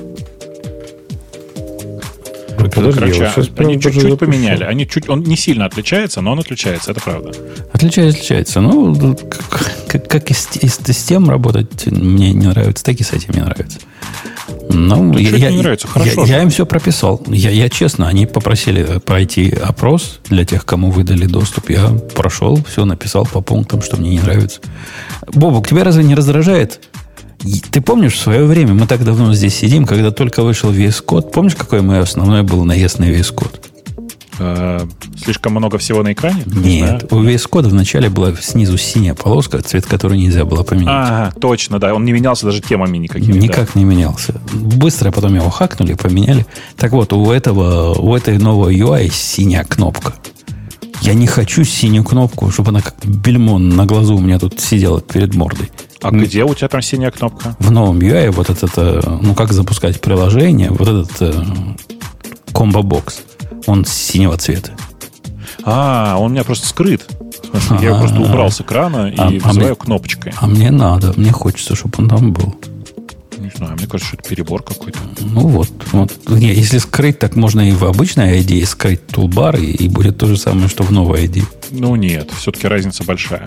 Короче, они чуть-чуть поменяли. Он не сильно отличается, но он отличается, это правда. Отличается. Ну, как и с тем работать мне не нравится, так и с этим не нравится. Ну, не нравится, хорошо. Я им все прописал. Я честно, они попросили пройти опрос для тех, кому выдали доступ. Я прошел, все написал по пунктам, что мне не нравится. Бобок, тебя разве не раздражает? Ты помнишь, в свое время, мы так давно здесь сидим, когда только вышел VS Code. Помнишь, какой мой основной был наезд на VS Code? Слишком много всего на экране? Нет, у VS Code вначале была снизу синяя полоска, цвет которой нельзя было поменять. Ага, точно, да. Он не менялся даже темами никакими. Никак не менялся. Быстро потом его хакнули, поменяли. Так вот, у этой новой UI синяя кнопка. Я не хочу синюю кнопку, чтобы она как бельмон на глазу у меня тут сидела перед мордой. А где у тебя там синяя кнопка? В новом UI вот этот, как запускать приложение, вот этот комбо-бокс, он синего цвета. Он у меня просто скрыт. В смысле, я его просто убрал с экрана и вызываю кнопочкой. А мне надо, мне хочется, чтобы он там был. Не знаю, мне кажется, что это перебор какой-то. Ну вот. Не, если скрыть, так можно и в обычной ID скрыть тулбар, и будет то же самое, что в новой ID. Ну нет, все-таки разница большая.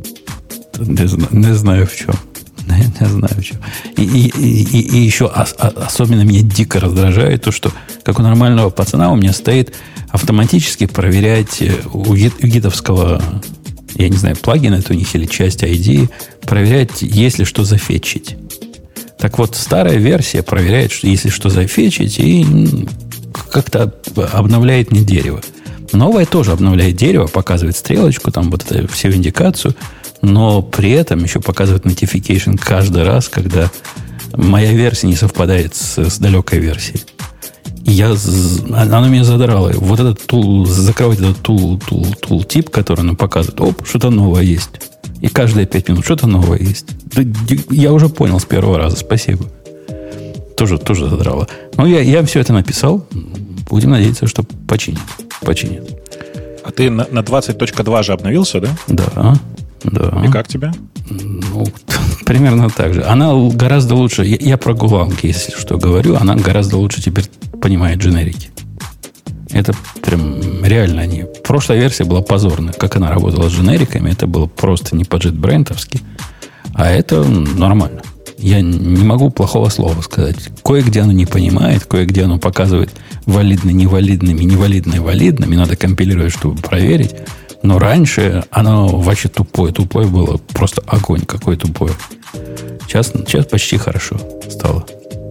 Не знаю в чем. Не знаю в чем. И еще особенно меня дико раздражает то, что как у нормального пацана у меня стоит автоматически проверять у гитовского, я не знаю, плагина это у них или часть ID, проверять, есть ли что зафетчить. Так вот, старая версия проверяет, что если что зафетчить, и как-то обновляет не дерево. Новая тоже обновляет дерево, показывает стрелочку, там вот это всю индикацию, но при этом еще показывает notification каждый раз, когда моя версия не совпадает с далекой версией. Она меня задрала. Вот этот тул, закрывать этот тул-тип, который нам показывает, что-то новое есть. И каждые 5 минут что-то новое есть. Я уже понял с первого раза. Спасибо. Тоже задрало. Но я все это написал. Будем надеяться, что починит. А ты на 20.2 же обновился, да? Да. И как тебе? Ну, примерно так же. Она гораздо лучше. Я про гуланки, если что говорю. Она гораздо лучше теперь понимает дженерики. Это прям реально они. Прошлая версия была позорная. Как она работала с дженериками, это было просто не по-джетбрентовски. А это нормально. Я не могу плохого слова сказать. Кое-где оно не понимает, кое-где оно показывает валидно невалидными, невалидно валидными. Надо компилировать, чтобы проверить. Но раньше оно вообще тупое. Тупое было просто огонь какой тупой. Сейчас почти хорошо стало.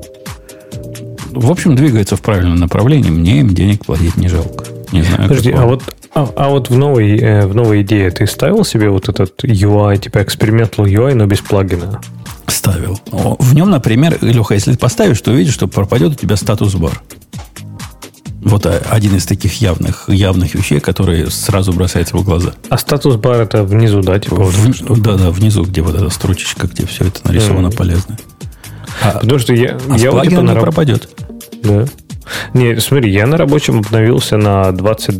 В общем, двигается в правильном направлении. Мне им денег платить не жалко. Не знаю. Подожди, а вот в новой идее ты ставил себе вот этот UI, типа experimental UI, но без плагина? Ставил. В нем, например, Леха, если ты поставишь, то увидишь, что пропадет у тебя статус-бар. Вот один из таких явных вещей, которые сразу бросаются в глаза. А статус-бар это внизу, да? Типа да, внизу, где вот эта строчечка, где все это нарисовано полезно. Потому что я с плагином не пропадет. Да. Не, смотри, я на рабочем обновился на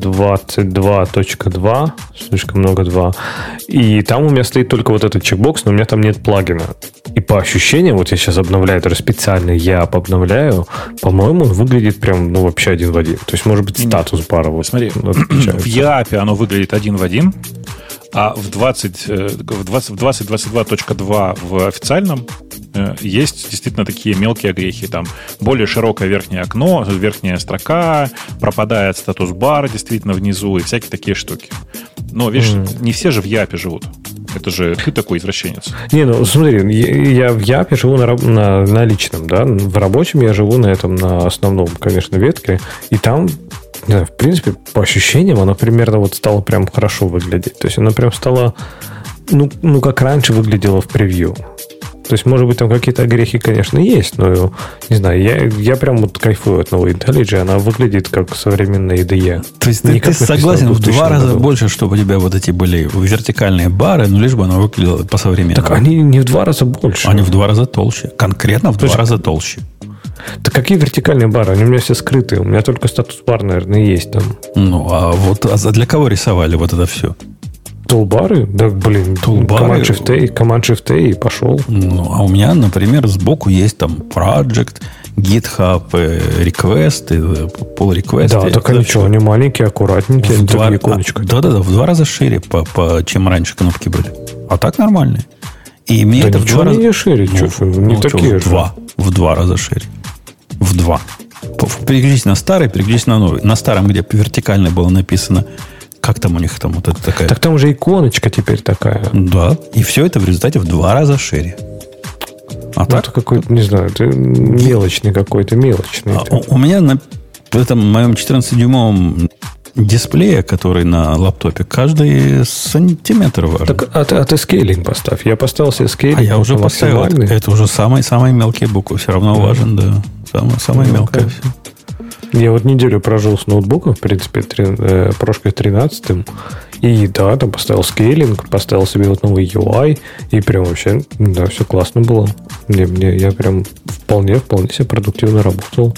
2022.2, слишком много 2, и там у меня стоит только вот этот чекбокс, но у меня там нет плагина. И по ощущениям, вот я сейчас обновляю, это специально я обновляю, по-моему, он выглядит прям, вообще один в один. То есть, может быть, статус бара. Вот, смотри, в EAP оно выглядит один в один, а в 2022.2 в официальном есть действительно такие мелкие огрехи. Там более широкое верхнее окно, верхняя строка, пропадает статус-бар действительно внизу и всякие такие штуки. Но, видишь, не все же в Япе живут. Это же ты такой извращенец. Не, ну смотри, я в Япе живу на личном, да. В рабочем я живу на основном, конечно, ветке. И там, не знаю, в принципе, по ощущениям, оно примерно вот стало прям хорошо выглядеть. То есть оно прям стало, ну как раньше выглядело в превью. То есть, может быть, там какие-то огрехи, конечно, есть, но, не знаю, я прям вот кайфую от новой IntelliJ, она выглядит как современная IDE. То есть ты согласен в 2 раза больше, чтобы у тебя вот эти были вертикальные бары, но лишь бы она выглядела по-современному. Так они не в 2 раза больше. Они в 2 раза толще. Конкретно в 2 раза толще. Так какие вертикальные бары? Они у меня все скрытые. У меня только статус-бар, наверное, есть там. Ну, а для кого рисовали вот это все? Тулбары? Да, блин, Command-Shift-A и пошел. Ну, а у меня, например, сбоку есть там Project, GitHub, Request, Pull Request. Да, так они что, они маленькие, аккуратненькие, они такие иконочка. Да-да-да, в 2 раза шире, чем раньше кнопки были. А так нормальные. И мне это в 2 раза... не шире, не такие же. В 2 раза шире. В 2. Переключись на старый, переключись на новый. На старом, где вертикально было написано... Как там у них там вот это такая... Так там уже иконочка теперь такая. Да. И все это в результате в 2 раза шире. А так? Это какой-то, не знаю, это мелочный какой-то, мелочный. У меня на этом моем 14-дюймовом дисплее, который на лаптопе, каждый сантиметр важен. Так, а ты скейлинг поставь. Я поставил себе скейлинг. А я уже поставил. Это уже самые мелкие буквы. Все равно важен, да. Самое мелкое все. Я вот неделю прожил с ноутбуком, в принципе, прошкой 13-м. И да, там поставил скейлинг, поставил себе вот новый UI. И прям вообще, да, все классно было. Я прям вполне себе продуктивно работал.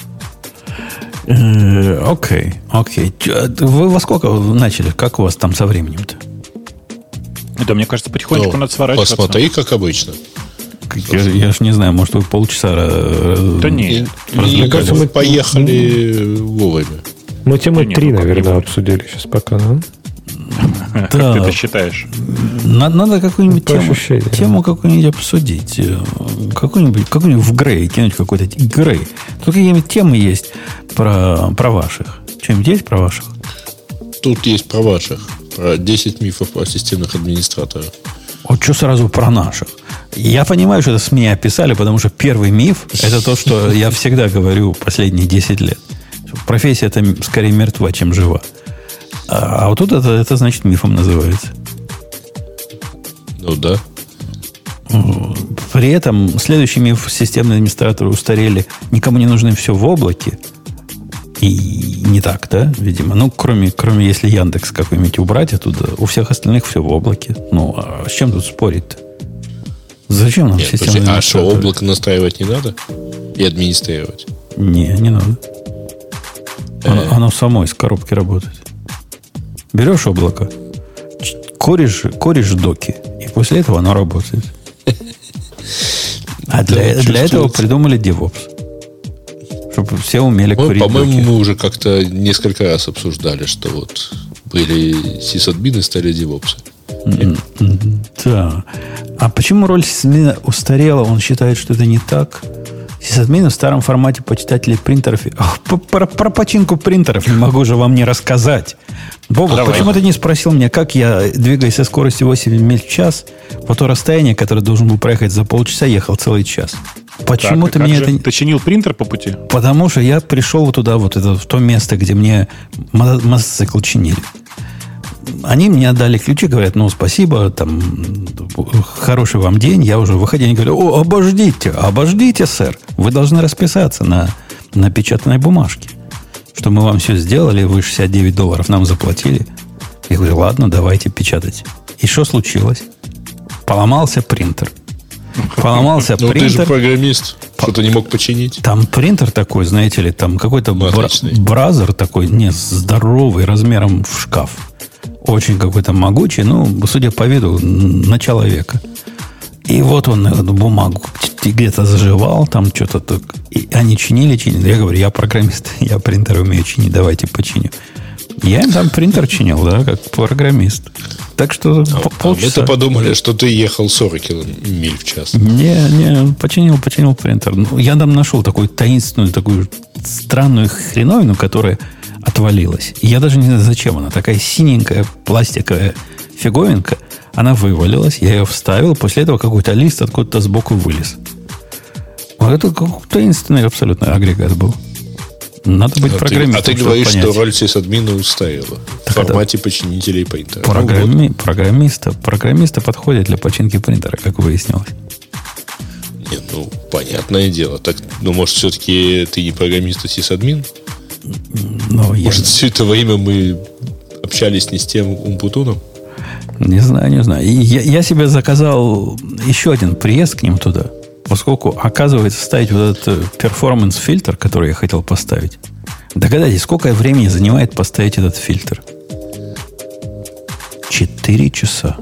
Окей. Вы во сколько начали? Как у вас там со временем-то? Да, мне кажется, потихонечку надо сворачиваться. Посмотри, как обычно. Я ж не знаю, может, вы полчаса... Да нет. Мне кажется, мы поехали вовремя. Мы тему 3, наверное, обсудили сейчас пока, да? Как ты это считаешь? Надо какую-нибудь тему какую-нибудь обсудить. Какую-нибудь в Грей кинуть какой-то Грей. Тут какие-нибудь темы есть про ваших. Что-нибудь есть про ваших? Тут есть про ваших. Про 10 мифов про системных администраторов. Вот что сразу про наших? Я понимаю, что это СМИ описали, потому что первый миф – это то, что я всегда говорю последние 10 лет. Профессия – это скорее мертва, чем жива. А вот тут это значит мифом называется. Ну да. При этом следующий миф: системные администраторы устарели, никому не нужны все в облаке. И не так, да, видимо. Ну, кроме если Яндекс какой-нибудь убрать оттуда, у всех остальных все в облаке. Ну, а с чем тут спорить-то? Зачем нам системные администраторы? А что, облако настраивать не надо? И администрировать? Не надо. Оно само из коробки работает. Берешь облако, коришь доки, и после этого оно работает. А для этого придумали DevOps. Чтобы все умели курить доки. По-моему, мы уже как-то несколько раз обсуждали, что вот были сисадмины, стали DevOps. Да. А почему роль сисадмина устарела? Он считает, что это не так. Сисадмины в старом формате почитателей принтеров... Про починку принтеров не могу же вам не рассказать. Бобок, почему ты не спросил меня, как я, двигаясь со скоростью 8 миль в час, по то расстояние, которое должен был проехать за полчаса, ехал целый час? Почему ты мне это... Ты чинил принтер по пути? Потому что я пришел туда, в то место, где мне мотоцикл чинили. Они мне отдали ключи, говорят, спасибо, там, хороший вам день. Я уже выходя, они говорят, обождите, сэр. Вы должны расписаться на печатной бумажке, что мы вам все сделали, вы $69 нам заплатили. Я говорю, ладно, давайте печатать. И что случилось? Поломался принтер. Ты же программист. Что-то не мог починить. Там принтер такой, знаете ли, там какой-то бразер такой, здоровый, размером в шкаф. Очень какой-то могучий, судя по виду, на человека. И вот он эту бумагу где-то заживал, там что-то так. И они чинили. Я говорю, я программист, я принтер умею чинить, давайте починю. Я им там принтер чинил, да, как программист. Так что полчаса. Мы-то подумали, что ты ехал 40 миль в час. Не, починил принтер. Я там нашел такую таинственную, такую странную хреновину, которая отвалилась. И я даже не знаю, зачем она. Такая синенькая пластиковая фиговинка. Она вывалилась, я ее вставил. После этого какой-то лист откуда-то сбоку вылез. Вот это таинственный абсолютно агрегат был. Надо быть программистом. А ты говоришь, что роль сисадмина устарела в формате починителей принтера. Программисты подходят для починки принтера, как выяснилось. Нет, понятное дело. Так, может, все-таки ты не программист, а сисадмин? Может, все это время мы общались не с тем Умпутуном? Не знаю. И я себе заказал еще один приезд к ним туда. Поскольку, оказывается, ставить вот этот перформанс-фильтр, который я хотел поставить. Догадайтесь, сколько времени занимает поставить этот фильтр? 4 часа.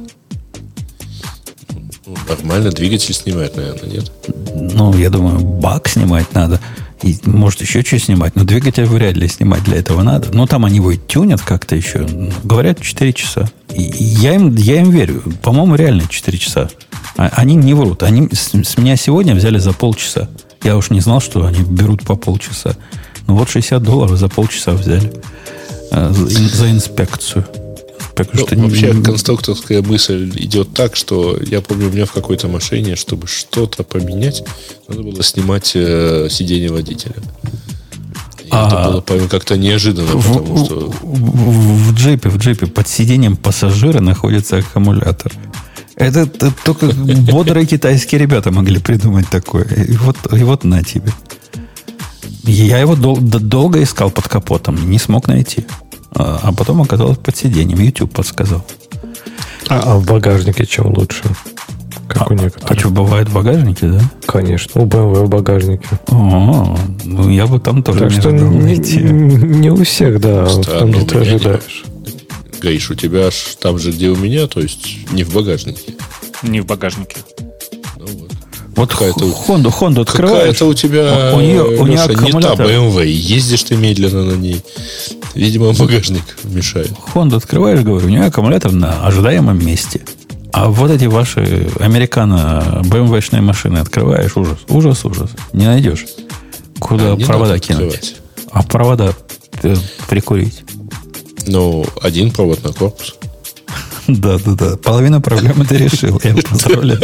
Нормально, двигатель снимает, наверное, нет? Я думаю, бак снимать надо. И, может, еще что снимать. Но двигатель вряд ли снимать для этого надо. Там они его и тюнят как-то еще. Говорят, 4 часа. И я им верю. По-моему, реально 4 часа. Они не врут. Они с меня сегодня взяли за полчаса. Я уж не знал, что они берут по полчаса. $60 за полчаса взяли. За инспекцию. Вообще, конструкторская мысль идет так, что я помню, у меня в какой-то машине, чтобы что-то поменять, надо было снимать сиденье водителя. Это было, по-моему, как-то неожиданно, потому что... В джипе под сиденьем пассажира находится аккумулятор. Это только бодрые китайские ребята могли придумать такое. И вот на тебе. Я его долго искал под капотом, не смог найти. А потом оказалось под сиденьем. YouTube подсказал. А в багажнике чем лучше? Как у некоторых. А что, бывает в багажнике, да? Конечно, у BMW в багажнике. Я бы там тоже так не что найти. Не у всех, да. Там, где ты ожидаешь. Гаиш, у тебя аж там же, где у меня, то есть не в багажнике. Не в багажнике. Вот Хонду открываешь. Какая-то у тебя, у нее Леша, не та аккумулятор. BMW. Ездишь ты медленно на ней. Видимо, багажник мешает. Хонду открываешь, говорю, у нее аккумулятор на ожидаемом месте. А вот эти ваши американо BMW-шные машины открываешь, ужас. Не найдешь. Куда провода кинуть? А провода прикурить? Один провод на корпус. Да. Половина проблемы ты решил. Я поздравляю.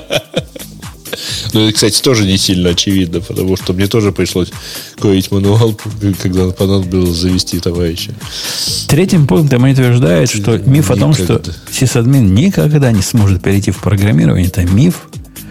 Это, кстати, тоже не сильно очевидно, потому что мне тоже пришлось курить мануал, когда понадобилось завести товарища. Третьим пунктом утверждает, что миф о том, что сисадмин никогда не сможет перейти в программирование, это миф,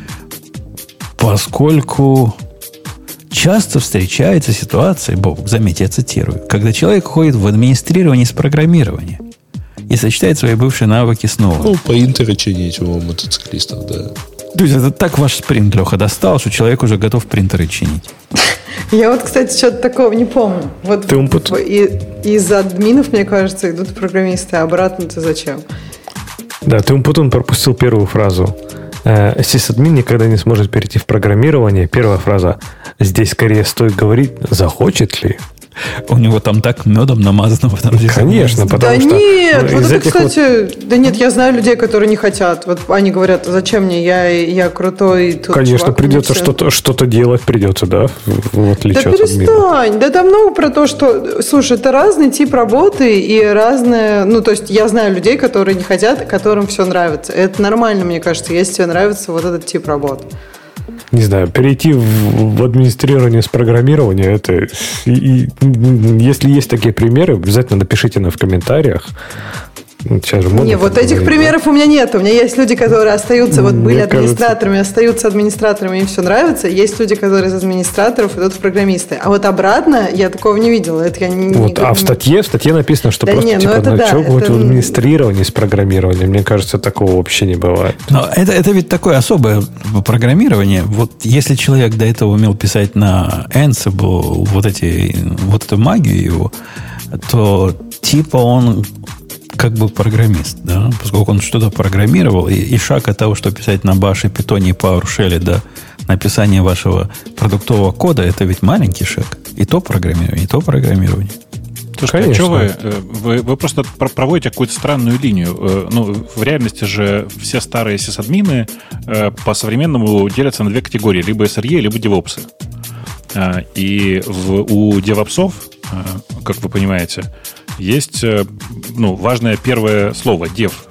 поскольку часто встречается ситуация, Бог, заметьте, я цитирую, когда человек уходит в администрирование с программирования и сочетает свои бывшие навыки с новым. Принтеры чинить у мотоциклистов, да. То есть это так ваш спринт, Леха, достал, что человек уже готов принтеры чинить. Я кстати, что-то такого не помню. Из админов, мне кажется, идут программисты, а обратно-то зачем? Да, ты Умпутун пропустил первую фразу. Сисадмин никогда не сможет перейти в программирование. Первая фраза. Здесь скорее стоит говорить, захочет ли. У него там так медом намазано. Конечно, потому что... Да нет, вот это, кстати... Да нет, я знаю людей, которые не хотят. Вот они говорят, зачем мне, я крутой. Тут конечно, придется что-то делать, придется, да, в отличие от админа. Да перестань, да там много про то, что... Слушай, это разный тип работы и разные... то есть я знаю людей, которые не хотят, которым все нравится. Это нормально, мне кажется, если тебе нравится вот этот тип работы. Не знаю, перейти в администрирование с программирования, это... если есть такие примеры, обязательно напишите нам в комментариях. Сейчас же не, вот этих примеров у меня нет. У меня есть люди, которые остаются, были администраторами, остаются администраторами, им все нравится. Есть люди, которые из администраторов идут в программисты. А вот обратно я такого не видела. Это я в статье написано, что просто начал в администрировании с программированием. Мне кажется, такого вообще не бывает. Но это ведь такое особое программирование. Вот если человек до этого умел писать на Ansible вот эту магию его, то типа он как бы программист, да, поскольку он что-то программировал, и шаг от того, что писать на Bash, Python и PowerShell до написания вашего продуктового кода, это ведь маленький шаг. И то программирование, и то программирование. Слушайте, а что вы просто проводите какую-то странную линию. Ну, в реальности же все старые сисадмины по-современному делятся на две категории. Либо SRE, либо DevOps. И у DevOps'ов, как вы понимаете, есть важное первое слово — dev.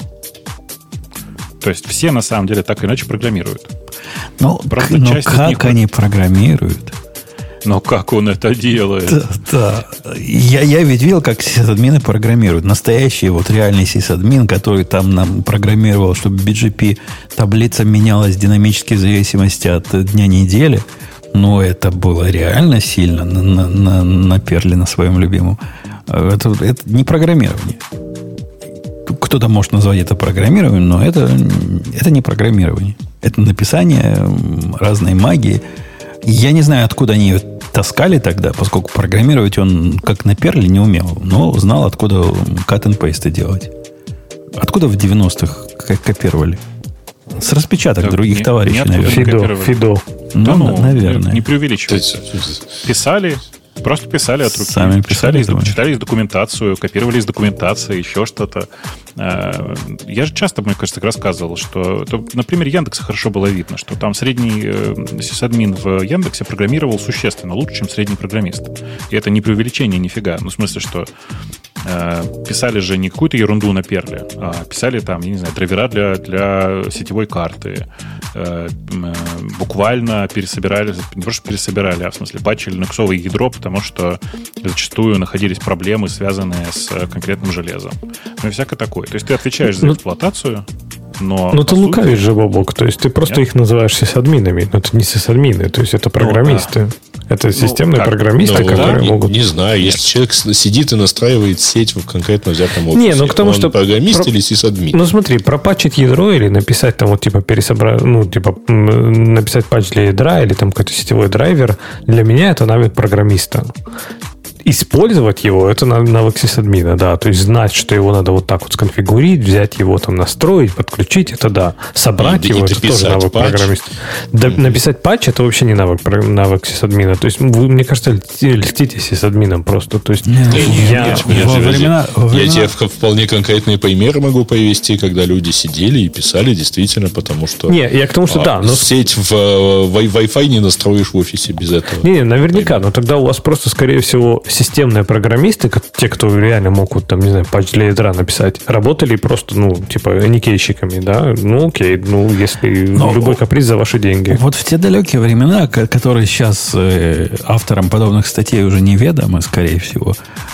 То есть все на самом деле так или иначе программируют. Но как они программируют? Но как он это делает? Да. Я ведь видел, как сисадмины программируют. Настоящий вот реальный сисадмин, который там нам программировал, чтобы BGP таблица менялась динамически в зависимости от дня недели. Но это было реально сильно на перле, на своем любимом. Это не программирование. Кто-то может назвать это программированием, но это не программирование. Это написание разной магии. Я не знаю, откуда они ее таскали тогда, поскольку программировать он как на перле не умел, но знал, откуда cut and paste делать. Откуда в 90-х копировали? С распечаток других товарищей, наверное. Фидо. Наверное. Не преувеличивайте. Писали, просто писали от руки. Сами писали, читали из документацию, копировали из документации, еще что-то. Я же часто, мне кажется, рассказывал, что, на примере Яндекса хорошо было видно, что там средний сисадмин в Яндексе программировал существенно лучше, чем средний программист. И это не преувеличение нифига. Ну, в смысле, что писали же не какую-то ерунду на перле, а писали там, я не знаю, драйвера для сетевой карты. Буквально пересобирали, не просто пересобирали, а в смысле патчили линуксовое ядро, потому что зачастую находились проблемы, связанные с конкретным железом. Ну и всякое такое. То есть ты отвечаешь за эксплуатацию, но... Ну ты лукавишь же, Бобок. То есть ты просто их называешь сисадминами, но это не сисадмины, то есть это программисты. Это системные программисты, которые могут... Не знаю, если человек сидит и настраивает сеть в конкретно взятом офисе, не, ну к тому, что программист или сисадмин? Ну смотри, пропатчить ядро или написать там вот типа пересобрать, написать патч для ядра или там какой-то сетевой драйвер, для меня это навык программиста. Использовать его, это навык сисадмина, да. То есть знать, что его надо вот так вот сконфигурить, взять его там, настроить, подключить, это да. Собрать его, это тоже навык программиста. Написать патч, это вообще не навык сисадмина. То есть вы, мне кажется, льстите сисадмином просто. То есть я тебе вполне конкретные примеры могу привести, когда люди сидели и писали действительно, потому что... Не, я к тому, что да. Но... Сеть в Wi-Fi не настроишь в офисе без этого. Не, наверняка, но тогда у вас просто, скорее всего, системные программисты, те, кто реально могут, там, не знаю, патч для ядра написать, работали просто, никейщиками, да? Ну, окей, если любой каприз за ваши деньги. Вот в те далекие времена, которые сейчас авторам подобных статей уже неведомы, скорее всего,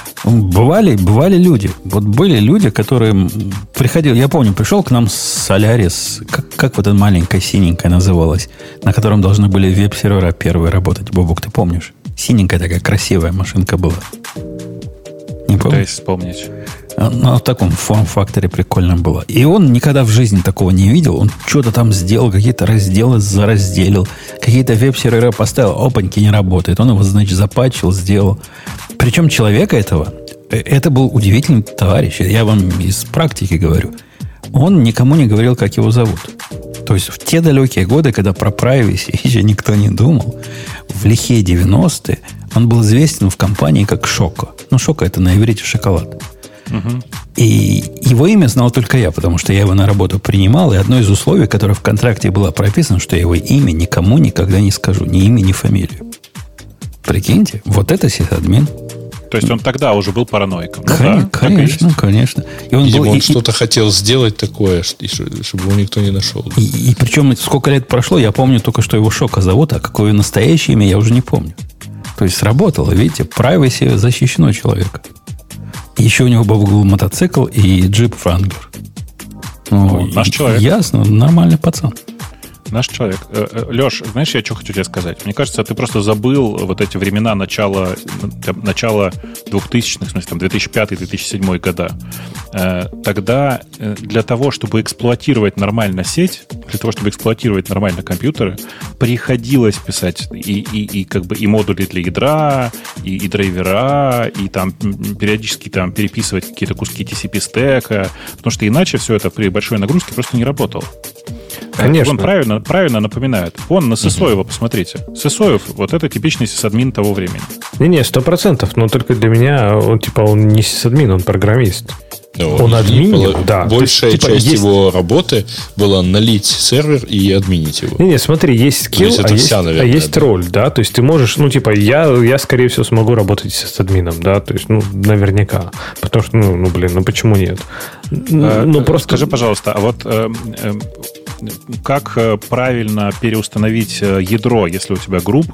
бывали люди. Вот были люди, которые приходили, я помню, пришел к нам Solaris, как вот эта маленькая синенькая называлась, на котором должны были веб-сервера первые работать. Бобок, ты помнишь? Синенькая такая красивая машинка была. Не помню. Пытаюсь вспомнить. Она в таком форм-факторе прикольно была. И он никогда в жизни такого не видел. Он что-то там сделал, какие-то разделы заразделил, какие-то веб-сервера поставил, опаньки, не работает. Он его, значит, запатчил, сделал. Причем человека этого, это был удивительный товарищ. Я вам из практики говорю. Он никому не говорил, как его зовут. То есть в те далекие годы, когда про privacy еще никто не думал, в лихие 90-е он был известен в компании как Шоко. Ну, Шоко — это на иврите шоколад. Угу. И его имя знал только я, потому что я его на работу принимал, и одно из условий, которое в контракте было прописано, что я его имя никому никогда не скажу. Ни имя, ни фамилию. Прикиньте, вот это сисадмин. То есть он тогда уже был параноиком. Конечно. И он что-то хотел сделать такое, чтобы его никто не нашел. И причем сколько лет прошло, я помню только, что его Шока зовут, а какое настоящее имя я уже не помню. То есть сработало, видите, privacy защищено человека. Еще у него был мотоцикл и джип Wrangler. Наш человек. Ясно, нормальный пацан. Наш человек. Леш, знаешь, я что хочу тебе сказать? Мне кажется, ты просто забыл вот эти времена начала 2000-х, в смысле, там, 2005-2007 года. Тогда для того, чтобы эксплуатировать нормально сеть, для того, чтобы эксплуатировать нормально компьютеры, приходилось писать и как бы и модули для ядра, и драйвера, и там периодически там переписывать какие-то куски TCP-стека, потому что иначе все это при большой нагрузке просто не работало. Конечно. Он правильно напоминает. Вон на Сысоева посмотрите. Сысоев, вот это типичный сисадмин того времени. Не-не, 100%, но только для меня он не сисадмин, он программист. Он админил, да. Большая часть его работы была налить сервер и админить его. Не, смотри, есть скилл, есть роль, да. То есть ты можешь, я, скорее всего, смогу работать с админом, да. То есть, наверняка. Потому что, почему нет? Просто скажи, пожалуйста, а вот как правильно переустановить ядро, если у тебя групп?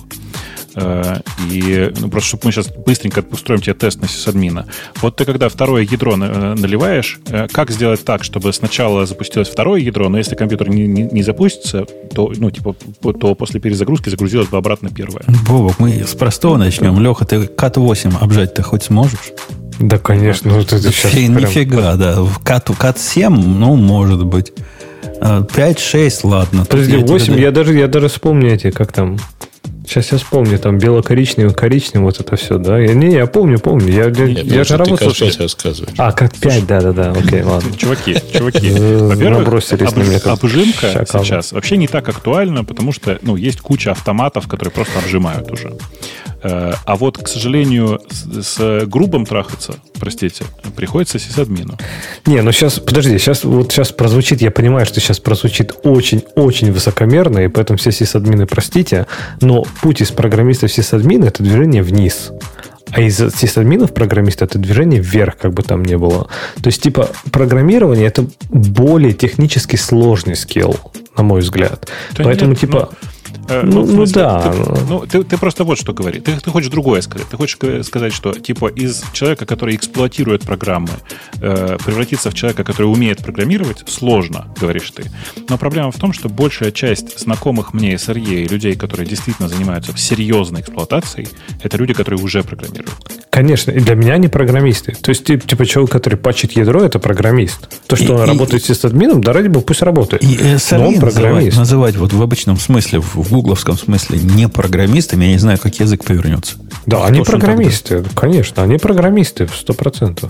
И просто чтобы мы сейчас быстренько устроим тебе тест на сисадмина. Вот ты когда второе ядро наливаешь, как сделать так, чтобы сначала запустилось второе ядро, но если компьютер не запустится, то, то после перезагрузки загрузилось бы обратно первое? Бобок, мы с простого начнем. Леха, ты CAT8 обжать-то хоть сможешь? Да, конечно. Нифига, да. CAT7, может быть. 5-6, ладно. Подожди, 8, я даже вспомню эти, как там... Сейчас я вспомню, там бело-коричневый, вот это все, да? Я помню. Я же работал... Ты CAT5 рассказываешь. Как 5, да. Окей, ладно. Чуваки. Во-первых, обжимка сейчас вообще не так актуальна, потому что, есть куча автоматов, которые просто обжимают уже. А вот, к сожалению, с грубым трахаться, приходится сисадмину. Сейчас, подожди, сейчас прозвучит, я понимаю, что сейчас прозвучит очень-очень высокомерно, и поэтому все сисадмины простите, но путь из программиста в сисадмина – это движение вниз. А из сисадминов программиста это движение вверх, как бы там ни было. То есть, программирование – это более технически сложный скилл, на мой взгляд. Да поэтому, да. Ты просто вот что говоришь. Ты хочешь другое сказать. Ты хочешь сказать, что из человека, который эксплуатирует программы, превратиться в человека, который умеет программировать, сложно, говоришь ты. Но проблема в том, что большая часть знакомых мне SRE и людей, которые действительно занимаются серьезной эксплуатацией, это люди, которые уже программируют. Конечно, и для меня они программисты. То есть, человек, который патчит ядро, это программист. То, что он работает с сисадмином, да ради бога, пусть работает. И SRE называть вот в обычном смысле, в гугловском смысле, не программистами, я не знаю, как язык повернется. Да, они программисты, конечно, они программисты 100%.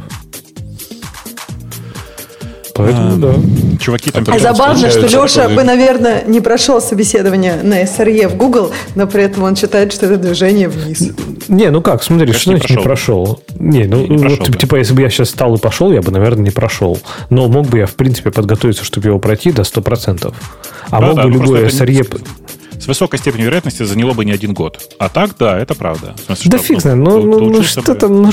Поэтому, да. Чуваки там забавно, что Леша бы, наверное, не прошел собеседование на SRE в Google, но при этом он считает, что это движение вниз. Смотри, что значит не прошел? Если бы я сейчас встал и пошел, я бы, наверное, не прошел. Но мог бы я, в принципе, подготовиться, чтобы его пройти до 100%. Мог бы любой SRE... С высокой степенью вероятности заняло бы не 1 год. А так, да, это правда. Фиг знает. Что там?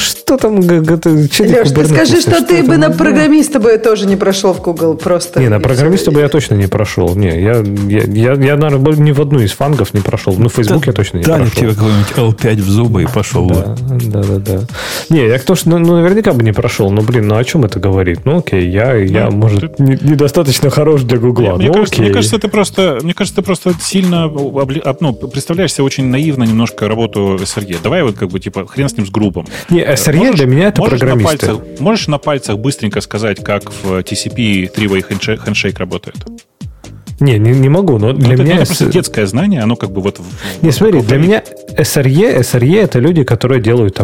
Леш, ты скажи, что ты бы на программиста бы тоже не прошел в Google просто. Не, на программиста бы я точно не прошел. Не, я, наверное, ни в одну из фангов не прошел. В Facebook я точно не прошел. Дали тебе какой-нибудь L5 в зубы и пошел бы. Да. Не, я кто что, наверняка бы не прошел. О чем это говорит? Окей, я может, недостаточно хорош для Гугла. Мне кажется, ты просто сильно представляешь себе очень наивно немножко работу SRE. Давай хрен с ним с группом. Не, SRE для меня это программисты. Можешь на пальцах быстренько сказать, как в TCP three-way handshake работает? Не могу, но для меня... Это просто детское знание, оно смотри, для меня SRE это люди, которые делают,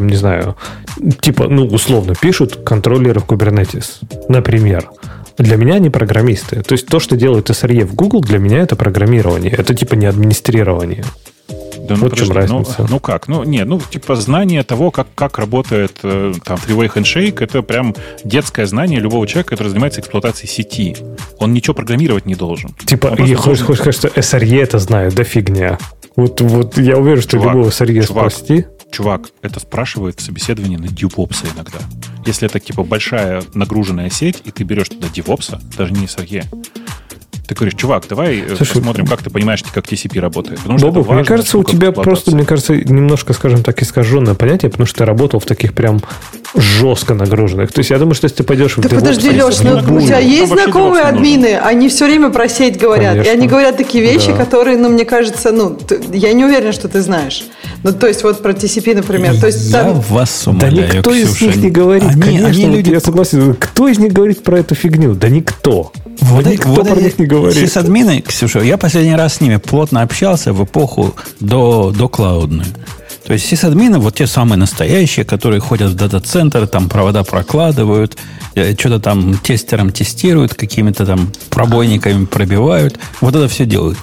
условно, пишут контроллеры в Kubernetes, например. Для меня они программисты. То есть то, что делает SRE в Google, для меня это программирование. Это не администрирование. Да, вот в чем разница. Знание того, как работает three-way handshake, это прям детское знание любого человека, который занимается эксплуатацией сети. Он ничего программировать не должен. Хочешь сказать, что SRE это знает? Да фигня. Вот я уверен, что любого SRE спроси. Чувак, это спрашивает в собеседовании на DevOps иногда. Если это большая нагруженная сеть, и ты берешь туда DevOps, даже не SRE, ты говоришь, чувак, давай посмотрим, как ты понимаешь, как TCP работает. Бобок, мне кажется, у тебя немножко, скажем так, искаженное понятие, потому что ты работал в таких прям жестко нагруженных. То есть я думаю, что если ты пойдешь в DevOps... Подожди, Леш, у тебя есть знакомые админы, они все время про сеть говорят. Конечно. И они говорят такие вещи, которые, мне кажется, я не уверен, что ты знаешь. То есть вот про TCP, например. То есть, я вас умоляю, да никто из них не говорит. Конечно, я согласен. Кто из них говорит про эту фигню? Да никто. Никто про них не говорит. Сисадмины, Ксюша, я последний раз с ними плотно общался в эпоху до клаудную. То есть сисадмины, вот те самые настоящие, которые ходят в дата-центр, там провода прокладывают, что-то там тестером тестируют, какими-то там пробойниками пробивают. Вот это все делают.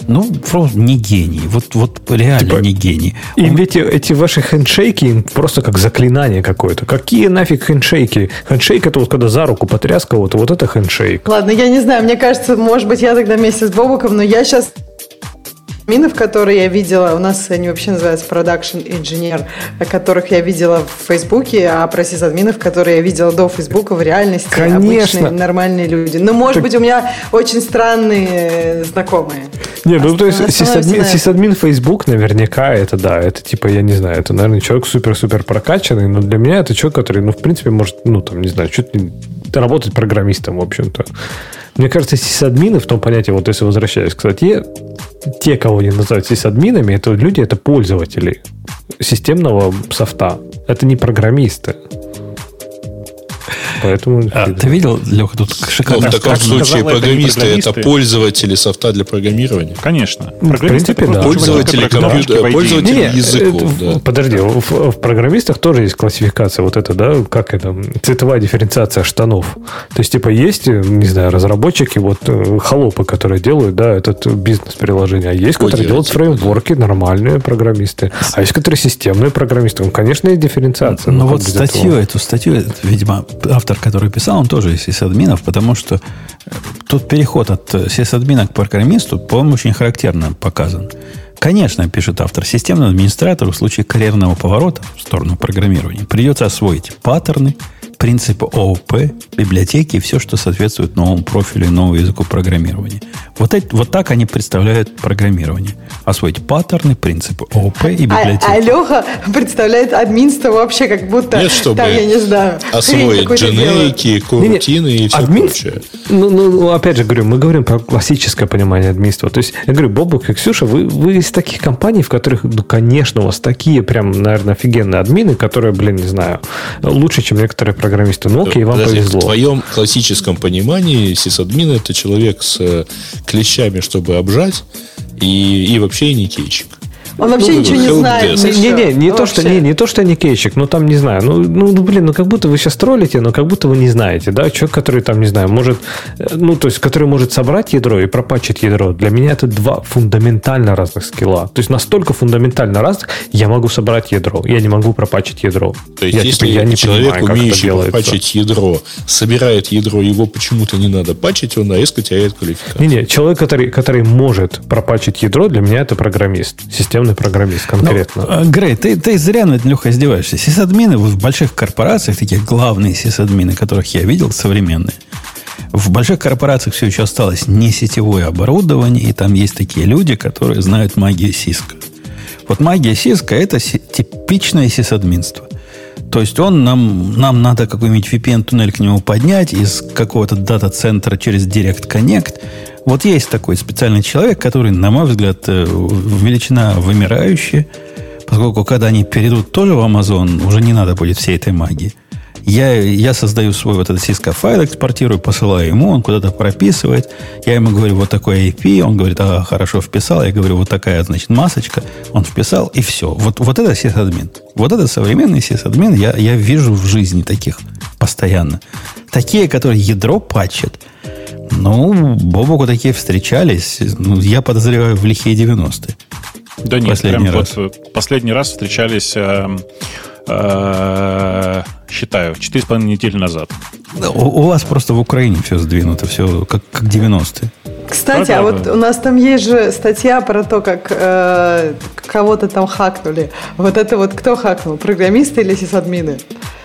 Ну, просто не гений. Вот реально не гений. Им эти ваши хендшейки им просто как заклинание какое-то. Какие нафиг хендшейки? Хендшейк — это вот когда за руку потряс кого-то, вот это хендшейк. Ладно, я не знаю, мне кажется, может быть, я тогда вместе с Бобуком, но я сейчас... Минов, которые я видела, у нас они вообще называются продакшн инженер, которых я видела в Фейсбуке, а про сисадминов, которые я видела до Фейсбука в реальности, конечно, обычные нормальные люди. Но, может быть, у меня очень странные знакомые. Не, ну то есть сисадмин Facebook наверняка это, да, это типа, я не знаю, это, наверное, человек супер-супер прокачанный, но для меня это человек, который, ну, в принципе, может, ну, там, не знаю, чуть ли работать программистом, в общем-то. Мне кажется, сисадмины в том понятии, вот если возвращаясь к статье, те, кого они называют сисадминами, это люди, это пользователи системного софта. Это не программисты. Поэтому... ты видел, Леха, тут шикарно. В таком случае программисты это пользователи софта для программирования. Конечно. В принципе, да. Пользователи компьютера, пользователи языков. Да. Подожди, в программистах тоже есть классификация вот это, да, как это, цветовая дифференциация штанов. То есть, типа, есть, не знаю, разработчики, вот холопы, которые делают, да, этот бизнес-приложение, а есть, которые делают фреймворки, нормальные программисты, а есть, которые системные программисты. Ну, конечно, есть дифференциация. Ну, вот эту статью, видимо, автор, который писал, он тоже из сисадминов, потому что тут переход от сисадмина к программисту, по-моему, очень характерно показан. Конечно, пишет автор, системному администратору в случае карьерного поворота в сторону программирования придется освоить паттерны, принципы ООП, библиотеки и все, что соответствует новому профилю и новому языку программирования. Вот так они представляют программирование. Освоить паттерны, принципы ООП и библиотеки. А Леха представляет админство вообще как будто... Нет, чтобы там, я не знаю, освоить дженейки, корутины и все прочее. Ну, опять же, говорю, мы говорим про классическое понимание админства. То есть, я говорю, Бобук и Ксюша, вы из таких компаний, в которых, ну, конечно, у вас такие прям, наверное, офигенные админы, которые, блин, не знаю, лучше, чем некоторые программисты. Ну, окей, вам повезло. В твоем классическом понимании сисадмин — это человек с клещами, чтобы обжать, и вообще не кейчик. Он вообще ничего не знает. Не то, что не кейчик, но там, не знаю, блин, как будто вы сейчас троллите, но как будто вы не знаете, да, человек, который там, не знаю, может, ну, то есть, который может собрать ядро и пропатчить ядро, для меня это два фундаментально разных скилла. То есть, настолько фундаментально разных, я могу собрать ядро, я не могу пропатчить ядро. То есть, если человек, умеющий пропатчить ядро, собирает ядро, его почему-то не надо патчить, он резко теряет квалификацию. Не, человек, который может пропатчить ядро, для меня это программист, системный программист конкретно. Грей, ты зря над Лехой издеваешься. Сисадмины в больших корпорациях, таких главные сисадмины, которых я видел, современные, в больших корпорациях все еще осталось не сетевое оборудование, и там есть такие люди, которые знают магию Cisco. Вот магия Cisco — это типичное сисадминство. То есть нам надо какой-нибудь VPN-туннель к нему поднять из какого-то дата-центра через Direct Connect. Вот есть такой специальный человек, который, на мой взгляд, величина вымирающая, поскольку когда они перейдут тоже в Amazon, уже не надо будет всей этой магии. Я создаю свой вот этот Cisco файл, экспортирую, посылаю ему, он куда-то прописывает. Я ему говорю, вот такой IP, он говорит, хорошо, вписал. Я говорю, вот такая, значит, масочка. Он вписал, и все. Вот это сисадмин. Вот это современный сисадмин. Я вижу в жизни таких постоянно. Такие, которые ядро патчат. Ну, Бобоку такие встречались. Ну, я подозреваю, в лихие 90-е. Да нет, последний раз встречались... считаю, 4,5 недели назад. У вас просто в Украине все сдвинуто, все как 90-е. Кстати, а вот у нас там есть же статья про то, как кого-то там хакнули. Вот это вот кто хакнул? Программисты или сисадмины?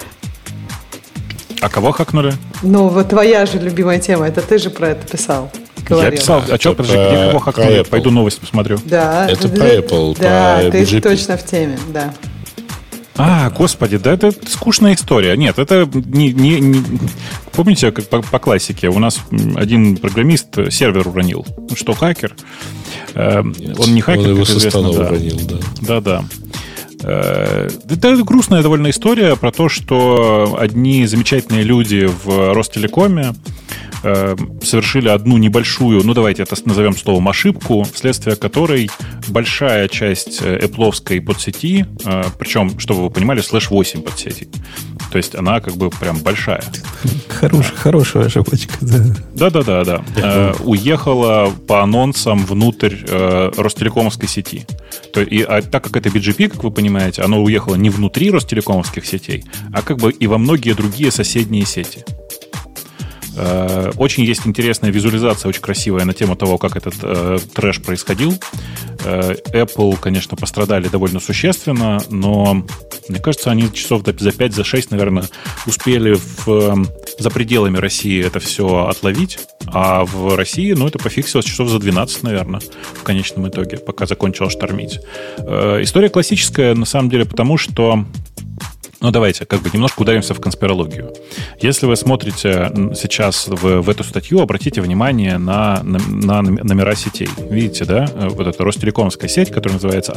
А кого хакнули? Ну, вот твоя же любимая тема. Это ты же про это писал. Говорил. Я писал. А что, подожди, где кого хакнули? Пойду новость посмотрю. Да. Это про Apple. Да, ты точно в теме, да. Господи, да это скучная история. Нет, это не... Помните, как по классике, у нас один программист сервер уронил. Что, хакер? Он не хакер, он его как известно. Да. Уронил, да. Да. Это грустная довольно история про то, что одни замечательные люди в Ростелекоме совершили одну небольшую, ну давайте это назовем словом ошибку, вследствие которой большая часть Apple-овской подсети, причем, чтобы вы понимали, слэш 8 подсети, То есть она как бы прям большая. Хорошая ошибочка, да. Да. Уехала по анонсам внутрь Ростелекомовской сети. А так как это BGP, как вы понимаете, оно уехало не внутри Ростелекомовских сетей, а как бы и во многие другие соседние сети. Очень есть интересная визуализация, очень красивая на тему того, как этот трэш происходил. Apple, конечно, пострадали довольно существенно, но, мне кажется, они часов за 5-6, наверное, успели за пределами России это все отловить, а в России, это пофиксилось часов за 12, наверное, в конечном итоге, пока закончилось штормить. История классическая, на самом деле, потому что давайте как бы немножко ударимся в конспирологию. Если вы смотрите сейчас в эту статью, обратите внимание на номера сетей. Видите, да? Вот это Ростелекомская сеть, которая называется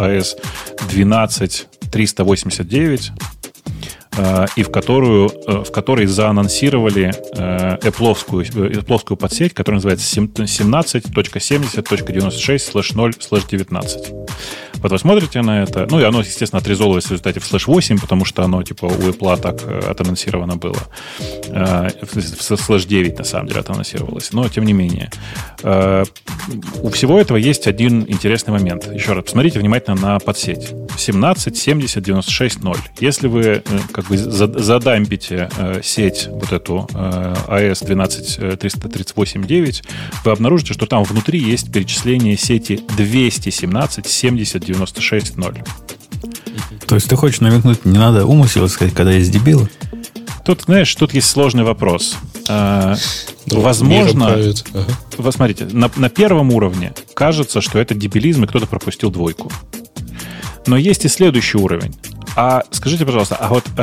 AS12389, и в которой заанонсировали Apple-овскую подсеть, которая называется 17.70.96/0/19. Вот вы смотрите на это, и оно, естественно, отрезолывается в результате в /8, потому что оно, у Apple так отанонсировано было. В /9, на самом деле, отанонсировалось. Но, тем не менее. У всего этого есть один интересный момент. Еще раз, посмотрите внимательно на подсеть. 17.70.96/0. Если вы как бы задампите сеть вот эту AS12338.9, вы обнаружите, что там внутри есть перечисление сети 217.70.96/0. То есть ты хочешь намекнуть, не надо умысел сказать, когда есть дебилы? Тут, знаешь, тут есть сложный вопрос. Возможно, вы смотрите, на первом уровне кажется, что это дебилизм, и кто-то пропустил двойку. Но есть и следующий уровень. А скажите, пожалуйста,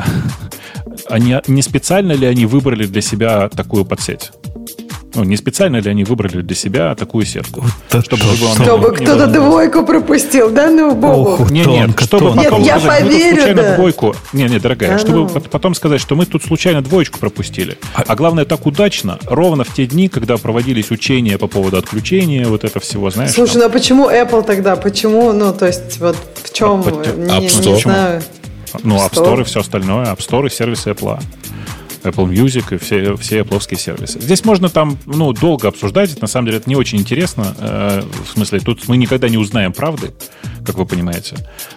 не специально ли они выбрали для себя такую подсеть? Не специально ли они выбрали для себя такую сетку? Чтобы кто-то двойку пропустил, да? Богу. Нет, чтобы потом я поверю, случайно двойку. Не, дорогая, чтобы потом сказать, что мы тут случайно двоечку пропустили. А главное, так удачно, ровно в те дни, когда проводились учения по поводу отключения вот это всего, знаешь. Слушай, а почему Apple тогда? Почему? То есть, вот в чем? Не знаю. App Store и все остальное. App Store и сервисы Apple. Apple Music и все Apple-овские сервисы. Здесь можно там долго обсуждать. На самом деле это не очень интересно. В смысле, тут мы никогда не узнаем правды, как вы понимаете.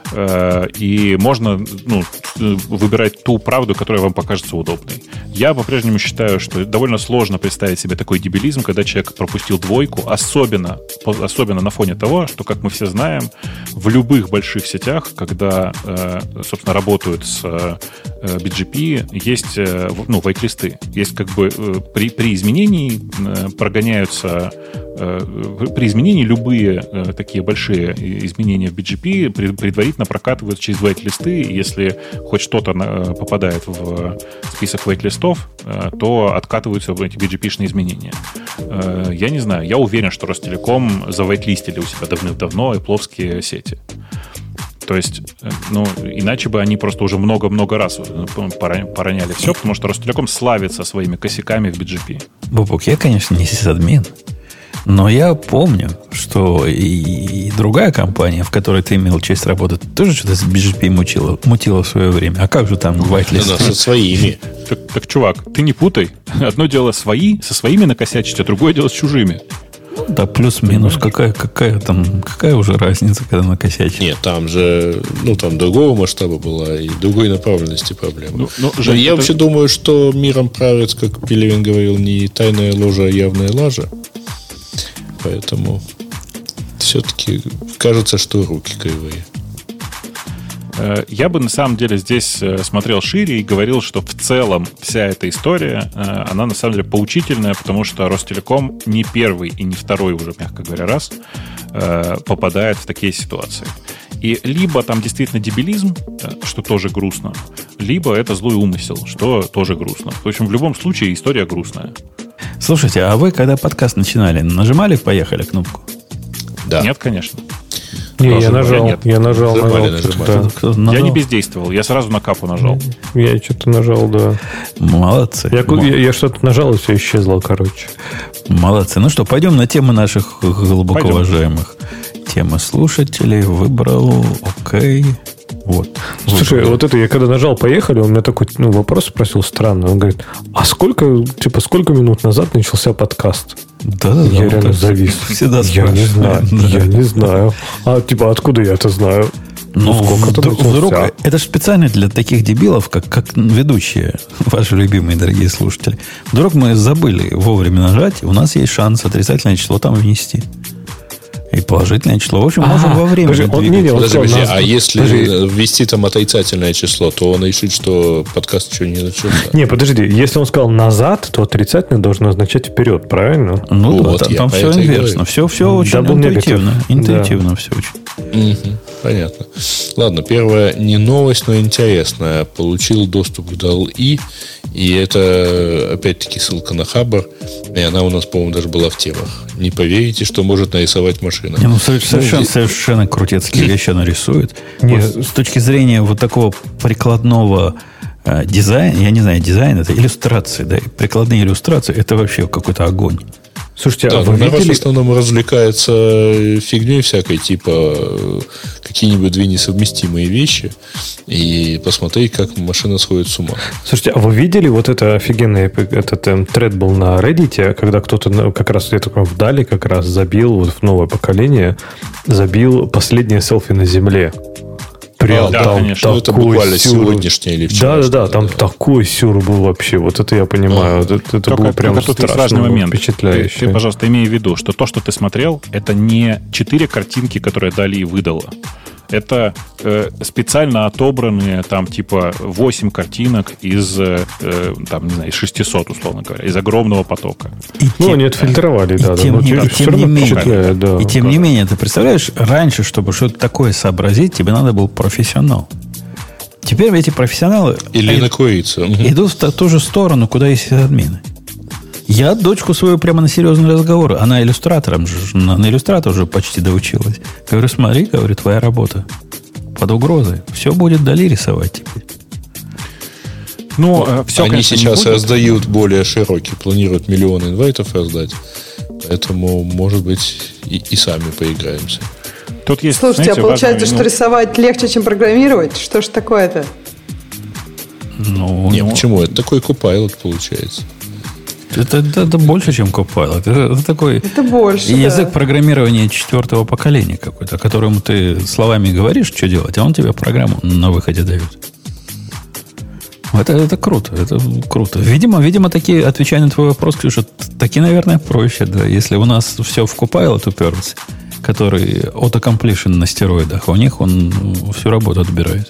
И можно выбирать ту правду, которая вам покажется удобной. Я по-прежнему считаю, что довольно сложно представить себе такой дебилизм, когда человек пропустил двойку, особенно на фоне того, что, как мы все знаем, в любых больших сетях, когда, собственно, работают с BGP, есть white-листы. Есть как бы при изменении прогоняются при изменении любые такие большие изменения в BGP предварительно прокатываются через white-листы, и если хоть что-то попадает в список white-листов, то откатываются эти BGP-шные изменения. Я не знаю, я уверен, что Ростелеком завайтлистили у себя давным-давно Apple-овские сети. То есть, иначе бы они просто уже много-много раз пороняли все, потому что Ростелеком славится своими косяками в BGP. Бобок, я, конечно, не сисадмин, но я помню, что и другая компания, в которой ты имел честь работать, тоже что-то с BGP мутила в свое время. А как же там whitelist? Со своими. Так, чувак, ты не путай. Одно дело со своими накосячить, а другое дело с чужими. Да, плюс-минус. Какая уже разница, когда накосячить? Нет, там же, там другого масштаба была и другой направленности проблема. Я вообще думаю, что миром правит, как Пелевин говорил, не тайная ложа, а явная лажа. Поэтому все-таки кажется, что руки кривые. Я бы на самом деле здесь смотрел шире и говорил, что в целом вся эта история, она на самом деле поучительная, потому что Ростелеком не первый и не второй уже, мягко говоря, раз попадает в такие ситуации. И либо там действительно дебилизм, что тоже грустно, либо это злой умысел, что тоже грустно. В общем, в любом случае история грустная. Слушайте, а вы, когда подкаст начинали, нажимали «Поехали» кнопку? Да. Нет, конечно. Я нажал. Нажимали. Я не бездействовал, я сразу на капу нажал. Я что-то нажал, да. Молодцы. Я что-то нажал, и все исчезло, короче. Молодцы. Ну что, пойдем на темы наших глубоко уважаемых. Тема слушателей выбрал. Окей. Вот. Слушай, вот это я когда нажал «Поехали», он меня такой вопрос спросил странный. Он говорит, а сколько минут назад начался подкаст? Да, я реально завис. Всегда я не знаю. Да. Я не знаю. А откуда я это знаю? Вдруг это же специально для таких дебилов, как ведущие, ваши любимые дорогие слушатели. Вдруг мы забыли вовремя нажать, у нас есть шанс отрицательное число там внести. И положительное число. В общем, можем во время Подожди, а если ввести там отрицательное число, то он решит, что подкаст еще не начался? Не, подожди, если он сказал назад, то отрицательное должно означать вперед, правильно? Ну вот, там все инверсно. Все очень интуитивно. Интуитивно все очень. Понятно. Ладно, первая не новость, но интересная. Получил доступ к DALL-E, и это, опять-таки, ссылка на Хабр, и она у нас, по-моему, даже была в темах. Не поверите, что может нарисовать машина. Совершенно крутецкие вещи она рисует. Вот, с точки зрения вот такого прикладного дизайна, я не знаю, дизайн это иллюстрации, да, прикладные иллюстрации, это вообще какой-то огонь. Слушайте, да, вы видели... в основном развлекается фигней всякой, типа какие-нибудь две несовместимые вещи, и посмотреть, как машина сходит с ума. Слушайте, а вы видели вот это офигенный тред был на Reddit, когда кто-то как раз, я такой вдали как раз забил, вот в новое поколение, забил последнее селфи на Земле. Прям да, конечно. Ну, это буквально сегодняшнее или вчера. Да, там такой сюр был вообще. Вот это я понимаю. Это было прям страшный момент. Впечатляюще. Ты, пожалуйста, имей в виду, что то, что ты смотрел, это не 4 картинки, которые DALL-E выдала. Это специально отобранные там типа 8 картинок из, там, не знаю, из 600, условно говоря, из огромного потока. Они отфильтровали, да. И тем не менее, ты представляешь, раньше, чтобы что-то такое сообразить, тебе надо был профессионал. Теперь эти профессионалы идут в ту же сторону, куда есть админы. Я дочку свою прямо на серьезный разговор. Она иллюстратором же, на иллюстратор уже почти доучилась. Говорю, смотри, говорю, твоя работа под угрозой. Все будет DALL-E рисовать теперь. Все, они сейчас раздают более широкий, планируют миллионы инвайтов раздать. Поэтому, может быть, и сами поиграемся. Тут есть, слушайте, знаете, получается, что рисовать легче, чем программировать? Что ж такое-то? Почему? Это такой Copilot получается. Это больше, чем Copilot. Это такой язык программирования 4-го поколения какой-то, которому ты словами говоришь, что делать, а он тебе программу на выходе дает. Это круто. Это круто. Видимо, такие, отвечая на твой вопрос, Ксюша, такие, наверное, проще, да. Если у нас все в Copilot уперлось, который autocompletion на стероидах, а у них он всю работу отбирает.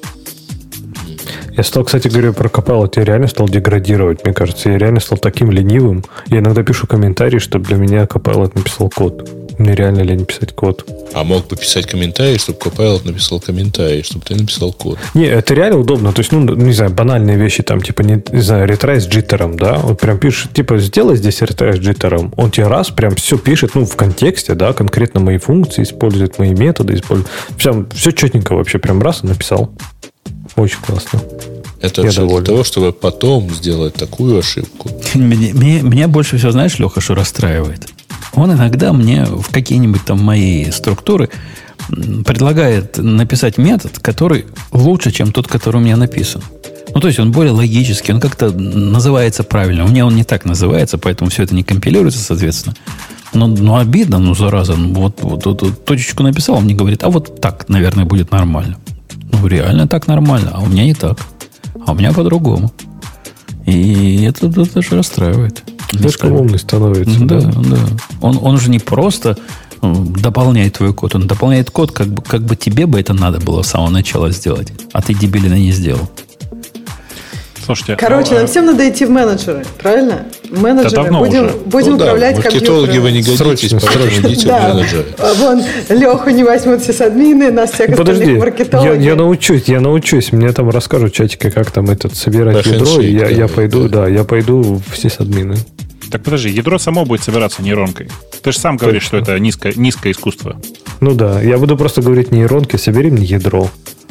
Я стал, кстати говоря, про Copilot, я реально стал деградировать, мне кажется. Я реально стал таким ленивым. Я иногда пишу комментарии, чтобы для меня Copilot написал код. Мне реально лень писать код. А мог бы писать комментарий, чтобы Copilot написал комментарий, чтобы ты написал код. Не, это реально удобно. То есть, не знаю, банальные вещи, там, типа, не знаю, ретрай с джиттером, да? Вот прям пишет, типа, сделай здесь ретрай с джиттером. Он тебе раз прям все пишет, в контексте, да, конкретно мои функции использует, мои методы использует. Все четненько вообще, прям раз и написал. Очень классно. Это все для того, чтобы потом сделать такую ошибку. Меня больше всего, знаешь, Леха, что расстраивает? Он иногда мне в какие-нибудь там мои структуры предлагает написать метод, который лучше, чем тот, который у меня написан. То есть он более логический, он как-то называется правильно. У меня он не так называется, поэтому все это не компилируется, соответственно. Но обидно, зараза. Вот точечку написал, он мне говорит, а вот так, наверное, будет нормально. Реально так нормально, а у меня не так. А у меня по-другому. И это даже расстраивает. Слишком умный становится. Да. Он же не просто дополняет твой код, он дополняет код, как бы тебе бы это надо было с самого начала сделать, а ты дебилина не сделал. Слушайте, короче, нам всем надо идти в менеджеры, правильно? Менеджеры будем управлять компьютером. Маркетологи вы не годитесь, поэтому идите в менеджеры. Вон, Леху не возьмут сисадмины, нас всех остальных маркетологов. Я научусь. Мне там расскажут в чатике, как там собирать ядро, и я пойду в сисадмины. Так подожди, ядро само будет собираться нейронкой. Ты же сам говоришь, что это низкое искусство. Я буду просто говорить нейронке, собери мне ядро.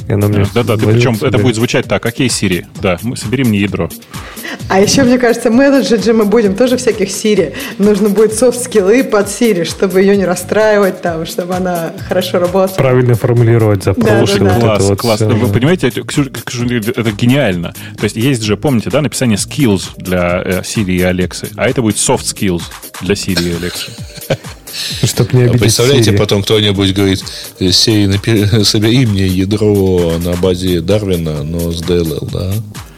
Да-да, ты причем это будет звучать так: окей, Siri, да, собери мне ядро. А еще, мне кажется, менеджерить же мы будем тоже всяких Siri. Нужно будет софт-скиллы под Siri, чтобы ее не расстраивать, там, чтобы она хорошо работала. Правильно формулировать запрос. Да. Класс. Вы понимаете, Ксюша, это гениально. То есть же, помните, да, написание skills для Siri и Alexa, а это будет soft skills для Siri и Alexa. Чтобы не обидеть представляете, Siri. потом кто-нибудь говорит: Siri, собери мне ядро на базе Дарвина, но с DLL, да?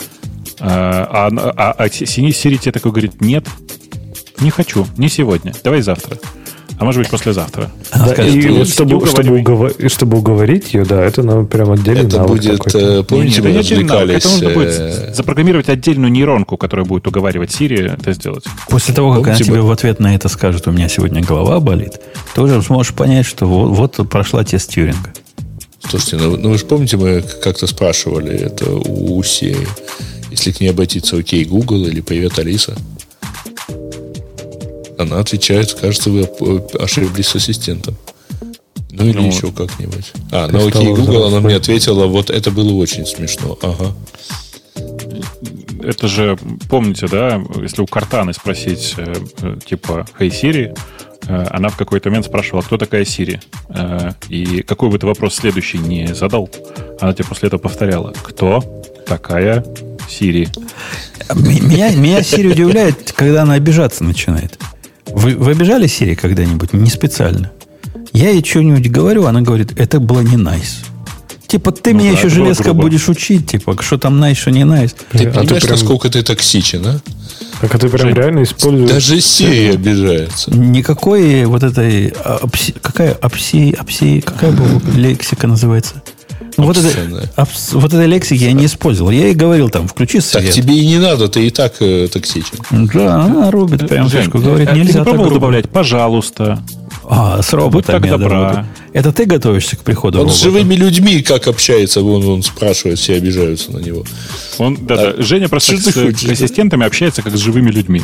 А Siri тебе такой говорит: нет, не хочу, не сегодня, давай завтра. А может быть, послезавтра. Да, и чтобы уговорить ее, да, это нам прям отдельный это навык будет, какой-то. помните, мы развлекались. Это нужно будет запрограммировать отдельную нейронку, которая будет уговаривать Siri это сделать. После того, как она тебе в ответ на это скажет: у меня сегодня голова болит, ты уже сможешь понять, что вот прошла тест Тьюринга. Слушайте, ну вы же помните, мы как-то спрашивали это у Siri, если к ней обратиться: окей, Google или привет, Алиса. Она отвечает: кажется, вы ошиблись с ассистентом. Ну или еще как-нибудь. На окей, Google она мне ответила: вот это было очень смешно. Ага. Это же, помните, да, если у Кортаны спросить, типа, «Hey, Siri», она в какой-то момент спрашивала: кто такая Siri? И какой бы ты вопрос следующий не задал, она тебе после этого повторяла: кто такая Siri? Меня Siri удивляет, когда она обижаться начинает. Вы обижали Siri когда-нибудь? Не специально. Я ей что-нибудь говорю, она говорит: это было не nice. Типа, ты меня еще железко будешь учить, типа, что там nice, что не nice. Ты понимаешь, насколько ты токсичен, а? Так, а ты прям реально используешь... Даже Siri обижается. Никакой вот этой... Какая была лексика называется? Вот этой лексики я не использовал. Я ей говорил там: включи свет. Так тебе и не надо, ты и так токсичен. Да, она рубит прям фишку. Говорит: нельзя так пробовал добавлять «пожалуйста». С роботами. Так добра. Это ты готовишься к приходу робота? Он с живыми людьми как общается, он спрашивает, все обижаются на него. Женя просто с ассистентами общается как с живыми людьми.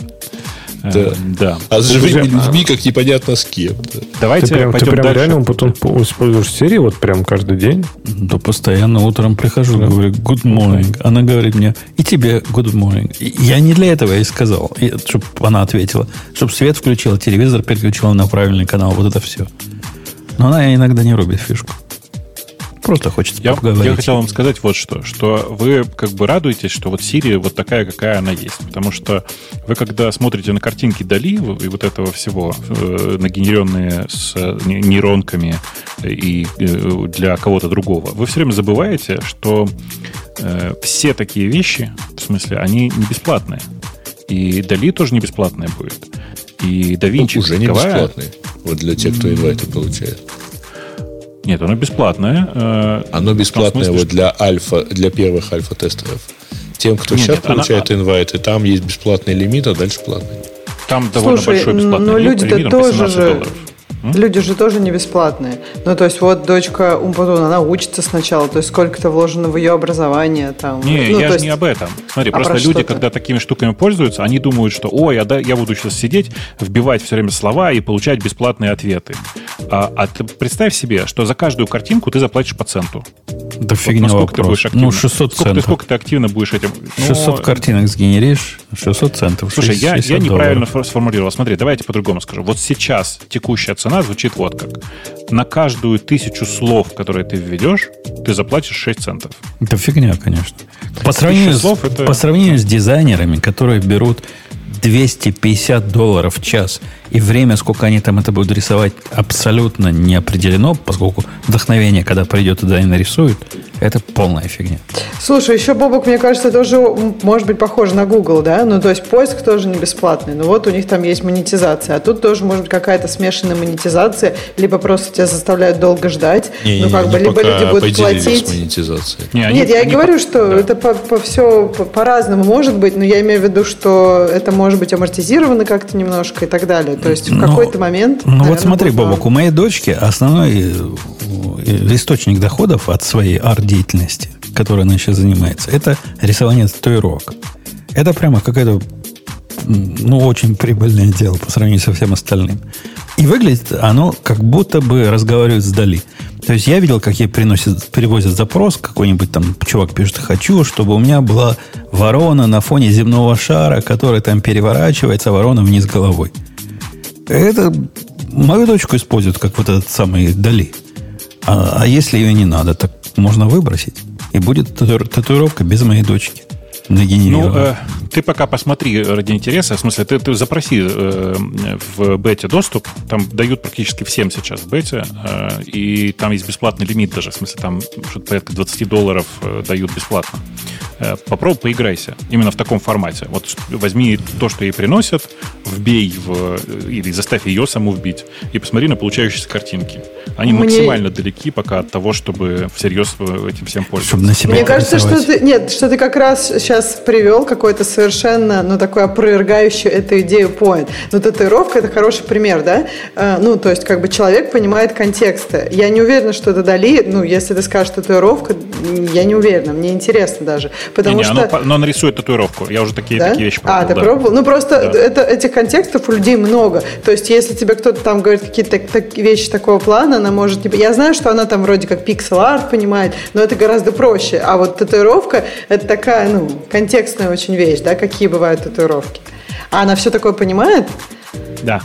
Да. А с живыми людьми как непонятно с кем. Давайте ты прям реально потом используешь Siri вот прям каждый день? Да, постоянно утром прихожу, говорю: good morning. Она говорит мне: и тебе good morning. Я не для этого ей сказал, чтобы она ответила, чтобы свет включила, телевизор переключила на правильный канал, вот это все. Но она иногда не рубит фишку. Просто хочется поговорить. Я хотел вам сказать вот что вы как бы радуетесь, что вот Siri вот такая, какая она есть. Потому что вы, когда смотрите на картинки Dall и вот этого всего, нагенеренные с нейронками и для кого-то другого, вы все время забываете, что все такие вещи, в смысле, они не бесплатные. И Dall тоже не бесплатная будет. И DaVinci уже не бесплатный. Вот для тех, кто инвайты получает. Нет, оно бесплатное. Оно бесплатное вот для первых альфа-тестеров. Тем, кто сейчас получает инвайты, там есть бесплатный лимит, а дальше платный. Там довольно большой бесплатный лимит. Люди-то тоже же... Люди же тоже не бесплатные. Ну, то есть, вот дочка Умпутун, она учится сначала, то есть, сколько-то вложено в ее образование. Там. Я же не об этом. Смотри, просто люди, когда такими штуками пользуются, они думают, что, я буду сейчас сидеть, вбивать все время слова и получать бесплатные ответы. А ты представь себе, что за каждую картинку ты заплатишь по центу. Да фигня вопрос. 600 центов. Сколько ты активно будешь этим... 600 картинок сгенеришь, 600 центов. Слушай, я неправильно сформулировал. Смотри, давайте по-другому скажу. Вот сейчас текущая цена звучит вот как. На каждую 1000 слов, которые ты введешь, ты заплатишь 6 центов. Это фигня, конечно. По сравнению с дизайнерами, которые берут $250 в час, и время, сколько они там это будут рисовать, абсолютно не определено, поскольку вдохновение, когда придет туда и нарисует, это полная фигня. Слушай, еще Бобок, мне кажется, тоже может быть похож на Google, да? Ну, то есть поиск тоже не бесплатный, но вот у них там есть монетизация, а тут тоже может быть какая-то смешанная монетизация, либо просто тебя заставляют долго ждать, либо люди будут платить. Нет, я и говорю, что это все по-разному может быть, но я имею в виду, что это может быть амортизировано как-то немножко и так далее. То есть в какой-то момент... Ну вот смотри, Бобок, у моей дочки основной источник доходов от своей арт-деятельности, которой она сейчас занимается, это рисование татуировок. Это прямо какое-то очень прибыльное дело по сравнению со всем остальным. И выглядит оно, как будто бы разговаривает с Дали. То есть я видел, как ей перевозят запрос, какой-нибудь там чувак пишет: хочу, чтобы у меня была ворона на фоне земного шара, который там переворачивается, а ворона вниз головой. Это мою дочку используют, как вот этот самый Дали. А если ее не надо, так можно выбросить. И будет татуировка без моей дочки. Ну, ты пока посмотри ради интереса. В смысле, ты запроси в бете доступ. Там дают практически всем сейчас в бете. И там есть бесплатный лимит даже. В смысле, там что-то порядка $20 дают бесплатно. Попробуй, поиграйся. Именно в таком формате. Вот возьми то, что ей приносят, вбей или заставь ее саму вбить, и посмотри на получающиеся картинки. Они максимально далеки пока от того, чтобы всерьез этим всем пользоваться. Мне кажется, что ты как раз сейчас привел какой-то совершенно, такой опровергающий эту идею point. Татуировка — это хороший пример, да? То есть, как бы человек понимает контексты. Я не уверена, что это Дали. Если ты скажешь татуировка, я не уверена. Мне интересно даже. Потому что... Но он рисует татуировку. Я уже такие вещи пробовал. Ты пробовал? Просто этих контекстов у людей много. То есть, если тебе кто-то там говорит какие-то вещи такого плана, она может... Я знаю, что она там вроде как пиксель-арт понимает, но это гораздо проще. А вот татуировка — это такая, контекстная очень вещь, да, какие бывают татуировки. А она все такое понимает? Да.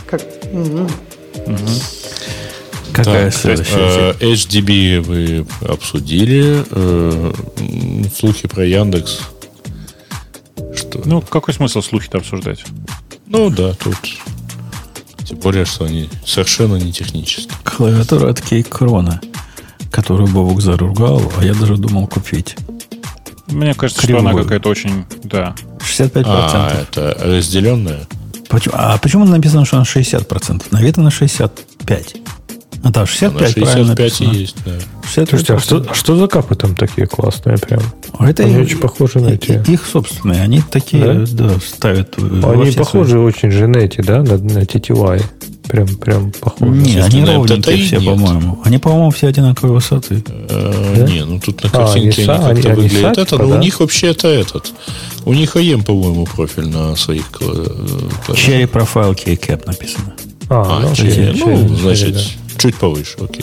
Какая следующая? HDB вы обсудили. Слухи про Яндекс. Что? Какой смысл слухи-то обсуждать? Да, тут... Тем более, что они совершенно не технические. Клавиатура от Кейкрона, которую Бобук заругал, а я даже думал купить. Мне кажется, что она какая-то очень... Да. 65%. Это разделенная? Почему написано, что она 60%? На вид она 65%. Да, 65, правильно 65 и есть, да. 65%. Слушайте, а что за капы там такие классные прям? Это они очень похожи на эти. Их собственные. Они такие, ставят... Они похожи очень же на эти, да? На TTY. Прям похожи. Не, они ровненькие все, по-моему. Они, по-моему, все одинаковой высоты. Не, тут на картинке они как-то выглядят это, но у них вообще-то этот. У них AEM, по-моему, профиль на своих... Cherry Profile Keycap написано. Значит, чуть повыше, окей.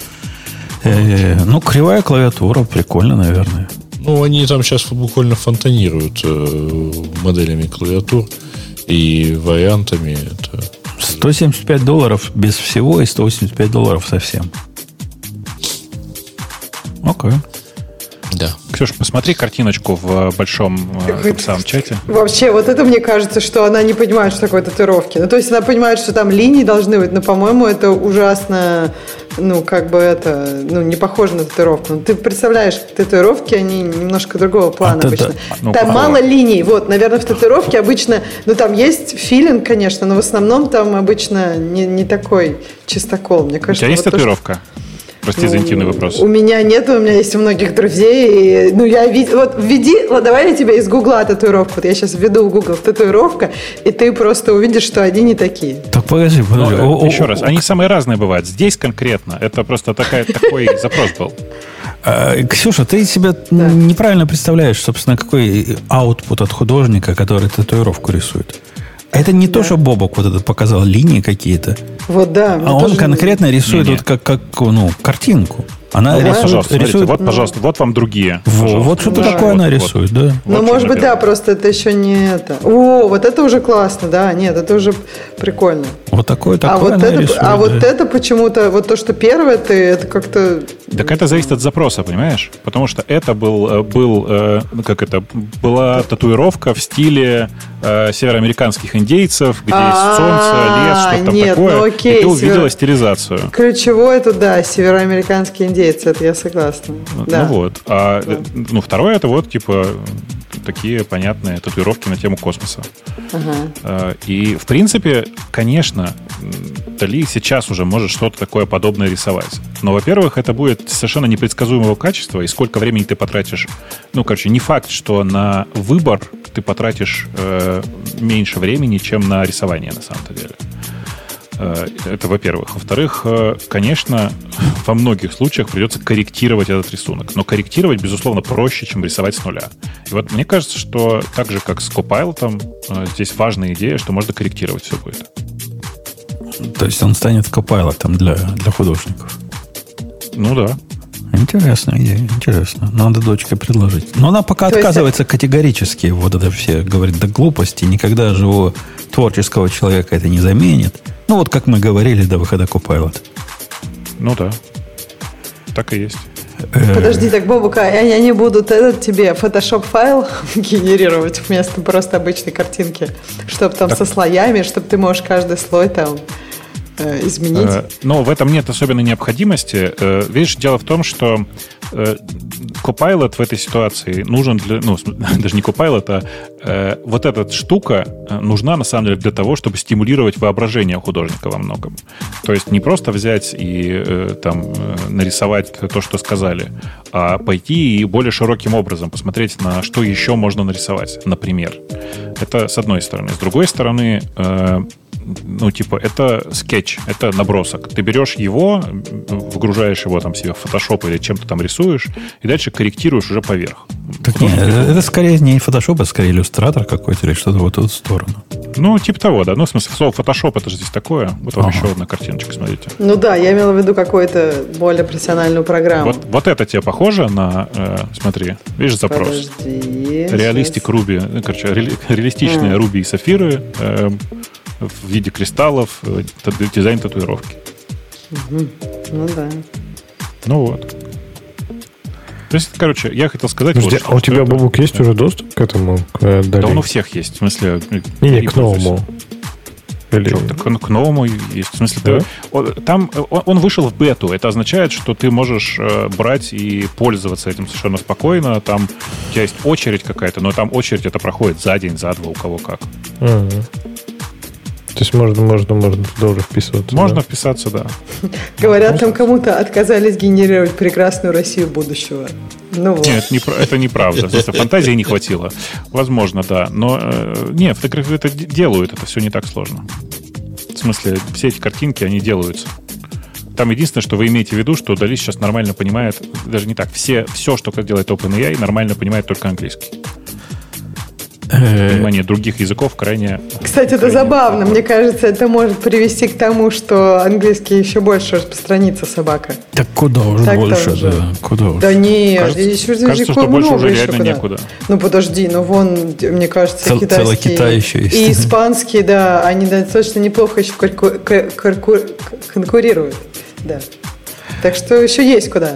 Кривая клавиатура, прикольно, наверное. Они там сейчас буквально фонтанируют моделями клавиатур и вариантами. Это... $175 без всего и $185 совсем. Окей. Да. Ксюша, посмотри картиночку в большом самом чате. Вообще, вот это мне кажется, что она не понимает, что такое татуировки. То есть она понимает, что там линии должны быть, но, по-моему, это ужасно, не похоже на татуировку. Ты представляешь, татуировки, они немножко другого плана обычно. Там мало линий. Наверное, в татуировке обычно, там есть филинг, конечно, но в основном там обычно не такой чистокол. Мне кажется, у тебя есть татуировка? Прости за интимный вопрос. У меня нет, у меня есть у многих друзей. Я введи, давай я тебе из Гугла татуировку. Я сейчас введу в Google татуировка, и ты просто увидишь, что они не такие. Так подожди. Еще раз, они самые разные бывают. Здесь конкретно. Это просто такой запрос был. Ксюша, ты себя неправильно представляешь, собственно, какой аутпут от художника, который татуировку рисует. Это не то, что Бобок вот этот показал, линии какие-то. Да. А он конкретно рисует как картинку. Она рисует... Пожалуйста, вот вам другие. Вот что-то такое она рисует, да. Может быть, просто это еще не это. Вот это уже классно, да. Нет, это уже прикольно. Вот такое она рисует. А вот это почему-то, вот то, что первое, это как-то... Так это зависит от запроса, понимаешь? Потому что это была татуировка в стиле североамериканских индейцев, где есть солнце, лес, что-то такое. И ты увидела стилизацию. Ключевое это, североамериканские индейцы. Это я согласна. Да. Второе, это такие понятные татуировки на тему космоса. И, в принципе, конечно, Дали сейчас уже может что-то такое подобное рисовать. Но, во-первых, это будет совершенно непредсказуемого качества, и сколько времени ты потратишь... не факт, что на выбор ты потратишь меньше времени, чем на рисование, на самом-то деле. Это, во-первых. Во-вторых, конечно, во многих случаях придется корректировать этот рисунок. Но корректировать, безусловно, проще, чем рисовать с нуля. И мне кажется, что так же, как с Copilot, здесь важная идея, что можно корректировать все будет. То есть он станет копайлотом для художников. Ну да. Интересная идея, интересно. Надо дочке предложить. Но она пока отказывается категорически. Вот это все говорит, да глупости. Никогда живого творческого человека это не заменит. Ну, вот как мы говорили до выхода Copilot. Ну да. Так и есть. Подожди, так, Бобука, они будут тебе Photoshop файл генерировать вместо просто обычной картинки, чтобы там со слоями, чтобы ты можешь каждый слой там изменить. Но в этом нет особенной необходимости. Видишь, дело в том, что Copilot в этой ситуации нужен для... Ну, даже не Copilot, а вот эта штука нужна, на самом деле, для того, чтобы стимулировать воображение художника во многом. То есть не просто взять и там нарисовать то, что сказали, а пойти и более широким образом посмотреть, на что еще можно нарисовать, например. Это с одной стороны. С другой стороны... Ну, типа, это скетч, это набросок. Ты берешь его, вгружаешь его там себе в Photoshop или чем-то там рисуешь, и дальше корректируешь уже поверх. Так нет, это скорее не Photoshop, а скорее иллюстратор какой-то или что-то в эту сторону. Ну, типа того, да. Ну, в смысле, слово Photoshop, это же здесь такое. Вот вам еще одна картиночка, смотрите. Ну да, я имела в виду какую-то более профессиональную программу. Вот это тебе похоже на, смотри, видишь запрос. Подожди. Реалистик Ruby, короче, реалистичные Ruby и сапфиры, в виде кристаллов, дизайн татуировки. Ну да. Ну вот. То есть, короче, я хотел сказать... Подожди, вот, а у тебя, Бобук, есть уже доступ к этому? Да он у всех есть. В смысле... Не, к новому. Или... К новому есть. В смысле, да? Там он вышел в бету. Это означает, что ты можешь брать и пользоваться этим совершенно спокойно. Там у тебя есть очередь какая-то, но там очередь это проходит за день, за два, у кого как. То есть можно туда уже вписываться. Можно вписаться, да. Говорят, там кому-то отказались генерировать прекрасную Россию будущего. Ну вот. Нет, это неправда. Фантазии не хватило. Возможно, да. Но нет, фотографии это делают, это все не так сложно. В смысле, все эти картинки, они делаются. Там единственное, что вы имеете в виду, что Дали сейчас нормально понимает, даже не так, все, что делает OpenAI, нормально понимает только английский. Понимание других языков крайне... Кстати, это забавно. Мне кажется, это может привести к тому, что английский еще больше распространится, собака. Так куда уже так больше, уже. Да? Куда уже? Да нет, кажется, что больше уже реально куда. Некуда. Ну, подожди, мне кажется, китайский целый Китай еще есть. И испанский, да, они достаточно неплохо еще конкурируют. Да. Так что еще есть куда.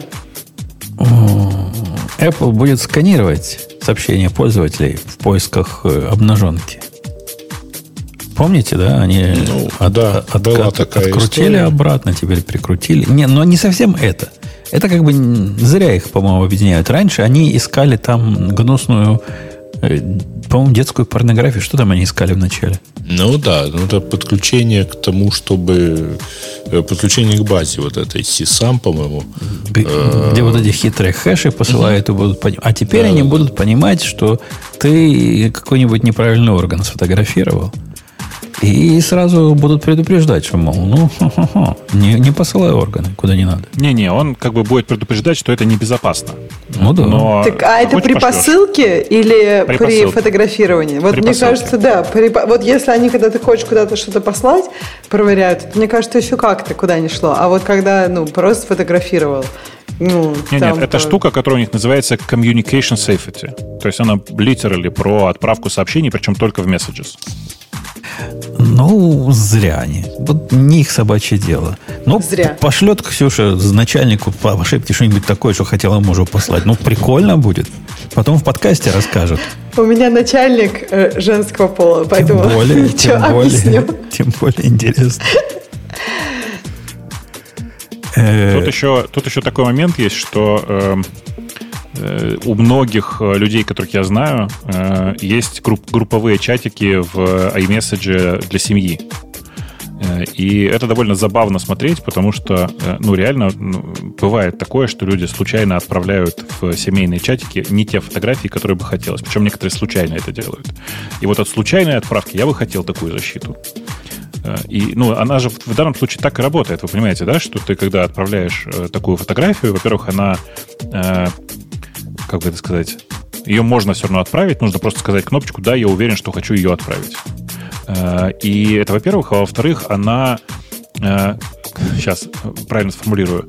Apple будет сканировать сообщения пользователей в поисках обнаженки. Помните, да? Они открутили история. Обратно, теперь прикрутили. Но не совсем это. Это как бы зря их, по-моему, объединяют. Раньше они искали там гнусную, по-моему, детскую порнографию. Что там они искали вначале? Ну да, это подключение к тому, чтобы... Подключение к базе вот этой CSAM, по-моему. Где вот эти хитрые хэши посылают и будут понимать. А теперь они будут понимать, что ты какой-нибудь неправильный орган сфотографировал. И сразу будут предупреждать, что, мол, не посылай органы, куда не надо. Не-не, он как бы будет предупреждать, что это небезопасно. Ну да. Но так, а это при посылке или при фотографировании? Вот мне кажется, да. Вот если они, когда ты хочешь куда-то что-то послать, проверяют, мне кажется, еще как-то куда ни шло. А вот когда, просто сфотографировал, нет, это штука, которая у них называется Communication Safety. То есть она literally про отправку сообщений, причем только в Messages. Ну, зря они. Вот не их собачье дело. Ну, пошлет Ксюша начальнику по ошибке что-нибудь такое, что хотела мужу послать. Ну, прикольно будет. Потом в подкасте расскажет. У меня начальник женского пола, поэтому тем более интересно. Тут еще такой момент есть, что у многих людей, которых я знаю, есть групповые чатики в iMessage для семьи. И это довольно забавно смотреть, потому что, реально бывает такое, что люди случайно отправляют в семейные чатики не те фотографии, которые бы хотелось. Причем некоторые случайно это делают. И вот от случайной отправки я бы хотел такую защиту. И, она же в данном случае так и работает. Вы понимаете, да, что ты, когда отправляешь такую фотографию, во-первых, она... как бы это сказать, ее можно все равно отправить, нужно просто сказать кнопочку «Да, я уверен, что хочу ее отправить». И это, во-первых, а во-вторых, она сейчас правильно сформулирую,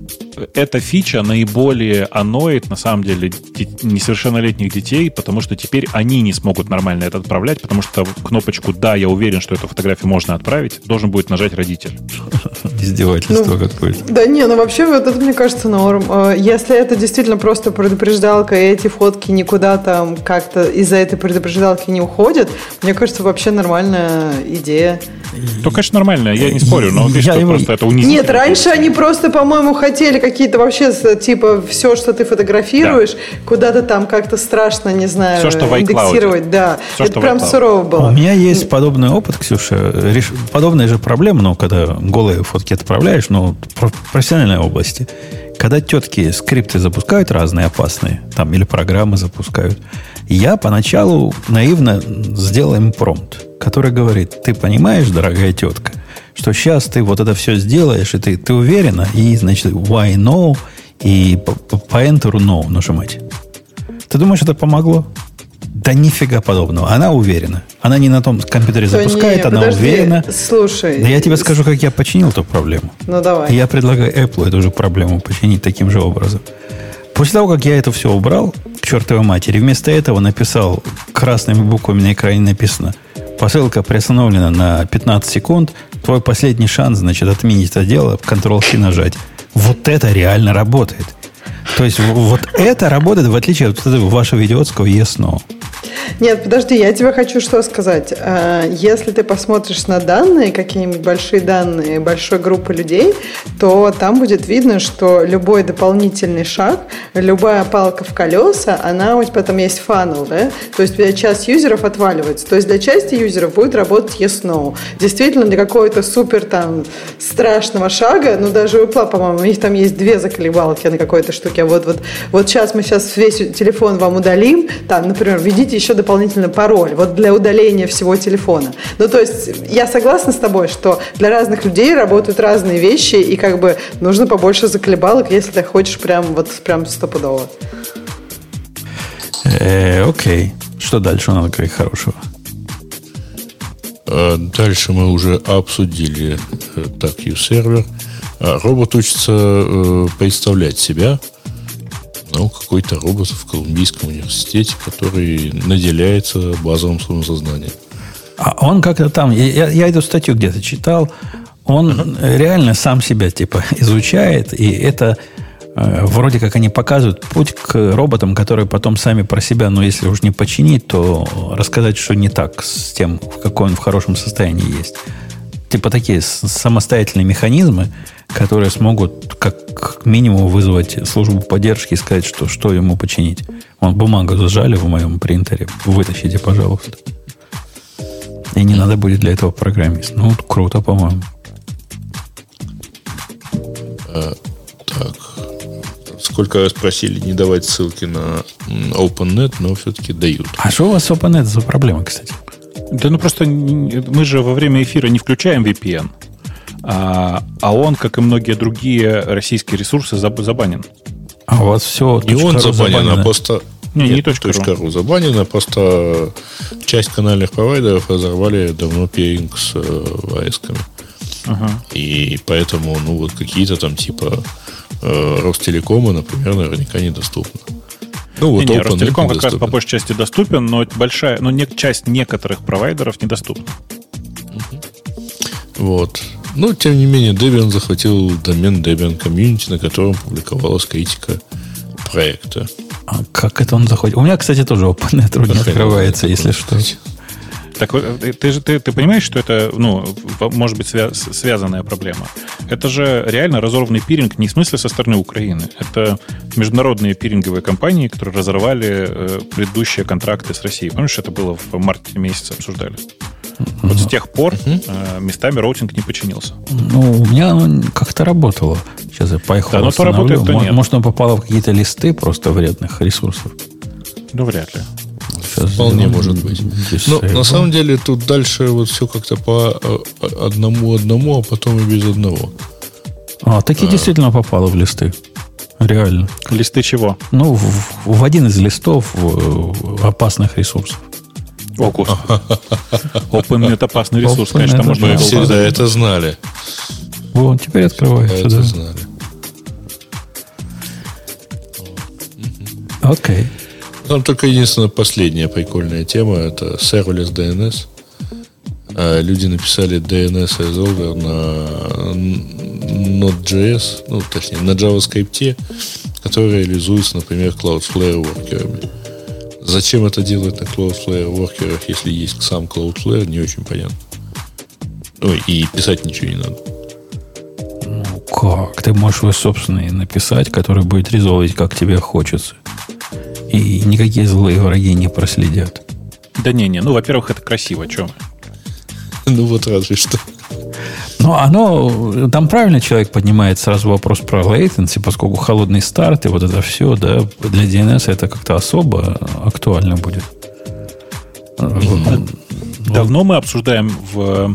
эта фича наиболее анноит, на самом деле, несовершеннолетних детей, потому что теперь они не смогут нормально это отправлять, потому что кнопочку «Да, я уверен, что эту фотографию можно отправить» должен будет нажать родитель. Издевательство какое-то. Да не, вообще вот это, мне кажется, норм. Если это действительно просто предупреждалка, и эти фотки никуда там как-то из-за этой предупреждалки не уходят, мне кажется, вообще нормальная идея. То, конечно, нормально, я не спорю, но просто это унизительно. Нет, раньше они просто, по-моему, хотели какие-то вообще, типа, все, что ты фотографируешь, куда-то там как-то страшно, не знаю, все, что индексировать. Да, все, это прям сурово было. У меня есть подобный опыт, Ксюша. Подобная же проблема, но когда голые фотки отправляешь, но в профессиональной области. Когда тетки скрипты запускают разные опасные, там, или программы запускают, я поначалу наивно сделал им промпт, который говорит: ты понимаешь, дорогая тетка, что сейчас ты вот это все сделаешь, и ты уверена, и, значит, why no, и по enter no нажимать. Ты думаешь, это помогло? Да нифига подобного. Она уверена. Она не на том компьютере запускает, она уверена. Слушай. Да я тебе скажу, как я починил эту проблему. Ну, давай. Я предлагаю Apple эту же проблему починить таким же образом. После того, как я это все убрал к чертовой матери, вместо этого написал красными буквами на экране написано: посылка приостановлена на 15 секунд, твой последний шанс, значит, отменить это дело, Ctrl-C нажать. Вот это реально работает. То есть вот это работает, в отличие от вашего идиотского yes, no. Нет, подожди, я тебе хочу что сказать. Если ты посмотришь на данные, какие-нибудь большие данные большой группы людей, то там будет видно, что любой дополнительный шаг, любая палка в колеса, она у тебя там есть фанел, да? То есть часть юзеров отваливается. То есть для части юзеров будет работать yes, no. Действительно, для какого-то супер там страшного шага, ну даже у Apple, по-моему, у них там есть 2 заколебалки на какой-то штуке. Вот сейчас мы весь телефон вам удалим, там, например, введите еще дополнительный пароль, вот для удаления всего телефона. Ну, то есть, я согласна с тобой, что для разных людей работают разные вещи, и как бы нужно побольше заколебалок, если ты хочешь прям стопудово. Окей. Что дальше у нас говорит хорошего? Дальше мы уже обсудили TACU-сервер. Робот учится представлять себя. Ну, какой-то робот в Колумбийском университете, который наделяется базовым самосознанием. А он как-то там... Я эту статью где-то читал. Он реально сам себя типа изучает. И это вроде как они показывают путь к роботам, которые потом сами про себя, но если уж не починить, то рассказать, что не так с тем, в каком он в хорошем состоянии есть. Типа такие самостоятельные механизмы, которые смогут как минимум вызвать службу поддержки и сказать, что ему починить. Вон бумагу зажали в моем принтере. Вытащите, пожалуйста. И не надо будет для этого программист. Ну, круто, по-моему. Так. Сколько раз просили не давать ссылки на OpenNet, но все-таки дают. А что у вас с OpenNet за проблема, кстати? Да ну просто мы же во время эфира не включаем VPN, а он, как и многие другие российские ресурсы, забанен. А у вас все... Не он забанен, а просто... Не .ru забанена, просто часть канальных провайдеров разорвали давно пиринг с АЭС-ками. Ага. И поэтому, ну, вот какие-то там типа Ростелекома, например, наверняка недоступны. Ну, вот Ростелеком как раз по большей части доступен, но часть некоторых провайдеров недоступна. Вот. Ну, тем не менее, Debian захватил домен Debian Community, на котором публиковалась критика проекта. А как это он заходит? У меня, кстати, тоже OpenNet не открывается, если что. Так ты понимаешь, что это, может быть, связанная проблема? Это же реально разорванный пиринг не в смысле со стороны Украины. Это международные пиринговые компании, которые разорвали предыдущие контракты с Россией. Помнишь, это было в марте месяце обсуждали? Вот с тех пор местами роутинг не починился. Ну, у меня оно как-то работало. Сейчас я поехал. Да, но то работает, то нет. Может, оно попало в какие-то листы просто вредных ресурсов? Ну, вряд ли. Сейчас вполне может быть. Но на самом деле тут дальше вот все как-то по одному, а потом и без одного. Таки действительно попало в листы. Реально. Листы чего? Ну, в один из листов опасных ресурсов. О, господи. OpenNet опасный ресурс, конечно, можно... Мы всегда это знали. Вот, теперь открывается, да. Знали. Окей. Там только единственная последняя прикольная тема — это serverless DNS. Люди написали DNS resolver на Node.js, ну, точнее, на JavaScript, который реализуется, например, Cloudflare воркерами. Зачем это делать на Cloudflare воркерах, если есть сам Cloudflare, не очень понятно. Ну, и писать ничего не надо. Ну, как? Ты можешь свой собственный написать, который будет резолвить, как тебе хочется. И никакие злые враги не проследят. Да не, ну, во-первых, это красиво, о чем? Ну, вот разве что. Ну, оно... Там правильно человек поднимает сразу вопрос про latency, поскольку холодный старт и вот это все, да, для DNS это как-то особо актуально будет. Давно мы обсуждаем в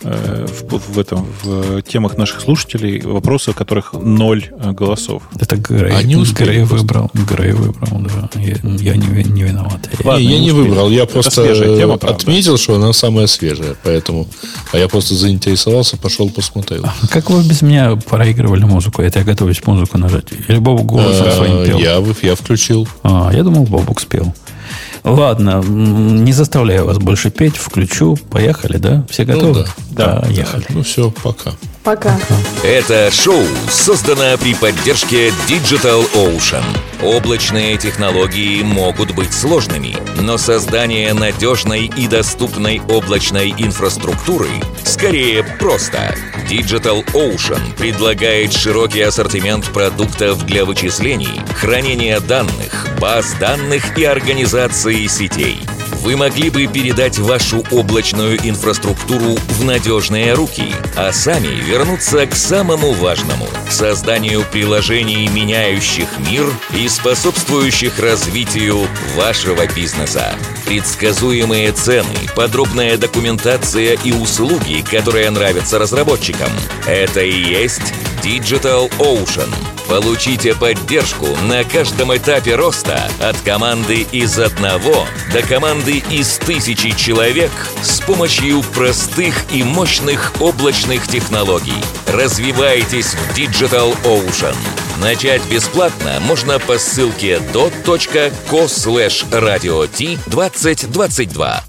темах наших слушателей вопросы, у которых 0 голосов. Это Грей выбрал. Грей выбрал, да. Я не виноват. Ладно, я не выбрал. Я просто тема, отметил, что она самая свежая. Поэтому. А я просто заинтересовался, пошел посмотрел. Как вы без меня проигрывали музыку? Это я готовлюсь музыку нажать. Или Бобук голосом своим пел? Я включил. Я думал, Бобук спел. Ладно, не заставляю вас больше петь, включу. Поехали, да? Все готовы? Да. Поехали. Ну все, пока. Пока. Это шоу создано при поддержке Digital Ocean. Облачные технологии могут быть сложными, но создание надежной и доступной облачной инфраструктуры скорее просто. Digital Ocean предлагает широкий ассортимент продуктов для вычислений, хранения данных, баз данных и организации сетей. Вы могли бы передать вашу облачную инфраструктуру в надежные руки, а сами вернуться к самому важному – созданию приложений, меняющих мир и способствующих развитию вашего бизнеса. Предсказуемые цены, подробная документация и услуги, которые нравятся разработчикам – это и есть Digital Ocean. Получите поддержку на каждом этапе роста от команды из 1 до команды из 1000 человек с помощью простых и мощных облачных технологий. Развивайтесь в Digital Ocean. Начать бесплатно можно по ссылке dot.co/radio-t2022.